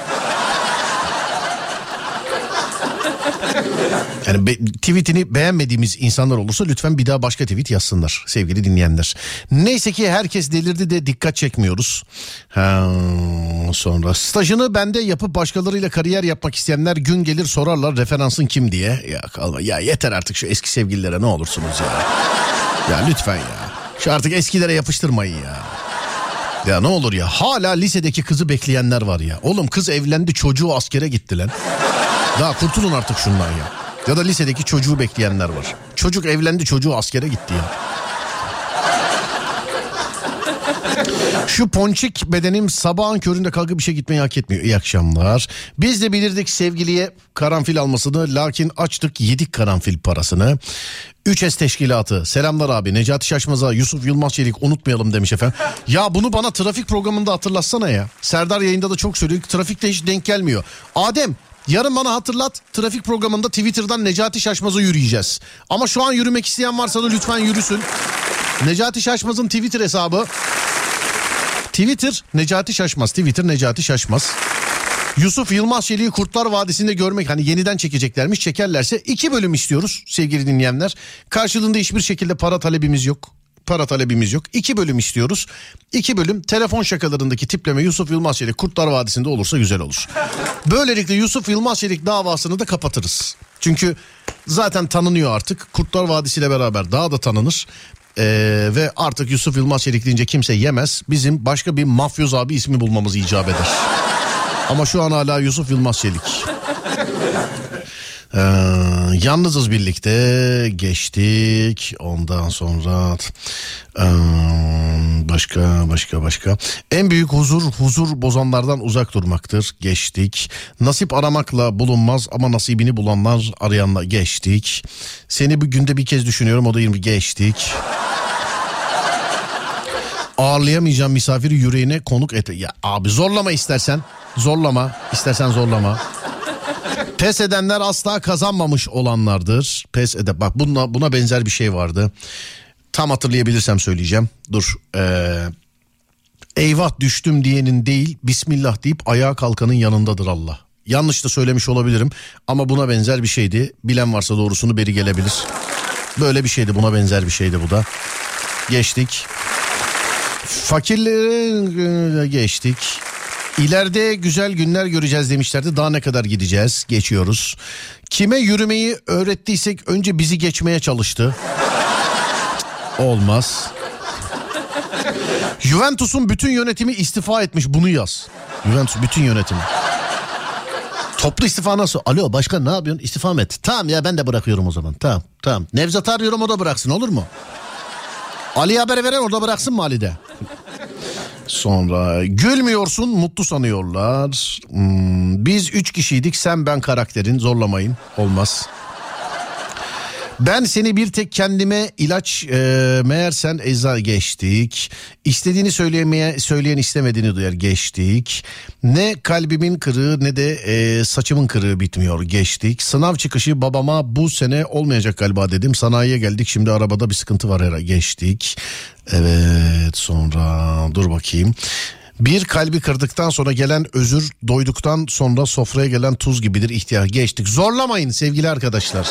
Yani be, tweetini beğenmediğimiz insanlar olursa lütfen bir daha başka tweet yazsınlar sevgili dinleyenler. Neyse ki herkes delirdi de dikkat çekmiyoruz. Ha, sonra stajını bende yapıp başkalarıyla kariyer yapmak isteyenler gün gelir sorarlar referansın kim diye. Ya kalma ya, yeter artık şu eski sevgililere ne olursunuz ya. Ya lütfen ya. Şu artık eskilere yapıştırmayın ya. Ya ne olur ya, hala lisedeki kızı bekleyenler var ya. Oğlum kız evlendi, çocuğu askere gitti lan. Daha kurtulun artık şundan ya. Ya da lisedeki çocuğu bekleyenler var. Çocuk evlendi, çocuğu askere gitti ya. Şu ponçik bedenim sabahın köründe kalkıp işe gitmeyi hak etmiyor. İyi akşamlar. Biz de bilirdik sevgiliye karanfil almasını, lakin açtık yedik karanfil parasını. üç S teşkilatı selamlar abi, Necati Şaşmaz'a, Yusuf Yılmaz Çelik unutmayalım demiş efendim. Ya bunu bana trafik programında hatırlatsana ya. Serdar yayında da çok söylüyor, trafikte hiç denk gelmiyor. Adem, yarın bana hatırlat, trafik programında Twitter'dan Necati Şaşmaz'a yürüyeceğiz. Ama şu an yürümek isteyen varsa da lütfen yürüsün. Necati Şaşmaz'ın Twitter hesabı. Twitter Necati Şaşmaz. Twitter Necati Şaşmaz. Yusuf Yılmaz Çelik'i Kurtlar Vadisi'nde görmek, hani yeniden çekeceklermiş, çekerlerse iki bölüm istiyoruz sevgili dinleyenler. Karşılığında hiçbir şekilde para talebimiz yok. Para talebimiz yok. İki bölüm istiyoruz. İki bölüm telefon şakalarındaki tipleme Yusuf Yılmaz Çelik Kurtlar Vadisi'nde olursa güzel olur. Böylelikle Yusuf Yılmaz Çelik davasını da kapatırız. Çünkü zaten tanınıyor artık. Kurtlar Vadisi ile beraber daha da tanınır. Ee, ve artık Yusuf Yılmaz Çelik deyince kimse yemez. Bizim başka bir mafyoz abi ismi bulmamız icap eder. Ama şu an hala Yusuf Yılmaz Çelik. Ee, yalnızız birlikte geçtik. Ondan sonra ee, başka başka başka. En büyük huzur huzur bozanlardan uzak durmaktır. Geçtik. Nasip aramakla bulunmaz ama nasibini bulanlar arayanlar, geçtik. Seni bir günde bir kez düşünüyorum, o da yirmi, geçtik. Ağırlayamayacağım misafiri yüreğine konuk et. Ya abi zorlama istersen. Zorlama. İstersen zorlama. Pes edenler asla kazanmamış olanlardır. Pes ede. Bak buna, buna benzer bir şey vardı. Tam hatırlayabilirsem söyleyeceğim. Dur. Ee, eyvah düştüm diyenin değil, Bismillah deyip ayağa kalkanın yanındadır Allah. Yanlış da söylemiş olabilirim ama buna benzer bir şeydi. Bilen varsa doğrusunu beri gelebilir. Böyle bir şeydi, buna benzer bir şeydi bu da. Geçtik. Fakirlere geçtik. İleride güzel günler göreceğiz demişlerdi. Daha ne kadar gideceğiz? Geçiyoruz. Kime yürümeyi öğrettiysek önce bizi geçmeye çalıştı. Olmaz. Juventus'un bütün yönetimi istifa etmiş. Bunu yaz. Juventus bütün yönetimi. Toplu istifa nasıl? Alo başkan ne yapıyorsun? İstifa mı et? Tamam ya, ben de bırakıyorum o zaman. Tamam tamam. Nevzat arıyorum, o da bıraksın, olur mu? Ali'ye haber veren orada bıraksın mı Ali de? Sonra gülmüyorsun, mutlu sanıyorlar. Hmm, biz üç kişiydik, sen ben karakterin, zorlamayın, olmaz. Ben seni bir tek kendime ilaç e, meğer sen ecza, geçtik. İstediğini söyleyemeye, söyleyen istemediğini duyar, geçtik. Ne kalbimin kırığı ne de e, saçımın kırığı bitmiyor, geçtik. Sınav çıkışı babama bu sene olmayacak galiba dedim. Sanayiye geldik, şimdi arabada bir sıkıntı var herhalde, geçtik. Evet, sonra dur bakayım. Bir kalbi kırdıktan sonra gelen özür, doyduktan sonra sofraya gelen tuz gibidir ihtiyar, geçtik. Zorlamayın sevgili arkadaşlar.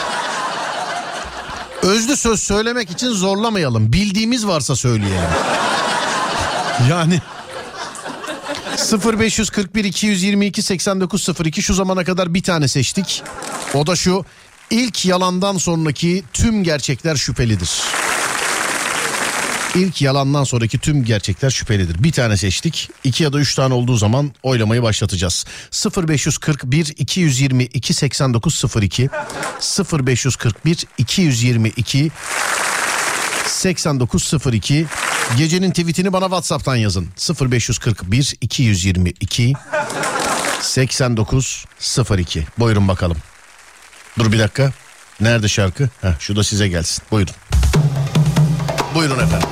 Özlü söz söylemek için zorlamayalım. Bildiğimiz varsa söyleyelim. Yani sıfır beş kırk bir iki yüz yirmi iki seksen dokuz sıfır iki, şu zamana kadar bir tane seçtik. O da şu: ilk yalandan sonraki tüm gerçekler şüphelidir. İlk yalandan sonraki tüm gerçekler şüphelidir. Bir tane seçtik. İki ya da üç tane olduğu zaman oylamayı başlatacağız. sıfır beş kırk bir iki yüz yirmi iki seksen dokuz sıfır iki sıfır beş kırk bir iki yüz yirmi iki seksen dokuz sıfır iki Gecenin tweetini bana WhatsApp'tan yazın. sıfır beş kırk bir iki yüz yirmi iki seksen dokuz sıfır iki. Buyurun bakalım. Dur bir dakika. Nerede şarkı? Heh, şu da size gelsin. Buyurun. Buyurun efendim.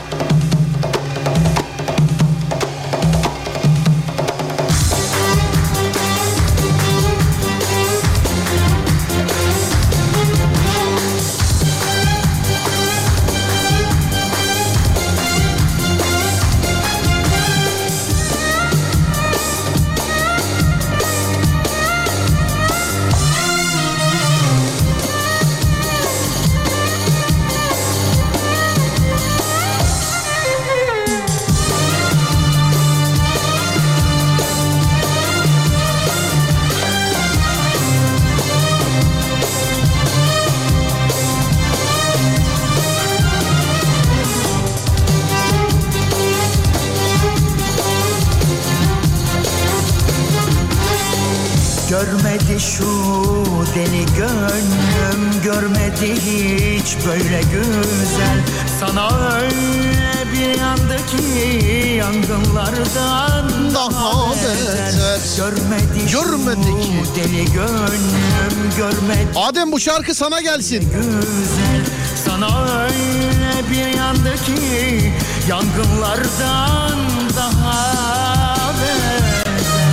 Görmedi şu deli gönlüm, görmedi hiç böyle güzel. Sana öyle bir yandı ki yangınlardan daha beter. Görmedi, görmedi ki deli gönlüm, görmedi. Adem bu şarkı sana gelsin. Güzel. Sana öyle bir yandı ki yangınlardan daha beter.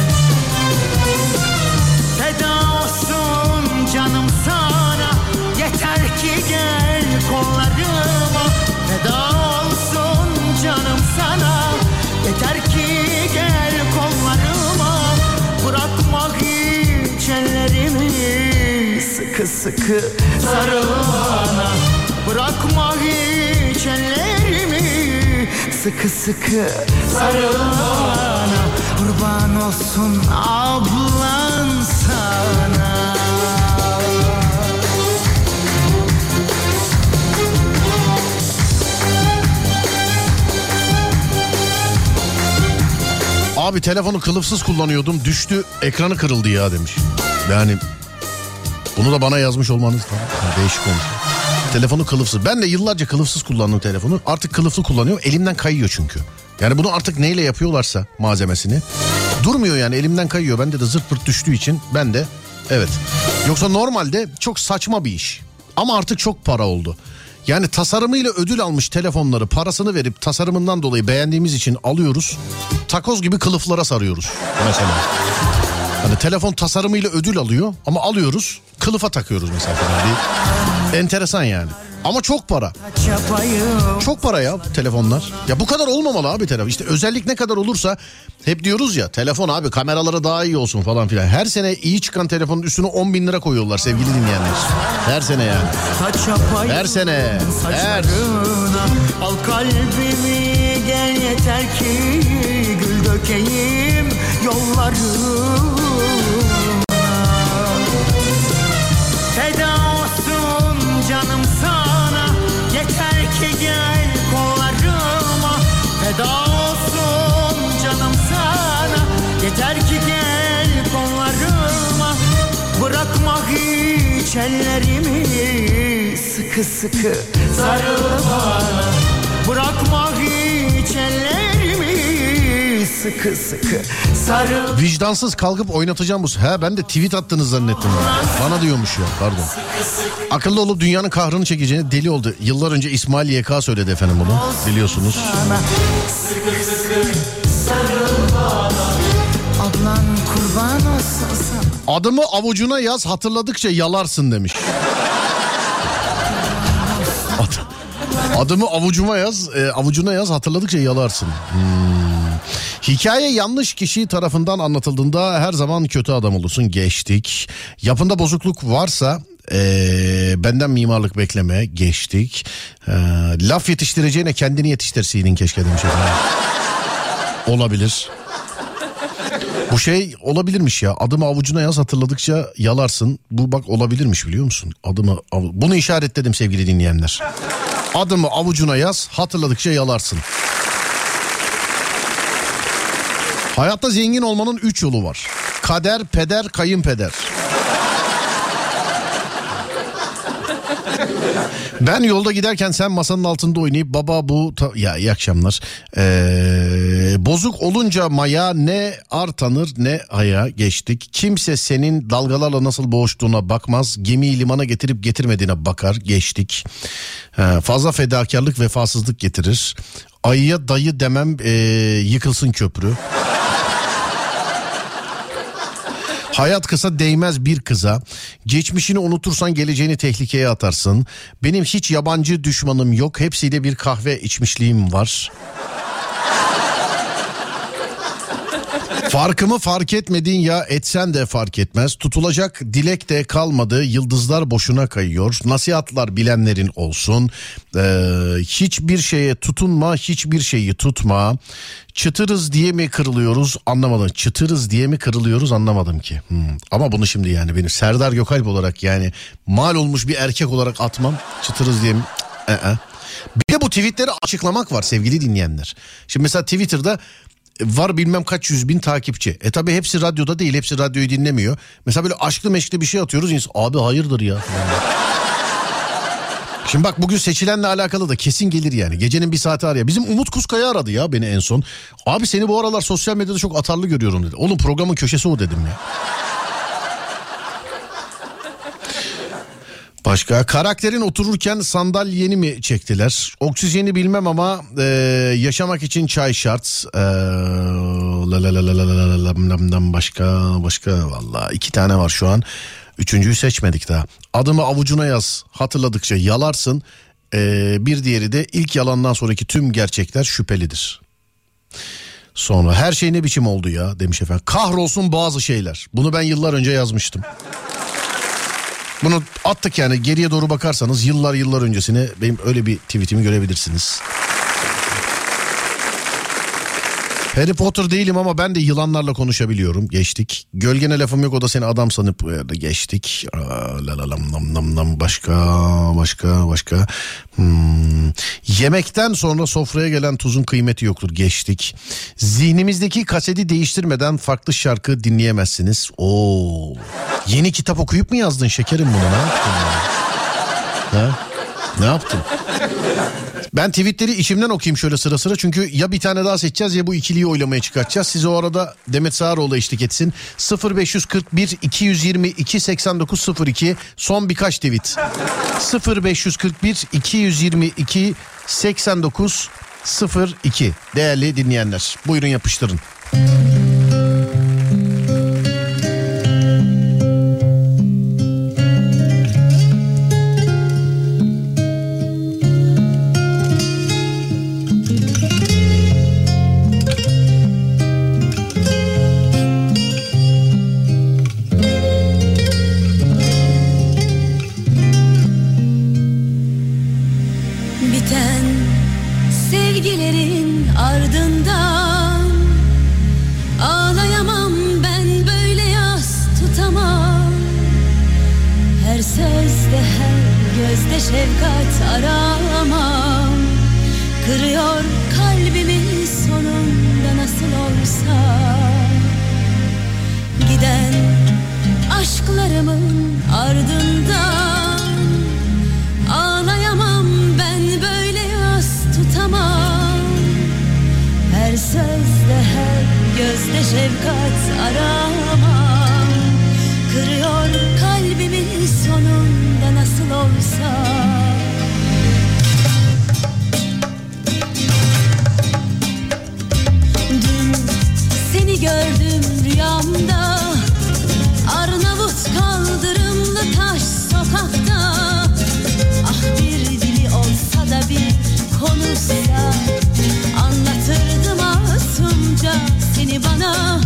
Feda olsun canım sana, yeter ki gel kollarıma. Feda olsun canım sana, yeter ki gel kollarıma. Bırakma hiç ellerimi, sıkı sıkı sarıl bana. Bırakma hiç ellerimi, sıkı sıkı sarıl bana. Kurban olsun ablan sana. Abi telefonu kılıfsız kullanıyordum, düştü, ekranı kırıldı ya demiş. Yani bunu da bana yazmış olmanız falan. Ha, değişik olmuş. Telefonu kılıfsız. Ben de yıllarca kılıfsız kullandım telefonu. Artık kılıflı kullanıyorum. Elimden kayıyor çünkü. Yani bunu artık neyle yapıyorlarsa malzemesini. Durmuyor yani, elimden kayıyor. Bende de zırt pırt düştüğü için ben de evet. Yoksa normalde çok saçma bir iş. Ama artık çok para oldu. Yani tasarımıyla ödül almış telefonları parasını verip tasarımından dolayı beğendiğimiz için alıyoruz. Takoz gibi kılıflara sarıyoruz mesela. Hani telefon tasarımıyla ödül alıyor ama alıyoruz kılıfa takıyoruz mesela. Bir enteresan yani. Ama çok para. Çok para ya telefonlar. Ya bu kadar olmamalı abi telefon. İşte özellik ne kadar olursa hep diyoruz ya, telefon abi kameraları daha iyi olsun falan filan. Her sene iyi çıkan telefonun üstüne on bin lira koyuyorlar sevgili dinleyenler. Her sene yani. Her sene. Her. Al kalbimi gel yeter ki gül dökeyim yollarına. Feda olsun canım sana, yeter ki gel kollarıma. Feda olsun canım sana, yeter ki gel kollarıma. Bırakma hiç ellerimi, sıkı sıkı sarıl bana. Bırakma hiç ellerimi, sıkı sıkı sarıl. Vicdansız kalkıp oynatacağım bu. He ben de tweet attınız zannettim. Bana diyormuş ya, pardon. Akıllı olup dünyanın kahrını çekeceğini deli oldu. Yıllar önce İsmail Y K söyledi efendim bunu. Biliyorsunuz. Sıkı sıkı sarıl bana. Ablan kurban olsun sana. Adımı avucuna yaz, hatırladıkça yalarsın demiş. Ad, adımı avucuma yaz, e, avucuna yaz, hatırladıkça yalarsın. Hmm. Hikaye yanlış kişi tarafından anlatıldığında her zaman kötü adam olursun. Geçtik. Yapında bozukluk varsa ee, benden mimarlık bekleme. Geçtik. Ee, laf yetiştireceğine kendini yetiştirseydin keşke demiş efendim. Olabilir. Bu şey olabilirmiş ya. Adımı avucuna yaz, hatırladıkça yalarsın. Bu bak olabilirmiş, biliyor musun? Adımı av- bunu işaretledim sevgili dinleyenler. Adımı avucuna yaz, hatırladıkça yalarsın. Hayatta zengin olmanın üç yolu var. Kader, peder, kayınpeder. Ben yolda giderken sen masanın altında oynayıp baba bu ta... ya iyi akşamlar. Ee, bozuk olunca maya ne ar tanır ne aya geçtik. Kimse senin dalgalarla nasıl boğuştuğuna bakmaz. Gemiyi limana getirip getirmediğine bakar geçtik. Ee, fazla fedakarlık vefasızlık getirir. Ayıya dayı demem ee, yıkılsın köprü. Hayat kısa değmez bir kıza. Geçmişini unutursan geleceğini tehlikeye atarsın. Benim hiç yabancı düşmanım yok. Hepsiyle bir kahve içmişliğim var. Farkımı fark etmedin ya, etsen de fark etmez. Tutulacak dilek de kalmadı. Yıldızlar boşuna kayıyor. Nasihatlar bilenlerin olsun. Ee, hiçbir şeye tutunma, hiçbir şeyi tutma. Çıtırız diye mi kırılıyoruz anlamadım. Çıtırız diye mi kırılıyoruz anlamadım ki. Hmm. Ama bunu şimdi yani benim Serdar Gökalp olarak yani mal olmuş bir erkek olarak atmam. Çıtırız diye mi? Ee. Bir de bu tweetleri açıklamak var sevgili dinleyenler. Şimdi mesela Twitter'da var bilmem kaç yüz bin takipçi. E tabi hepsi radyoda değil, hepsi radyoyu dinlemiyor. Mesela böyle aşklı meşkli bir şey atıyoruz. Abi hayırdır ya. Şimdi bak bugün seçilenle alakalı da kesin gelir yani. Gecenin bir saati araya. Bizim Umut Kuzkaya aradı ya beni en son. Abi seni bu aralar sosyal medyada çok atarlı görüyorum dedi. Oğlum programın köşesi o dedim ya. Başka karakterin otururken sandalyeni mi çektiler? Oksijeni bilmem ama e, yaşamak için çay şart. E, la la la la la la la başka başka vallahi iki tane var şu an. Üçüncüyü seçmedik daha. Adımı avucuna yaz, hatırladıkça yalarsın. E, bir diğeri de ilk yalandan sonraki tüm gerçekler şüphelidir. Sonra her şey ne biçim oldu ya demiş efendim. Kahrolsun bazı şeyler. Bunu ben yıllar önce yazmıştım. Bunu attık yani, geriye doğru bakarsanız yıllar yıllar öncesine benim öyle bir tweetimi görebilirsiniz. Harry Potter değilim ama ben de yılanlarla konuşabiliyorum. Geçtik. Gölgene lafım yok, o da seni adam sanıp geçtik. Başka başka başka. Hmm. Yemekten sonra sofraya gelen tuzun kıymeti yoktur. Geçtik. Zihnimizdeki kaseti değiştirmeden farklı şarkı dinleyemezsiniz. Oo. Yeni kitap okuyup mu yazdın şekerim bunu? Ne yaptın? Ha? Ne yaptın? Ben tweetleri içimden okuyayım şöyle sıra sıra. Çünkü ya bir tane daha seçeceğiz ya bu ikiliyi oylamaya çıkartacağız. Size o arada Demet Sağaroğlu eşlik etsin. sıfır beş kırk bir iki yüz yirmi iki seksen dokuz sıfır iki son birkaç tweet. sıfır beş kırk bir iki yüz yirmi iki seksen dokuz sıfır iki değerli dinleyenler. Buyurun yapıştırın. Şefkat aramam, kırıyor kalbimi sonunda nasıl olsa. Giden aşklarımın ardından ağlayamam, ben böyle yas tutamam. Her sözde her gözde şefkat aramam, kırıyor kalbimi sonunda nasıl olsa. Dün seni gördüm rüyamda, Arnavut kaldırımlı taş sokakta. Ah bir dili olsa da bir konuşsa, anlatırdım masumca seni bana.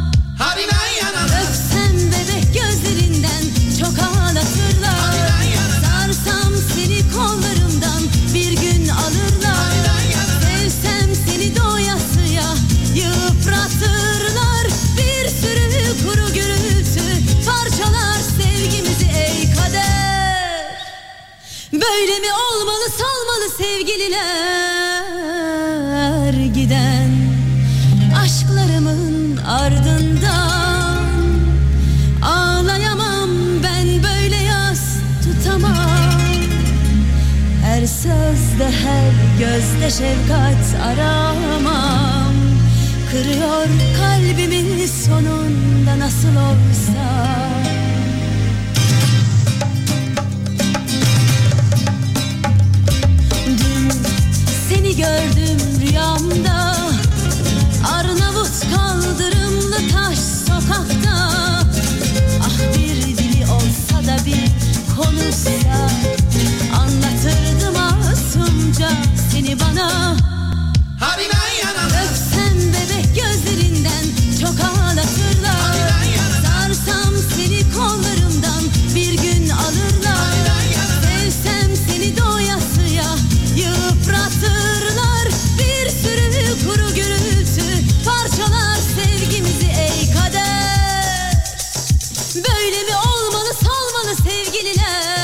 Öpsem bebek gözlerinden çok ağlatırlar. Sarsam seni kollarımdan bir gün alırlar. Sevsem seni doyasıya yıpratırlar. Bir sürü kuru gürültü parçalar sevgimizi ey kader. Böyle mi olmalı salmalı sevgililer, giden aşklarımın ardından ağlayamam, ben böyle yas tutamam. sözde her gözde şefkat aramam. Kırıyor kalbimi sonunda nasıl olsa. Dün seni gördüm rüyamda, Arnavut kaldırımlı taş sokakta. Ah bir dili olsa da bir konuşsa, anlatırdım masumca seni bana. Öpsem bebek gözlerinden çok ağlatırlar. Sarsam seni kollarımdan bir gün alırlar. Sevsem seni doyasıya yıpratırlar. Bir sürü kuru gürültü parçalar sevgimizi ey kader. Böyle mi olmalı solmalı sevgililer?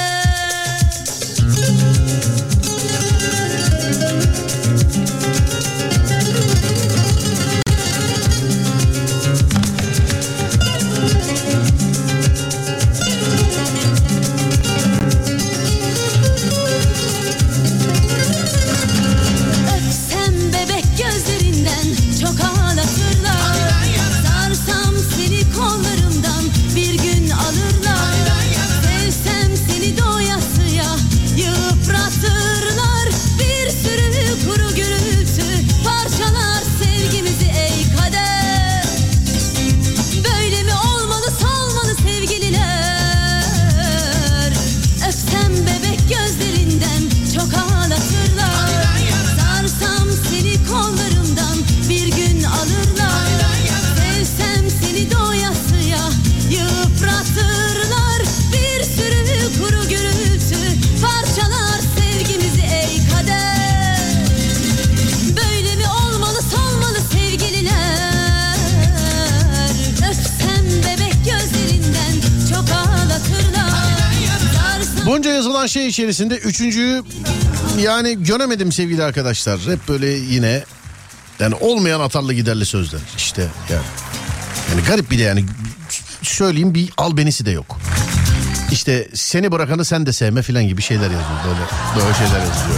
Bunca yazılan şey içerisinde üçüncüyü yani göremedim sevgili arkadaşlar. Hep böyle yine yani olmayan atarlı giderli sözler işte yani. Yani garip bir de yani söyleyeyim bir albenisi de yok. İşte seni bırakanı sen de sevme filan gibi şeyler yazıyor. Böyle, böyle şeyler yazıyor.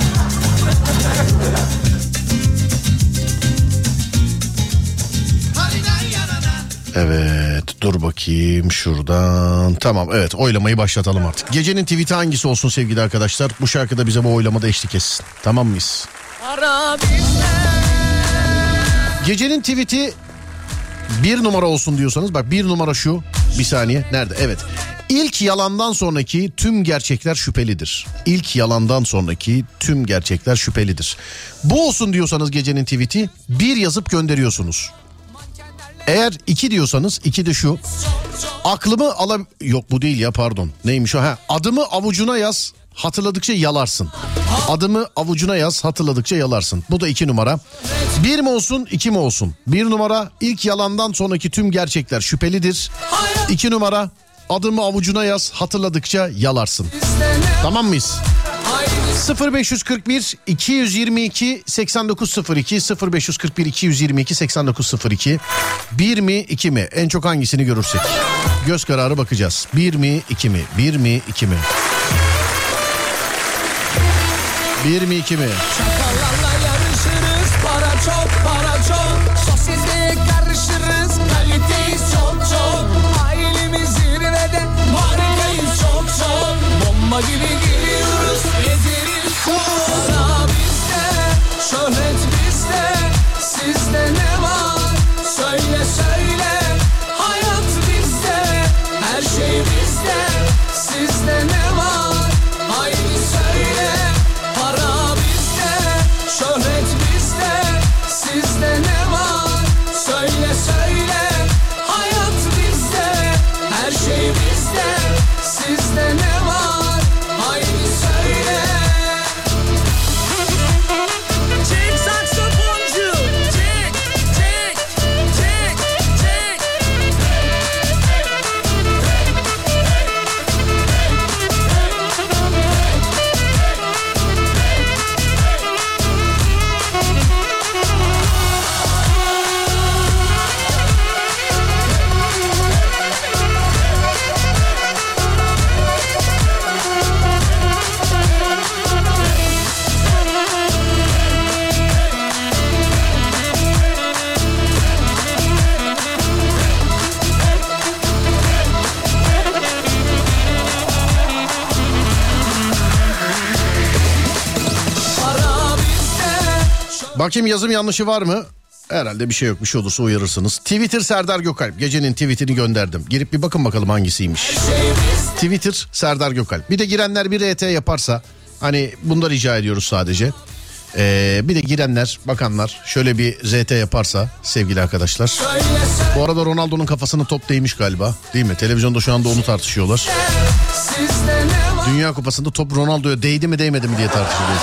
Evet dur bakayım şuradan. Tamam evet oylamayı başlatalım artık. Gecenin tweet'i hangisi olsun sevgili arkadaşlar? Bu şarkıda bize bu oylamada eşlik etsin. Tamam mıyız? Gecenin tweet'i bir numara olsun diyorsanız bak bir numara şu. Bir saniye nerede? Evet. İlk yalandan sonraki tüm gerçekler şüphelidir. İlk yalandan sonraki tüm gerçekler şüphelidir. Bu olsun diyorsanız gecenin tweet'i bir yazıp gönderiyorsunuz. Eğer iki diyorsanız iki de şu. Aklımı ala... Yok bu değil ya pardon. Neymiş o? Ha, adımı avucuna yaz. Hatırladıkça yalarsın. Adımı avucuna yaz. Hatırladıkça yalarsın. Bu da iki numara. Bir mi olsun iki mi olsun? Bir numara ilk yalandan sonraki tüm gerçekler şüphelidir. İki numara adımı avucuna yaz. Hatırladıkça yalarsın. Tamam mıyız? sıfır beş kırk bir iki yüz yirmi iki seksen dokuz sıfır iki sıfır beş kırk bir iki yüz yirmi iki seksen dokuz sıfır iki. Bir mi iki mi? En çok hangisini görürsek? Göz kararı bakacağız. Bir mi iki mi? Bir mi iki mi? Bir mi iki mi? Çakallarla yarışırız, para çok para çok. Sosyeteye karışırız, kaliteyiz çok çok. Ailemiz zirvede, markayız çok çok. Bomba gibi geliyoruz, ezeriz sonra bizde. Şöhret bizde, sizde ne var? Söyle söyle, hayat bizde. Her şey bizde, sizde ne var? Haydi söyle. Para bizde, şöhret bizde, sizde Bakayım yazım yanlışı var mı? Herhalde bir şey yok, bir şey olursa uyarırsınız. Twitter Serdar Gökalp. Gecenin tweetini gönderdim. Girip bir bakın bakalım hangisiymiş. Twitter Serdar Gökalp. Bir de girenler bir R T yaparsa, hani bunu da rica ediyoruz sadece. Ee, bir de girenler, bakanlar şöyle bir R T yaparsa sevgili arkadaşlar. Bu arada Ronaldo'nun kafasına top değmiş galiba, değil mi? Televizyonda şu anda onu tartışıyorlar. Dünya Kupası'nda top Ronaldo'ya değdi mi değmedi mi diye tartışılıyor.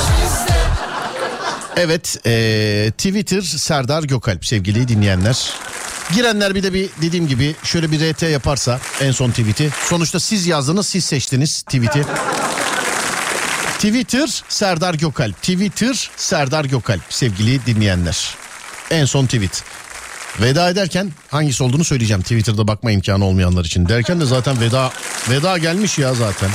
Evet, ee, Twitter Serdar Gökalp sevgili dinleyenler. Girenler bir de bir dediğim gibi şöyle bir R T yaparsa en son tweet'i. Sonuçta siz yazdınız, siz seçtiniz tweet'i. Twitter Serdar Gökalp. Twitter Serdar Gökalp sevgili dinleyenler. En son tweet. Veda ederken hangisi olduğunu söyleyeceğim. Twitter'da bakma imkanı olmayanlar için. Derken de zaten veda veda gelmiş ya zaten.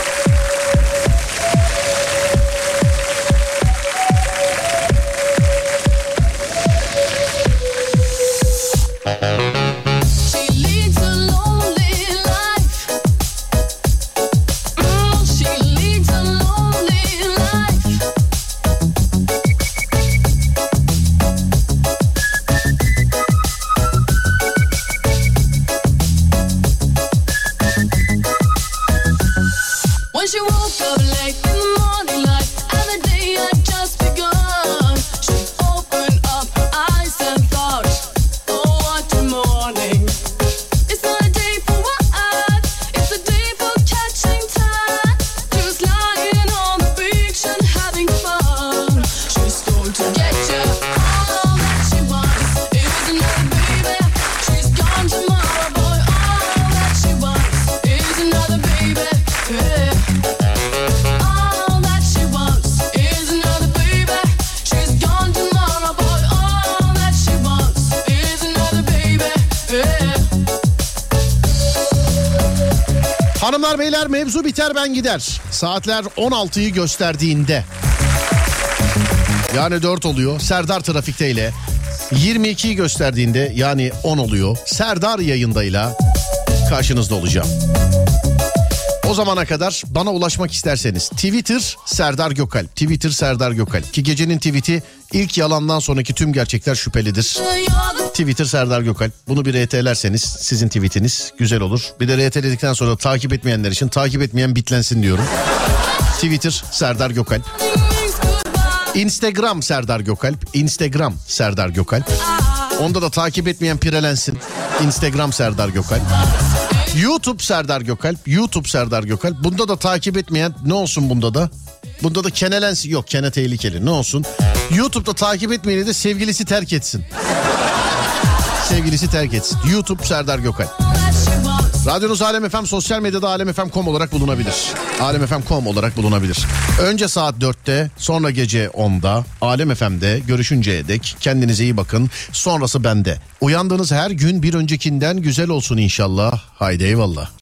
Hanımlar beyler, mevzu biter ben gider. Saatler on altıyı gösterdiğinde, yani dört oluyor, Serdar trafikteyle. yirmi ikiyi gösterdiğinde, yani on oluyor, Serdar yayındayla karşınızda olacağım. O zamana kadar bana ulaşmak isterseniz Twitter Serdar Gökalp. Twitter Serdar Gökalp. Ki gecenin tweet'i ilk yalandan sonraki tüm gerçekler şüphelidir. Twitter Serdar Gökalp. Bunu bir R T'lerseniz sizin tweetiniz güzel olur. Bir de R T'ledikten sonra takip etmeyenler için takip etmeyen bitlensin diyorum. Twitter Serdar Gökalp. Instagram Serdar Gökalp. Instagram Serdar Gökalp. Onda da takip etmeyen pirelensin. Instagram Serdar Gökalp. YouTube Serdar Gökalp. YouTube Serdar Gökalp. Bunda da takip etmeyen ne olsun bunda da? Bunda da kenelensin. Yok, kene tehlikeli. Ne olsun? YouTube'da takip etmeyeni de sevgilisi terk etsin. Sevgilisi terk etsin. YouTube Serdar Gökalp. Radyonuz Alem F M, sosyal medyada alem f m nokta com olarak bulunabilir. alem f m nokta com olarak bulunabilir. Önce saat dörtte, sonra gece onda Alem F M'de görüşünceye dek kendinize iyi bakın. Sonrası bende. Uyandığınız her gün bir öncekinden güzel olsun inşallah. Haydi eyvallah.